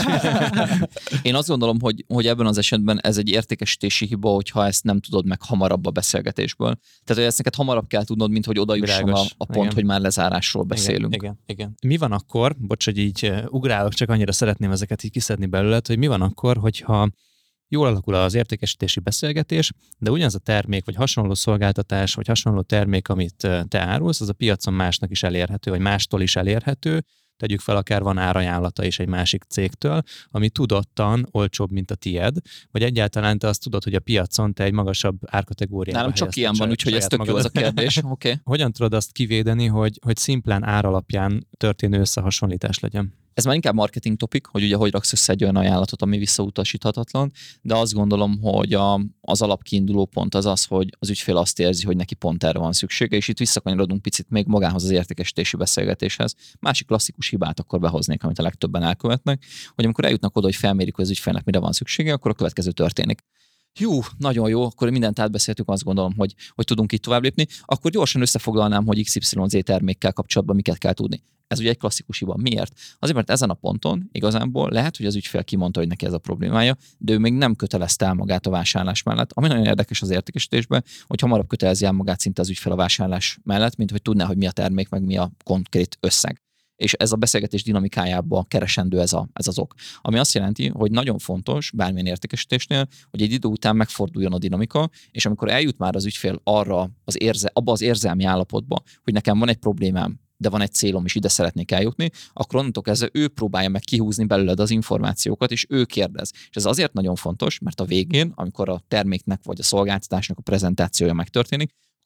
Én azt gondolom, hogy ebben az esetben ez egy értékesítési hiba, hogyha ezt nem tudod meg hamarabb a beszélgetésből. Tehát, hogy ezt neked hamarabb kell tudnod, mint hogy oda jusson a pont, igen, hogy már lezárásról beszélünk. Igen. Mi van akkor, bocs, hogy így ugrálok, csak annyira szeretném ezeket így kiszedni belőled, hogy mi van akkor, hogyha jól alakul az értékesítési beszélgetés, de ugyanaz a termék, vagy hasonló szolgáltatás, vagy hasonló termék, amit te árulsz, az a piacon másnak is elérhető, vagy mástól is elérhető, tegyük fel, akár van árajánlata is egy másik cégtől, ami tudottan olcsóbb, mint a tied, vagy egyáltalán te azt tudod, hogy a piacon te egy magasabb árkategóriába nálam csak ilyen van, úgyhogy ez tök jó az a kérdés. Okay. Hogyan tudod azt kivédeni, hogy szimplán ár alapján történő összehasonlítás legyen? Ez már inkább marketing topik, hogy ugye hogy raksz össze egy olyan ajánlatot, ami visszautasíthatatlan, de azt gondolom, hogy az alapkiinduló pont az, hogy az ügyfél azt érzi, hogy neki pont erre van szüksége, és itt visszakanyarodunk picit még magához az értékesítési beszélgetéshez. Másik klasszikus hibát akkor behoznék, amit a legtöbben elkövetnek, hogy amikor eljutnak oda, hogy felmérik, hogy az ügyfélnek mire van szüksége, akkor a következő történik. Jó, nagyon jó, akkor mindent átbeszéltük, azt gondolom, hogy tudunk itt tovább lépni. Akkor gyorsan összefoglalnám, hogy XYZ termékkel kapcsolatban miket kell tudni. Ez ugye egy klasszikus hiba. Miért? Azért, mert ezen a ponton igazából lehet, hogy az ügyfél kimondta, hogy neki ez a problémája, de ő még nem kötelezte el magát a vásárlás mellett. Ami nagyon érdekes az értékesítésben, hogy hamarabb kötelezi el magát szinte az ügyfél a vásárlás mellett, mint hogy tudná, hogy mi a termék, meg mi a konkrét összeg. És ez a beszélgetés dinamikájában keresendő ez az ok. Ami azt jelenti, hogy nagyon fontos bármilyen értékesítésnél, hogy egy idő után megforduljon a dinamika, és amikor eljut már az ügyfél abba az érzelmi állapotba, hogy nekem van egy problémám, de van egy célom, és ide szeretnék eljutni, akkor onnantól kezdve ő próbálja meg kihúzni belőled az információkat, és ő kérdez. És ez azért nagyon fontos, mert a végén, amikor a terméknek vagy a szolgáltatásnak a prezentációja megtörténik,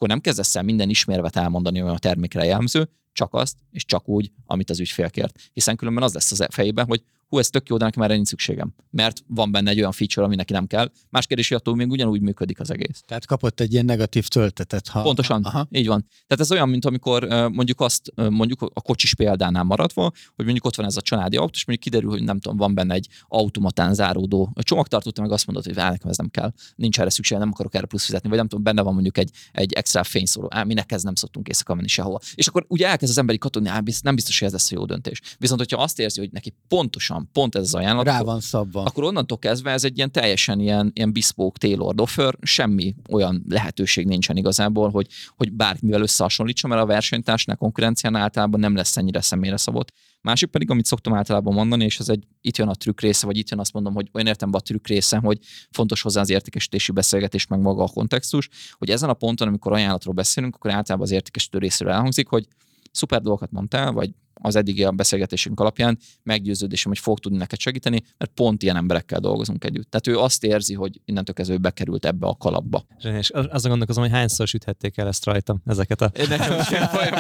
akkor nem kezdesz el minden ismérvet elmondani, olyan a termékre jellemző, csak azt, és csak úgy, amit az ügyfél kért. Hiszen különben az lesz az fejében, hogy ez tök jó, de nekem erre nincs szükségem. Mert van benne egy olyan feature, ami neki nem kell. Más kérdés, hogy attól még ugyanúgy működik az egész. Tehát kapott egy ilyen negatív töltetet. Pontosan, így van. Tehát ez olyan, mint amikor mondjuk a kocsis példánál maradva, hogy mondjuk ott van ez a családi autó, és mondjuk kiderül, hogy nem tudom, van benne egy automatán záródó csomagtartó, te meg azt mondod, hogy nekem ez nem kell, nincs erre szükség, nem akarok erre plusz fizetni, vagy nem tudom, benne van mondjuk egy extra fényszóró, minek ez nem szoktunk éjszaka menni sehova. És akkor ugye elkezd az emberi katonni, nem biztos, hogy ez lesz a jó döntés. Viszont, hogyha azt érzi, hogy neki pont ez az ajánlat, rá van szabva. Akkor onnantól kezdve ez egy ilyen teljesen ilyen bespoke tailored offer, semmi olyan lehetőség nincsen igazából, hogy bármivel összehasonlítson, mert a versenytársnál, konkurencián általában nem lesz ennyire személyre szabott. Másik pedig, amit szoktam általában mondani, és ez itt jön a trükk része, vagy itt jön azt mondom, hogy olyan értelemben a trükk része, hogy fontos hozzá az értékesítési beszélgetés, meg maga a kontextus, hogy ezen a ponton, amikor ajánlatról beszélünk, akkor általában az értékesítő részéről elhangzik, hogy szuper dolgokat mondtál, vagy az eddigi a beszélgetésünk alapján meggyőződésem, hogy fog tudni neked segíteni, mert pont ilyen emberekkel dolgozunk együtt. Tehát ő azt érzi, hogy innentől kezdve bekerült ebbe a kalapba. És azon gondolkozom, hogy hányszor süthették el ezt rajtam, ezeket a... Én nekem is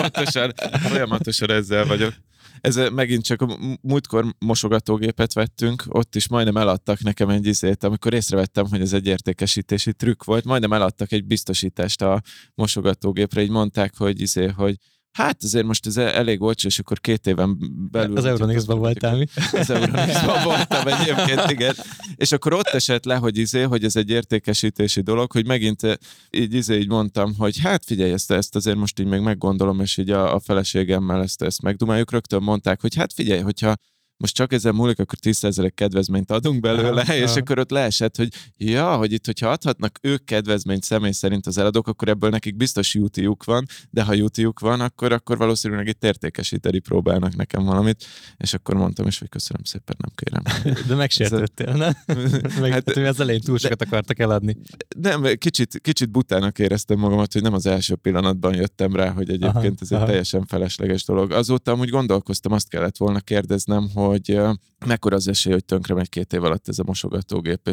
folyamatosan ezzel vagyok. Ez megint csak a múltkor mosogatógépet vettünk, ott is majdnem eladtak nekem egy izét, amikor észrevettem, hogy ez egy értékesítési trükk volt, majdnem eladtak egy biztosítást a mosogatógépre, így mondták, hogy hát azért most ez elég olcsó, és akkor 2 éven belül... Az Euronixban voltál mi? Az Euronixban voltam egyébként, igen. És akkor ott esett le, hogy ez egy értékesítési dolog, hogy megint így mondtam, hogy hát figyelj, ezt azért most így még meggondolom, és így a feleségemmel ezt megdumáljuk. Rögtön mondták, hogy hát figyelj, hogyha most csak ezen múlik, akkor 10% kedvezményt adunk belőle, és akkor ott leesett, hogy hogy itt, hogyha adhatnak ők kedvezményt személy szerint az eladók, akkor ebből nekik biztos UT-juk van, de ha UT-juk van, akkor valószínűleg itt értékesíteni próbálnak nekem valamit, és akkor mondtam is, hogy köszönöm szépen, nem kérem. De megsértődtél, nem? Hát, az elején túl sokat akartak eladni. Nem, kicsit butának éreztem magamat, hogy nem az első pillanatban jöttem rá, hogy egyébként ez egy teljesen felesleges dolog. Azóta amúgy gondolkoztam, azt kellett volna kérdeznem, hogy mekkora az esély, hogy tönkre megy 2 év alatt ez a mosogatógép,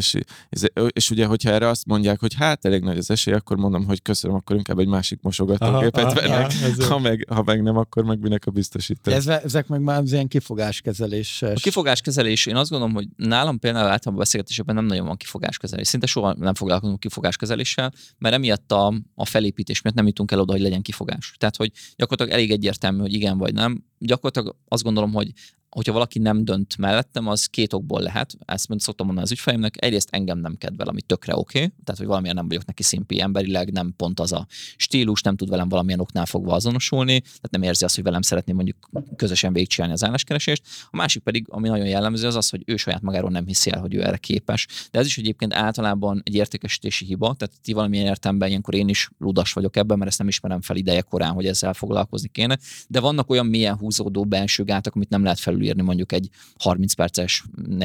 és ugye, hogyha erre azt mondják, hogy hát elég nagy az esély, akkor mondom, hogy köszönöm, akkor inkább egy másik mosogatógépet vennek, ha meg nem, akkor meg minek a biztosítás. Ezek meg már az ilyen kifogáskezeléses. A kifogáskezelés, én azt gondolom, hogy nálam például általában beszélgetésekben nem nagyon van kifogáskezelés. Szinte soha nem foglalkozunk kifogáskezeléssel, mert emiatt a felépítés miatt nem jutunk el oda, hogy legyen kifogás. Tehát, hogy gyakorlatilag elég egyértelmű, hogy igen vagy nem. Gyakorlatilag azt gondolom, hogyha valaki nem dönt mellettem, az 2 okból lehet. Ezt szoktam mondani az ügyfeleimnek. Egyrészt engem nem kedvel, ami tökre oké. Tehát, hogy valamilyen nem vagyok neki szimpi emberileg, nem pont az a stílus, nem tud velem valamilyen oknál fogva azonosulni, tehát nem érzi azt, hogy velem szeretné mondjuk közösen végigcsinálni az álláskeresést. A másik pedig, ami nagyon jellemző, az, hogy ő saját magáról nem hiszi el, hogy ő erre képes. De ez is egyébként általában egy értékesítési hiba, tehát ti valamilyen értelemben ilyenkor én is ludas vagyok ebben, mert ezt nem ismerem fel ideje korán, hogy ezzel foglalkozni kéne. De vannak olyan mélyen húzódó belső gátak, amit nem lehet felülírni mondjuk egy 30 perces,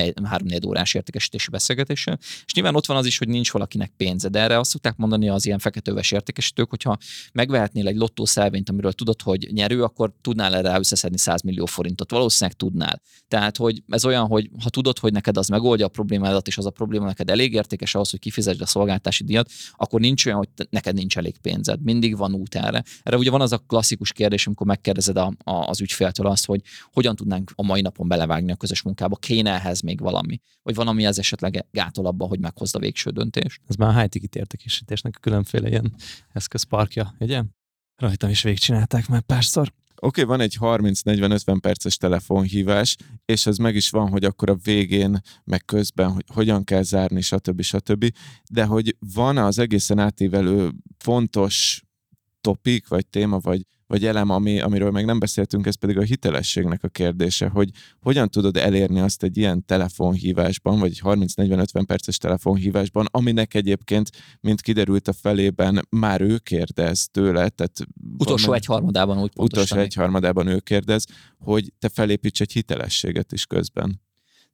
3-4 órás értékesítési beszélgetéssel. És nyilván ott van az is, hogy nincs valakinek pénze, de erre azt szokták mondani az ilyen feketeöves értékesítők, hogyha megvehetnél egy lottószelvényt, amiről tudod, hogy nyerő, akkor tudnál erre összeszedni 100 millió forintot. Valószínűleg tudnál. Tehát, hogy ez olyan, hogy ha tudod, hogy neked az megoldja a problémádat, és az a probléma neked elég értékes ahhoz, hogy kifizesd a szolgáltási díjat, akkor nincs olyan, hogy neked nincs elég pénzed. Mindig van út erre. Erre ugye van az a klasszikus kérdés, amikor megkérdezed az ügyféltől azt, hogy hogyan tudnánk a mai napon belevágni a közös munkába, kéne ehhez még valami, vagy valami ez esetleg gátol abban, hogy meghozd a végső döntést. Ez már a high-ticket értékesítésnek a különféle ilyen eszközparkja, ugye? Rajtam is végigcsinálták már párszor. Oké, van egy 30-40-50 perces telefonhívás, és ez meg is van, hogy akkor a végén, meg közben, hogy hogyan kell zárni, stb. De hogy van az egészen átívelő fontos topik, vagy téma, vagy elem, amiről még nem beszéltünk, ez pedig a hitelességnek a kérdése, hogy hogyan tudod elérni azt egy ilyen telefonhívásban, vagy egy 30-40-50 perces telefonhívásban, aminek egyébként, mint kiderült a felében, már ő kérdez tőle. Tehát utolsó egyharmadában úgy pontosan. Utolsó egyharmadában ő kérdez, hogy te felépíts egy hitelességet is közben.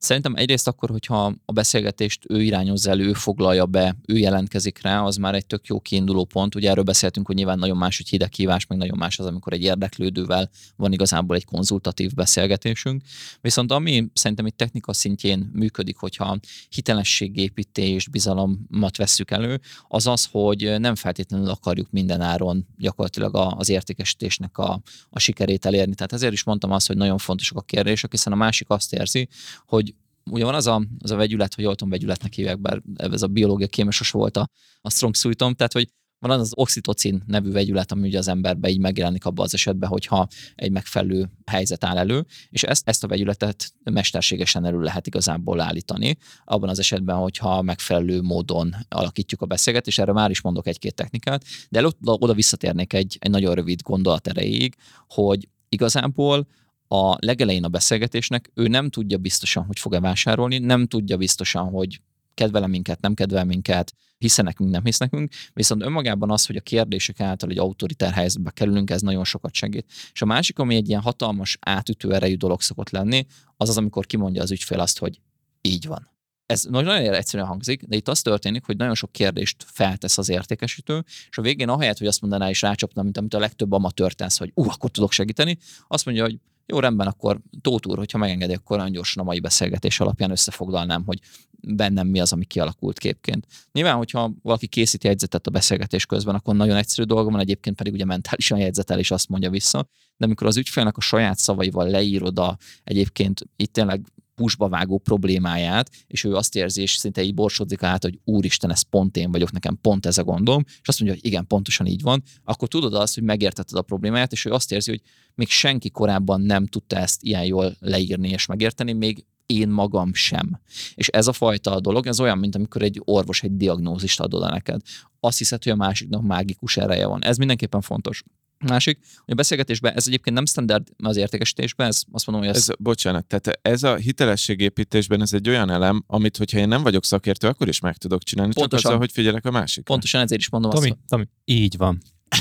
Szerintem egyrészt akkor, hogyha a beszélgetést ő irányozza elő, ő foglalja be, ő jelentkezik rá, az már egy tök jó kiinduló pont. Ugye erről beszéltünk, hogy nyilván nagyon más, hogy hideghívás, meg nagyon más az, amikor egy érdeklődővel van igazából egy konzultatív beszélgetésünk. Viszont ami szerintem itt technika szintjén működik, hogyha hitelességépítést, bizalomat vesszük elő, az az, hogy nem feltétlenül akarjuk minden áron gyakorlatilag az értékesítésnek a sikerét elérni. Tehát ezért is mondtam azt, hogy nagyon fontosak a kérdések, hiszen a másik azt érzi, hogy ugye van az a vegyület, hogy jól tudom, vegyületnek hívják, bár ez a biológia kémes volt a strong suite-om, tehát hogy van az oxitocin nevű vegyület, ami ugye az emberben így megjelenik abban az esetben, hogyha egy megfelelő helyzet áll elő, és ezt a vegyületet mesterségesen elő lehet igazából állítani, abban az esetben, hogyha megfelelő módon alakítjuk a beszélgetést, és erre már is mondok egy-két technikát, de oda visszatérnék egy nagyon rövid gondolat erejéig, hogy igazából a legelején a beszélgetésnek ő nem tudja biztosan, hogy fog-e vásárolni, nem tudja biztosan, hogy kedvel minket, nem kedvel minket, hisze nekünk, nem hisz nekünk, viszont önmagában az, hogy a kérdések által egy autoritár helyzetbe kerülünk, ez nagyon sokat segít. És a másik, ami egy ilyen hatalmas, átütő erejű dolog szokott lenni, az, amikor kimondja az ügyfél azt, hogy így van. Ez nagyon egyszerűen hangzik, de itt az történik, hogy nagyon sok kérdést feltesz az értékesítő, és a végén ahelyett, hogy azt mondaná és rácsapna, mint amit a legtöbb amatőr tesz, hogy akkor tudok segíteni, azt mondja, hogy jó, rendben, akkor Tóth úr, hogyha megengedi, akkor nagyon gyorsan a mai beszélgetés alapján összefoglalnám, hogy bennem mi az, ami kialakult képként. Nyilván, hogyha valaki készít jegyzetet a beszélgetés közben, akkor nagyon egyszerű dolga van, egyébként pedig ugye mentálisan jegyzetel és azt mondja vissza, de amikor az ügyfélnek a saját szavaival leírod egyébként itt tényleg húsba vágó problémáját, és ő azt érzi, és szinte így borsodzik át, hogy úristen, ez pont én vagyok, nekem pont ez a gondom, és azt mondja, hogy igen, pontosan így van, akkor tudod azt, hogy megértetted a problémáját, és ő azt érzi, hogy még senki korábban nem tudta ezt ilyen jól leírni és megérteni, még én magam sem. És ez a fajta dolog, ez olyan, mint amikor egy orvos egy diagnózist ad oda neked. Azt hiszed, hogy a másiknak mágikus ereje van. Ez mindenképpen fontos. Másik, hogy a beszélgetésben ez egyébként nem standard az értékesítésben, ez azt mondom, hogy bocsánat, tehát ez a hitelességépítésben ez egy olyan elem, amit, hogyha én nem vagyok szakértő, akkor is meg tudok csinálni, pontosan, csak azzal, hogy figyelek a másikra. Pontosan ezért is mondom Tomi, így van.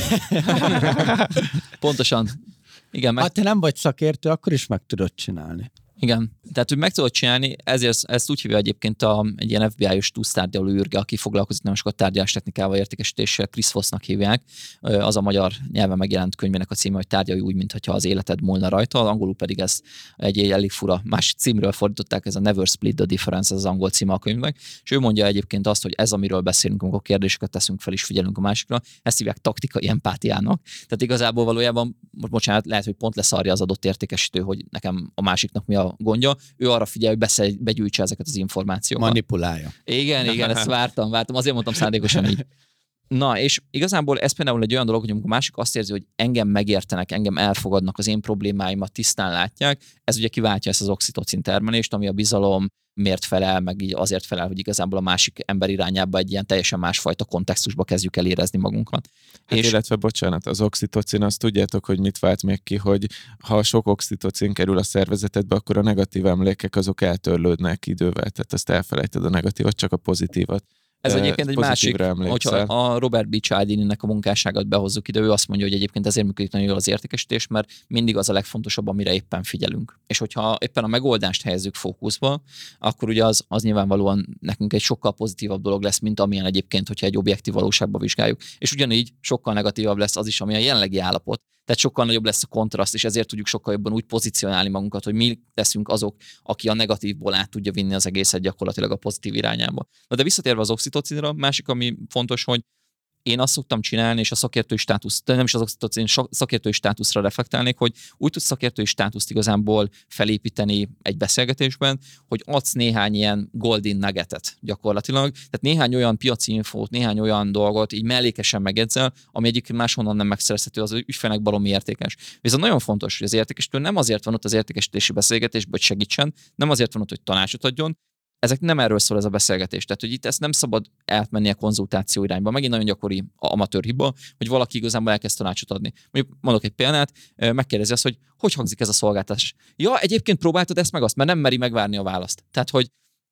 Pontosan. Igen, Ha te nem vagy szakértő, akkor is meg tudod csinálni. Igen, tehát hogy meg tudod csinálni, ezért ezt úgy hívja egyébként egy ilyen FBI-os túlsztárgyaló űrge, aki foglalkozik nem sokat tárgyalás technikával, értékesítéssel, Chris Vossnak hívják. Az a magyar nyelven megjelent könyvének a címe, hogy tárgyalj úgy, mintha az életed múlna rajta, angolul pedig ez egy elég fura más címről fordították, ez a Never Split the Difference, ez az angol címe a könyvnek, és ő mondja egyébként azt, hogy ez, amiről beszélünk, amikor kérdéseket teszünk fel és figyelünk a másikra, ezt hívják taktikai empátiának. Tehát igazából valójában, bocsánat, lehet, hogy pont leszarja az adott értékesítő, hogy nekem a másiknak mi a gondja, ő arra figyel, hogy begyűjtse ezeket az információkat. Manipulálja. Igen, ezt vártam, azért mondtam szándékosan így. Na, és igazából ez például egy olyan dolog, hogy amikor a másik azt érzi, hogy engem megértenek, engem elfogadnak, az én problémáimat tisztán látják, ez ugye kiváltja ezt az oxitocin termelést, ami a bizalom miért felel, meg így azért felel, hogy igazából a másik ember irányába egy ilyen teljesen másfajta kontextusba kezdjük el érezni magunkat. Hát és illetve, bocsánat, az oxitocin, azt tudjátok, hogy mit vált még ki, hogy ha sok oxitocin kerül a szervezetedbe, akkor a negatív emlékek azok eltörlődnek idővel, tehát ezt elfelejted a negatívat, csak a pozitívat. Ez egyébként egy másik, hogyha a Robert B. Cialdininek a munkásságát behozzuk ide, ő azt mondja, hogy egyébként ezért működik nagyon jól az értékesítés, mert mindig az a legfontosabb, amire éppen figyelünk. És hogyha éppen a megoldást helyezzük fókuszba, akkor ugye az nyilvánvalóan nekünk egy sokkal pozitívabb dolog lesz, mint amilyen egyébként, hogyha egy objektív valóságba vizsgáljuk. És ugyanígy sokkal negatívabb lesz az is, ami a jelenlegi állapot. Tehát sokkal nagyobb lesz a kontraszt, és ezért tudjuk sokkal jobban úgy pozícionálni magunkat, hogy mi leszünk azok, aki a negatívból át tudja vinni az egészet gyakorlatilag a pozitív irányába. Na de visszatérve az oxitocinra, másik, ami fontos, hogy én azt szoktam csinálni, és a szakértői státusz, nem is az oxitocin, szakértői státuszra reflektálnék, hogy úgy tudsz szakértői státuszt igazából felépíteni egy beszélgetésben, hogy adsz néhány ilyen golden nuggetet gyakorlatilag, tehát néhány olyan piaci infót, néhány olyan dolgot így mellékesen megjegyzel, ami egyébként máshonnan nem megszerezhető, az ügyfélnek baromi értékes. Viszont nagyon fontos, hogy az értékesítő nem azért van ott az értékesítési beszélgetésben, hogy segítsen, nem azért van ott, hogy tanácsot adjon, ezek nem erről szól ez a beszélgetés. Tehát, hogy itt ezt nem szabad átmenni a konzultáció irányba. Megint nagyon gyakori amatőr hiba, hogy valaki igazából elkezd tanácsot adni. Mondjuk mondok egy példát, megkérdezi azt, hogy hangzik ez a szolgáltatás. Ja, egyébként próbáltad ezt meg azt, mert nem meri megvárni a választ. Tehát, hogy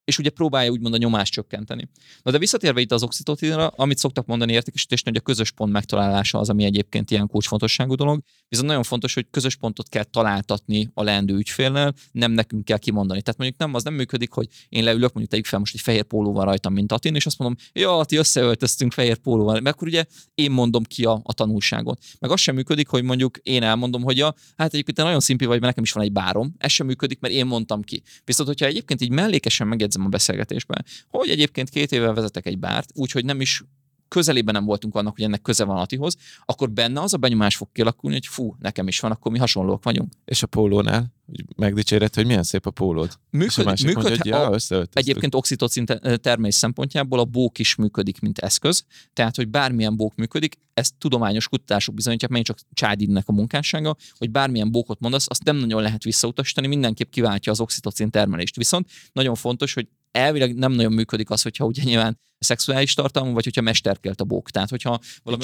és ugye próbálja úgymond a nyomást csökkenteni. Na de visszatérve itt az oxitocinra, amit szoktak mondani értékesítésnél, hogy a közös pont megtalálása az, ami egyébként ilyen kulcsfontosságú dolog, viszont nagyon fontos, hogy közös pontot kell találtatni a leendő ügyfélnél, nem nekünk kell kimondani. Tehát mondjuk az nem működik, hogy én leülök, mondjuk tegyük fel most egy fehér pólóval rajtam, mint Atin, és azt mondom, ja, Ati, összeöltöztünk fehér pólóval, mert akkor ugye én mondom ki a tanulságot. Meg az sem működik, hogy mondjuk én elmondom, hogy hát egyébként te nagyon szimpi vagy, mert nekem is van egy bárom. Ez sem működik, mert én mondtam ki. Viszont, hogyha egyébként így mellékesen megjegyzem a beszélgetésben, hogy egyébként 2 éve vezetek egy bárt, úgyhogy nem is közelében nem voltunk annak, hogy ennek köze van Atihoz, akkor benne az a benyomás fog kialakulni, hogy fú, nekem is van, akkor mi hasonlók vagyunk. És a pólónál? Hogy megdicséred, hogy milyen szép a pólód. Egyébként oxitocin termelés szempontjából a bók is működik, mint eszköz. Tehát, hogy bármilyen bók működik, ezt tudományos kutatások bizonyítják, megint csak Csádinek a munkássága, hogy bármilyen bókot mondasz, azt nem nagyon lehet visszautasítani, mindenképp kiváltja az oxitocin termelést. Viszont nagyon fontos, hogy elvileg nem nagyon működik az, hogyha ugye nyilván szexuális tartalmú, vagy hogyha mesterkélt a bók. Tehát, hogyha valami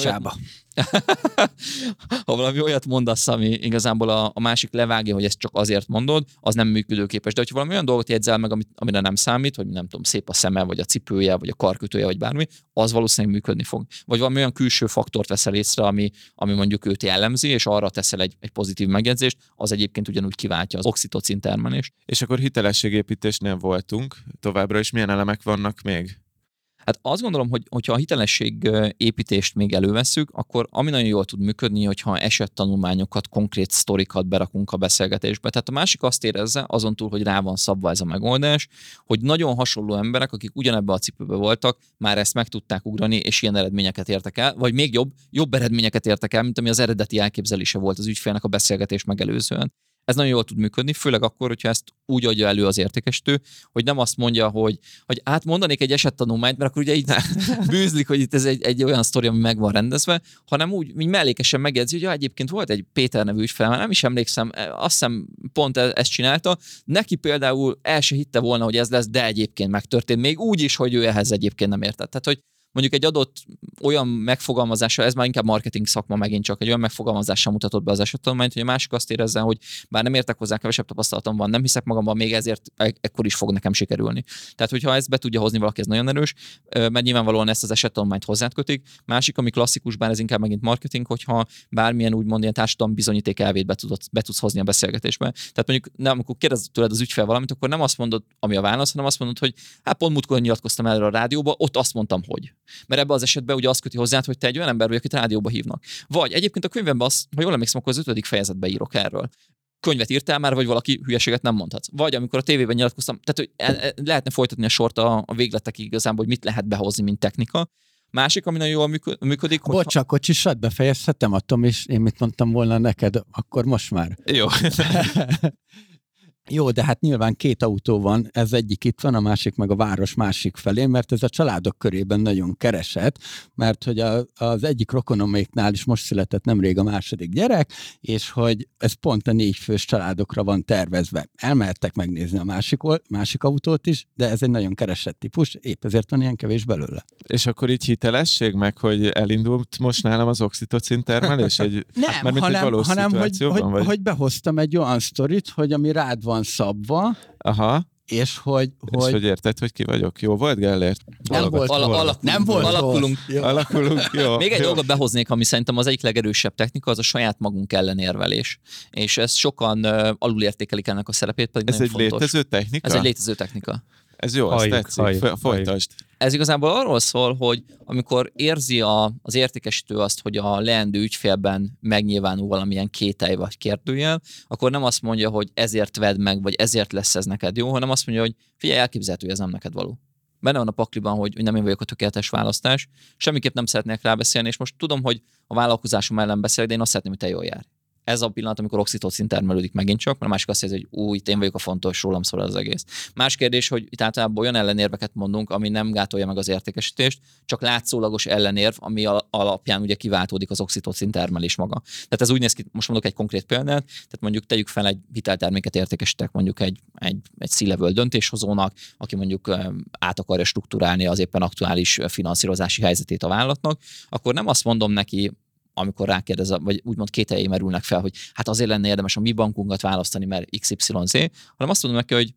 ha valami olyat mondasz, ami igazából a másik levágja, hogy ezt csak azért mondod, az nem működőképes. De hogyha valami olyan dolgot jegyzel meg, amire nem számít, hogy nem tudom, szép a szeme, vagy a cipője, vagy a karkötője, vagy bármi, az valószínűleg működni fog. Vagy valami olyan külső faktort veszel észre, ami mondjuk őt jellemzi, és arra teszel egy pozitív megjegyzést, az egyébként ugyanúgy kiváltja az oxitocin termelést. És akkor hitelességépítésnél voltunk, továbbra is milyen elemek vannak még? Hát azt gondolom, hogy hogyha a hitelesség építést még elővesszük, akkor ami nagyon jól tud működni, hogyha esettanulmányokat, konkrét sztorikat berakunk a beszélgetésbe. Tehát a másik azt érezze, azon túl, hogy rá van szabva ez a megoldás, hogy nagyon hasonló emberek, akik ugyanebbe a cipőbe voltak, már ezt meg tudták ugrani, és ilyen eredményeket értek el, vagy még jobb eredményeket értek el, mint ami az eredeti elképzelése volt az ügyfélnek a beszélgetés megelőzően. Ez nagyon jól tud működni, főleg akkor, hogyha ezt úgy adja elő az értékesítő, hogy nem azt mondja, hogy hát mondanék egy esettanulmányt, mert akkor ugye így bűzlik, hogy itt ez egy olyan sztori, ami meg van rendezve, hanem úgy mellékesen megjegyzi, hogy egyébként volt egy Péter nevű ügyfél, már nem is emlékszem, azt hiszem pont ezt csinálta, neki például el se hitte volna, hogy ez lesz, de egyébként megtörtént, még úgy is, hogy ő ehhez egyébként nem értett. Tehát, hogy mondjuk egy adott olyan megfogalmazással, ez már inkább marketing szakma megint csak, egy olyan megfogalmazással mutatott be az esettanulmányt, hogy a másik azt érezzen, hogy bár nem értek hozzá, kevesebb tapasztalatom van, nem hiszek magamban, még ezért ekkor is fog nekem sikerülni. Tehát, hogyha ezt be tudja hozni valaki, ez nagyon erős, mert nyilvánvalóan ezt az esettanulmányt hozzákötik. Másik, ami klasszikus, bár ez inkább megint marketing, hogyha bármilyen úgymond ilyen társadalmi bizonyíték elvét be tudsz hozni a beszélgetésbe. Tehát mondjuk nem, amikor kérdez tőled az ügyfél valamit, akkor nem azt mondod, ami a válasz, hanem azt mondod, hogy hát pont múltkor nyilatkoztam erről a rádióba, ott azt mondtam, hogy. Mert ebben az esetben ugye azt köti hozzá, hogy te egy olyan ember vagy, akit rádióba hívnak. Vagy egyébként a könyvemben ha jól emlékszem, akkor az 5. fejezetben írok erről. Könyvet írtál már, vagy valaki hülyeséget nem mondhatsz. Vagy amikor a tévében nyilatkoztam, tehát hogy lehetne folytatni a sort a végletekig igazából, hogy mit lehet behozni, mint technika. Másik, ami nagyon jól működik. Bocs, kocsisat, befejezhetem, Atom, és én mit mondtam volna neked, akkor most már. Jó. Jó, de hát nyilván 2 autó van, ez egyik itt van, a másik meg a város másik felé, mert ez a családok körében nagyon keresett, mert hogy az egyik rokonoméknál is most született nemrég a második gyerek, és hogy ez pont a 4 fős családokra van tervezve. Elmehettek megnézni a másik autót is, de ez egy nagyon keresett típus, épp ezért van ilyen kevés belőle. És akkor így hitelesség meg, hogy elindult most nálam az oxitocin termelés? Nem, hanem hogy behoztam egy olyan sztorit, hogy ami rád van szabva, aha. És hogy érted, hogy ki vagyok? Jó volt, Gellért? Alakulunk. Jó. Még egy dolgot behoznék, ami szerintem az egyik legerősebb technika, az a saját magunk ellenérvelés. És ezt sokan alulértékelik ennek a szerepét, pedig ez egy fontos. Létező technika? Ez egy létező technika. Ez jó, azt tetszik. Folytasd. Ez igazából arról szól, hogy amikor érzi az értékesítő azt, hogy a leendő ügyfélben megnyilvánul valamilyen kételj vagy kérdőjel, akkor nem azt mondja, hogy ezért vedd meg, vagy ezért lesz ez neked jó, hanem azt mondja, hogy figyelj, elképzelhető, hogy ez nem neked való. Benne van a pakliban, hogy nem én vagyok a tökéletes választás, semmiképp nem szeretnék rábeszélni, és most tudom, hogy a vállalkozásom ellen beszélek, de én azt szeretném, hogy te jól járj. Ez a pillanat, amikor oxitocin termelődik megint csak, mert a másik azt érzi, hogy itt én vagyok a fontos, rólam szól az egész. Más kérdés, hogy itt általában olyan ellenérveket mondunk, ami nem gátolja meg az értékesítést, csak látszólagos ellenérv, ami alapján ugye kiváltódik az oxitocin termelés maga. Tehát ez úgy néz ki, most mondok egy konkrét példát, tehát mondjuk tegyük fel egy hitelterméket értékesítek mondjuk egy C-level döntéshozónak, aki mondjuk át akarja strukturálni az éppen aktuális finanszírozási helyzetét a vállalatnak, akkor nem azt mondom neki, amikor rákérdez, vagy úgymond kételjei merülnek fel, hogy hát azért lenne érdemes a mi bankunkat választani, mert XYZ, hanem azt mondom neki, hogy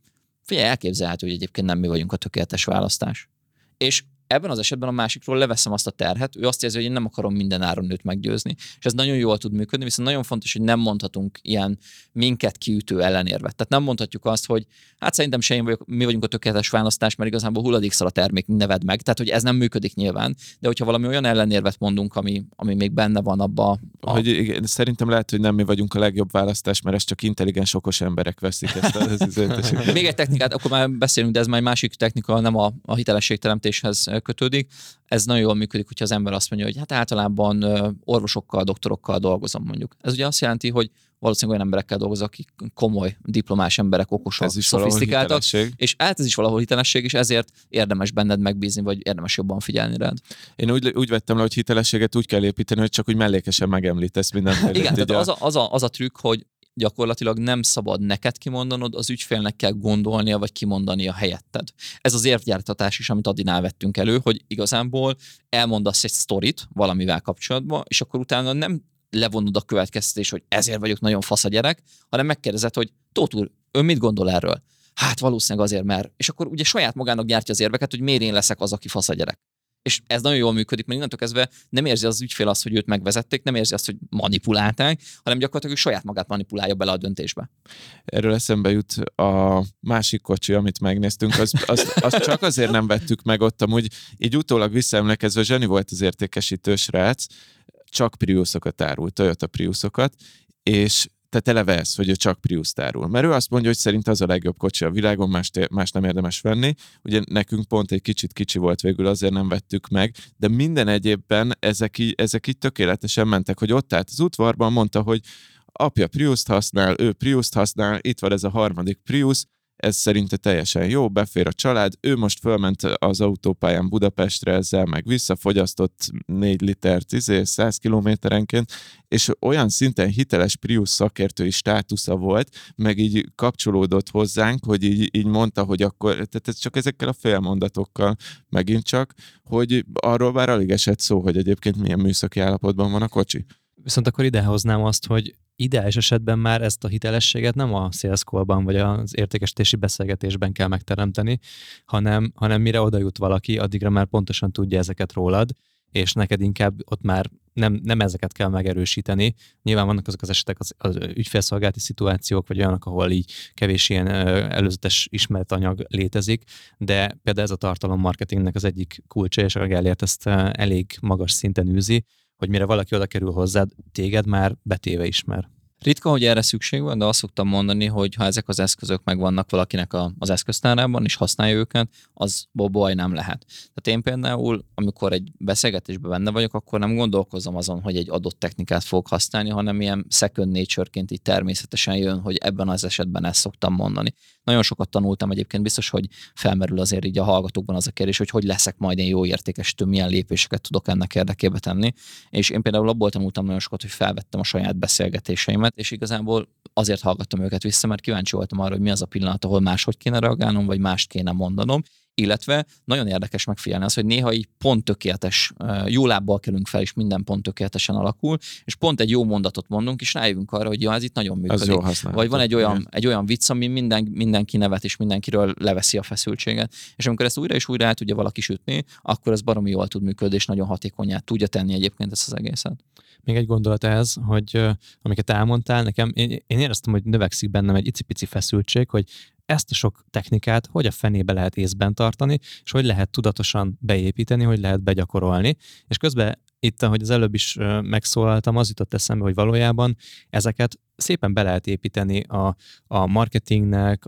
Figyelj, elképzelhető, hogy egyébként nem mi vagyunk a tökéletes választás. És ebben az esetben a másikról leveszem azt a terhet, ő azt érzi, hogy én nem akarom minden áron őt meggyőzni. És ez nagyon jól tud működni, viszont nagyon fontos, hogy nem mondhatunk ilyen minket kiütő ellenérvet. Tehát nem mondhatjuk azt, hogy hát szerintem se én vagyok, mi vagyunk a tökéletes választás, mert igazából hulladékszal a termék, neved meg. Tehát, hogy ez nem működik nyilván, de hogyha valami olyan ellenérvet mondunk, ami még benne van abba. Hogy igen, szerintem lehet, hogy nem mi vagyunk a legjobb választás, mert ezt csak intelligens, okos emberek veszik ezt az üzenetet. Még egy technikát, akkor már beszélünk, de ez már másik technika, nem a hitelességteremtéshez kötődik. Ez nagyon jól működik, hogyha az ember azt mondja, hogy hát általában orvosokkal, doktorokkal dolgozom mondjuk. Ez ugye azt jelenti, hogy valószínűleg olyan emberekkel dolgozok, akik komoly, diplomás emberek, okosak, szofisztikáltak, és ez is valahol hitelesség, és ezért érdemes benned megbízni, vagy érdemes jobban figyelni rád. Én úgy vettem le, hogy hitelességet úgy kell építeni, hogy csak úgy mellékesen megemlítesz mindent. Igen, tehát az a trükk, hogy gyakorlatilag nem szabad neked kimondanod, az ügyfélnek kell gondolnia, vagy kimondania helyetted. Ez az érvgyártatás is, amit Adinál vettünk elő, hogy igazából elmondasz egy sztorit valamivel kapcsolatban, és akkor utána nem levonod a következtetést, hogy ezért vagyok nagyon fasz a gyerek, hanem megkérdezed, hogy Tóth úr, ön mit gondol erről? Hát valószínűleg azért, mert. És akkor ugye saját magának gyártja az érveket, hogy miért én leszek az, aki fasz a gyerek. És ez nagyon jól működik, mert innentől kezdve nem érzi az ügyfél azt, hogy őt megvezették, nem érzi azt, hogy manipulálták, hanem gyakorlatilag saját magát manipulálja bele a döntésbe. Erről eszembe jut a másik kocsi, amit megnéztünk, azt csak azért nem vettük meg ott, amúgy így utólag visszaemlékezve, Zseni volt az értékesítő srác, csak Priusokat árul, Toyota Priusokat, és tehát eleve ez, hogy ő csak Priust árul. Mert ő azt mondja, hogy szerint az a legjobb kocsi a világon, más nem érdemes venni. Ugye nekünk pont egy kicsit kicsi volt végül, azért nem vettük meg, de minden egyébben ezek így tökéletesen mentek, hogy ott állt az udvarban, mondta, hogy apja Priust használ, ő Priust használ, itt van ez a harmadik Prius, ez szerinte teljesen jó, befér a család, ő most fölment az autópályán Budapestre ezzel, meg visszafogyasztott 4 litert 100 kilométerenként, és olyan szinten hiteles Prius szakértői státusza volt, meg így kapcsolódott hozzánk, hogy így mondta, hogy akkor, tehát ez csak ezekkel a félmondatokkal megint csak, hogy arról már alig esett szó, hogy egyébként milyen műszaki állapotban van a kocsi. Viszont akkor idehoznám azt, hogy ideális esetben már ezt a hitelességet nem a sales call-ban vagy az értékesítési beszélgetésben kell megteremteni, hanem mire oda jut valaki, addigra már pontosan tudja ezeket rólad, és neked inkább ott már nem ezeket kell megerősíteni. Nyilván vannak azok az esetek, az ügyfélszolgálati szituációk, vagy olyanok, ahol így kevés ilyen előzetes ismert anyag létezik, de például ez a tartalommarketingnek az egyik kulcsa, és a Gellért ezt elég magas szinten űzi, hogy mire valaki oda kerül hozzád, téged már betéve ismer. Ritka, hogy erre szükség van, de azt szoktam mondani, hogy ha ezek az eszközök megvannak valakinek az eszköztárában, és használja őket, az baj nem lehet. Tehát én például, amikor egy beszélgetésben benne vagyok, akkor nem gondolkozom azon, hogy egy adott technikát fogok használni, hanem ilyen second nature-ként így természetesen jön, hogy ebben az esetben ezt szoktam mondani. Nagyon sokat tanultam egyébként, biztos, hogy felmerül azért így a hallgatókban az a kérdés, hogy leszek majd én jó értékesítő, milyen lépéseket tudok ennek érdekébe tenni. És én például abból tanultam nagyon sokat, hogy felvettem a saját beszélgetéseimet, és igazából azért hallgattam őket vissza, mert kíváncsi voltam arra, hogy mi az a pillanat, ahol máshogy kéne reagálnom, vagy mást kéne mondanom, illetve nagyon érdekes megfigyelni az, hogy néha így pont tökéletes, jó lábbal kelünk fel, és minden pont tökéletesen alakul, és pont egy jó mondatot mondunk, és rájövünk arra, hogy ez itt nagyon működik. Vagy van egy olyan vicc, ami mindenki nevet, és mindenkiről leveszi a feszültséget. És amikor ezt újra és újra el tudja valaki sütni, akkor ez baromi jól tud működni, és nagyon hatékonyá tudja tenni egyébként ezt az egészet. Még egy gondolat ez, hogy amiket elmondtál, nekem én éreztem, hogy növekszik bennem egy icipici feszültség, hogy ezt a sok technikát hogy a fenébe lehet észben tartani, és hogy lehet tudatosan beépíteni, hogy lehet begyakorolni. És közben itt, ahogy az előbb is megszólaltam, az jutott eszembe, hogy valójában ezeket szépen be lehet építeni a marketingnek,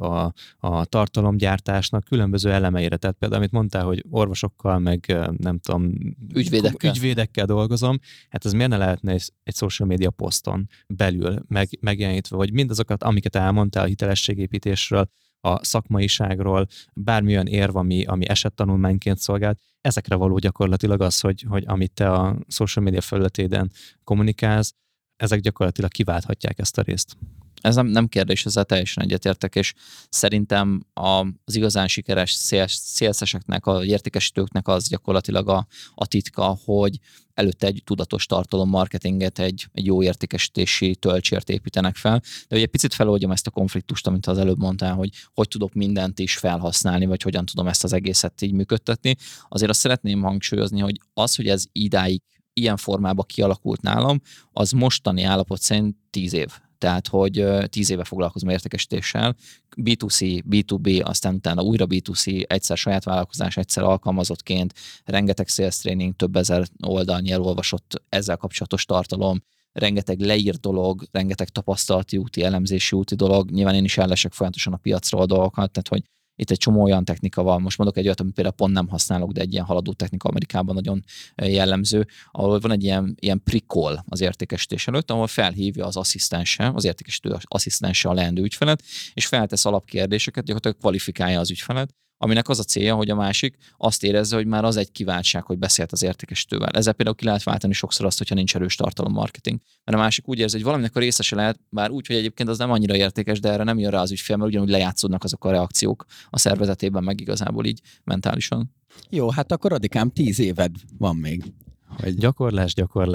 a tartalomgyártásnak különböző elemeire. Tehát például, amit mondtál, hogy orvosokkal, meg nem tudom, ügyvédekkel dolgozom, hát ez miért ne lehetne egy social media poszton belül megjelenítve, vagy mindazokat, amiket elmondtál a hitelességépítésről, a szakmaiságról, bármilyen érv, ami esettanulmányként szolgált, ezekre való gyakorlatilag az, hogy amit te a social media felületéden kommunikálsz, ezek gyakorlatilag kiválthatják ezt a részt. Ez nem kérdés, ezzel teljesen egyetértek, és szerintem az igazán sikeres szélszeseknek, a értékesítőknek az gyakorlatilag a titka, hogy előtte egy tudatos tartalommarketinget, egy jó értékesítési töltsért építenek fel. De hogy egy picit feloldjam ezt a konfliktust, amit az előbb mondtál, hogy tudok mindent is felhasználni, vagy hogyan tudom ezt az egészet így működtetni. Azért azt szeretném hangsúlyozni, hogy az, hogy ez idáig ilyen formában kialakult nálam, az mostani állapot szerint 10 év. Tehát, hogy 10 éve foglalkozom értékesítéssel, B2C, B2B, aztán utána újra B2C, egyszer saját vállalkozás, egyszer alkalmazottként, rengeteg sales training, több ezer oldalnyi elolvasott ezzel kapcsolatos tartalom, rengeteg leírt dolog, rengeteg tapasztalati úti, elemzési úti dolog. Nyilván én is ellesek folyamatosan a piacról dolgokat, tehát hogy itt egy csomó olyan technika van, most mondok egy olyat, amit például pont nem használok, de egy ilyen haladó technika Amerikában nagyon jellemző, ahol van egy ilyen pre-call az értékesítés előtt, ahol felhívja az asszisztense, az értékesítő asszisztense a leendő ügyfelet, és feltesz alapkérdéseket, gyakorlatilag kvalifikálja az ügyfelet, aminek az a célja, hogy a másik azt érezze, hogy már az egy kiváltság, hogy beszélt az értékesítővel. Ezzel például ki lehet váltani sokszor azt, hogyha nincs erős tartalommarketing. Mert a másik úgy érzi, hogy valaminek a részese lehet, bár úgy, hogy egyébként az nem annyira értékes, de erre nem jön rá az ügyfél, mert ugyanúgy lejátszódnak azok a reakciók a szervezetében, meg igazából így mentálisan. Jó, hát akkor Adikám 10 éved van még. Hogy gyakorlás.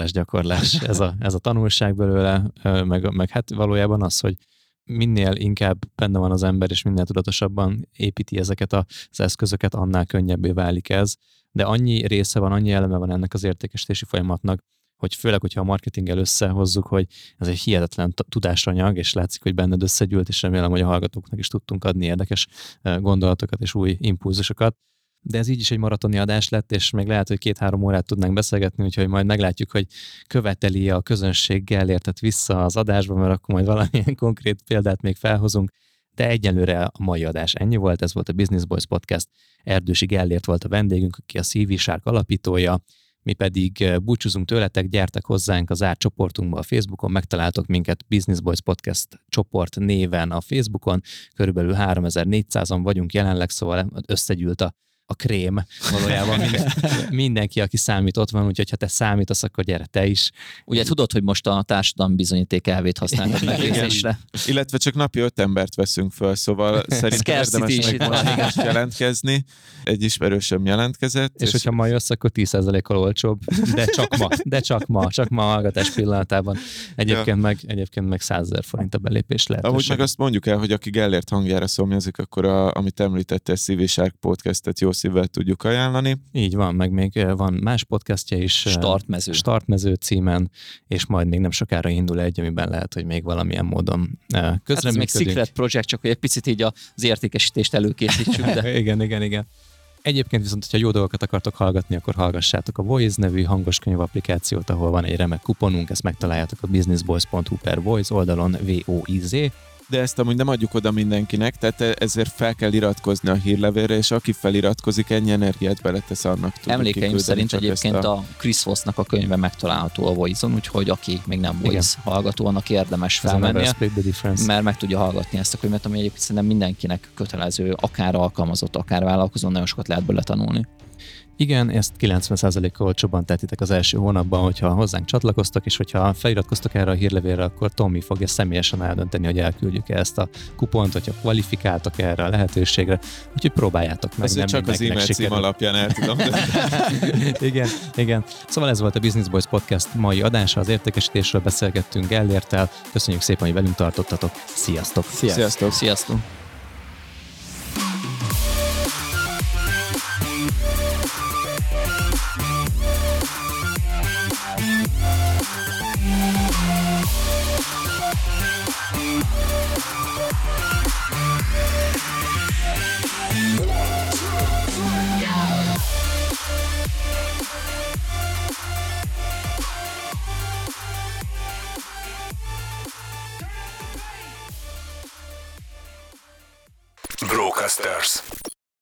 Ez a tanulság belőle, meg hát valójában az, hogy minél inkább benne van az ember, és minél tudatosabban építi ezeket az eszközöket, annál könnyebbé válik ez. De annyi része van, annyi eleme van ennek az értékesítési folyamatnak, hogy főleg, hogyha a marketinggel összehozzuk, hogy ez egy hihetetlen tudásanyag, és látszik, hogy benned összegyűlt, és remélem, hogy a hallgatóknak is tudtunk adni érdekes gondolatokat és új impulzusokat. De ez így is egy maratoni adás lett, és még lehet, hogy 2-3 órát tudnánk beszélgetni, úgyhogy majd meglátjuk, hogy követeli a közönséggel értett vissza az adásba, mert akkor majd valamilyen konkrét példát még felhozunk. De egyelőre a mai adás ennyi volt, ez volt a Business Boys Podcast. Erdősi Gellért volt a vendégünk, aki a CV Shark alapítója. Mi pedig búcsúzunk tőletek, gyertek hozzánk az zárt csoportunkba a Facebookon, megtaláltok minket Business Boys Podcast csoport néven a Facebookon, körülbelül 3400-an vagyunk jelenleg, szóval összegyűlt a krém valójában. Mindenki, aki számít, ott van, úgyhogy ha te számítasz, akkor gyere te is. Ugye tudod, hogy most a társadalmi bizonyíték elvét használnak megnézésre. Illetve csak napi 5 embert veszünk föl, szóval szerintem érdemes meg most jelentkezni. Egy ismerősöm jelentkezett. És hogyha ma jössz, akkor 10%-kal olcsóbb, de csak ma a hallgatás pillanatában. Egyébként meg 100 000 forint a belépés lehet. Ahogy meg azt mondjuk el, hogy aki Gellért hangjára szomjazik, akkor amit említette, a CV Shark podcastet jó szívvel tudjuk ajánlani. Így van, meg még van más podcastja is. Startmező címen, és majd még nem sokára indul egy, amiben lehet, hogy még valamilyen módon közreműködünk. Hát ez még secret project, csak hogy egy picit így az értékesítést előkészítsük. De... igen. Egyébként viszont, hogyha jó dolgokat akartok hallgatni, akkor hallgassátok a Voice nevű hangoskönyv applikációt, ahol van egy remek kuponunk, ezt megtaláljátok a businessboys.hu/voice oldalon, VOIZ. De ezt amúgy nem adjuk oda mindenkinek, tehát ezért fel kell iratkozni a hírlevélre, és aki feliratkozik, ennyi energiát beletesz annak. Emlékeim szerint egyébként a Chris Vossnak a könyve megtalálható a Voice-on, úgyhogy aki még nem Voice hallgató, annak érdemes felmennie, mert meg tudja hallgatni ezt a könyvet, ami egyébként szerintem mindenkinek kötelező, akár alkalmazott, akár vállalkozó, nagyon sokat lehet belőle tanulni. Igen, ezt 90%-kal olcsóbban tehetitek az első hónapban, hogyha hozzánk csatlakoztok, és hogyha feliratkoztok erre a hírlevélre, akkor Tomi fogja személyesen eldönteni, hogy elküldjük ezt a kupont, hogyha kvalifikáltak erre a lehetőségre, úgyhogy próbáljátok meg. Ezt csak az e-mail cím alapján el tudom. Igen. Szóval ez volt a Business Boys Podcast mai adása, az értékesítésről beszélgettünk Gellérttel. Köszönjük szépen, hogy velünk tartottatok. Sziasztok! Sziasztok!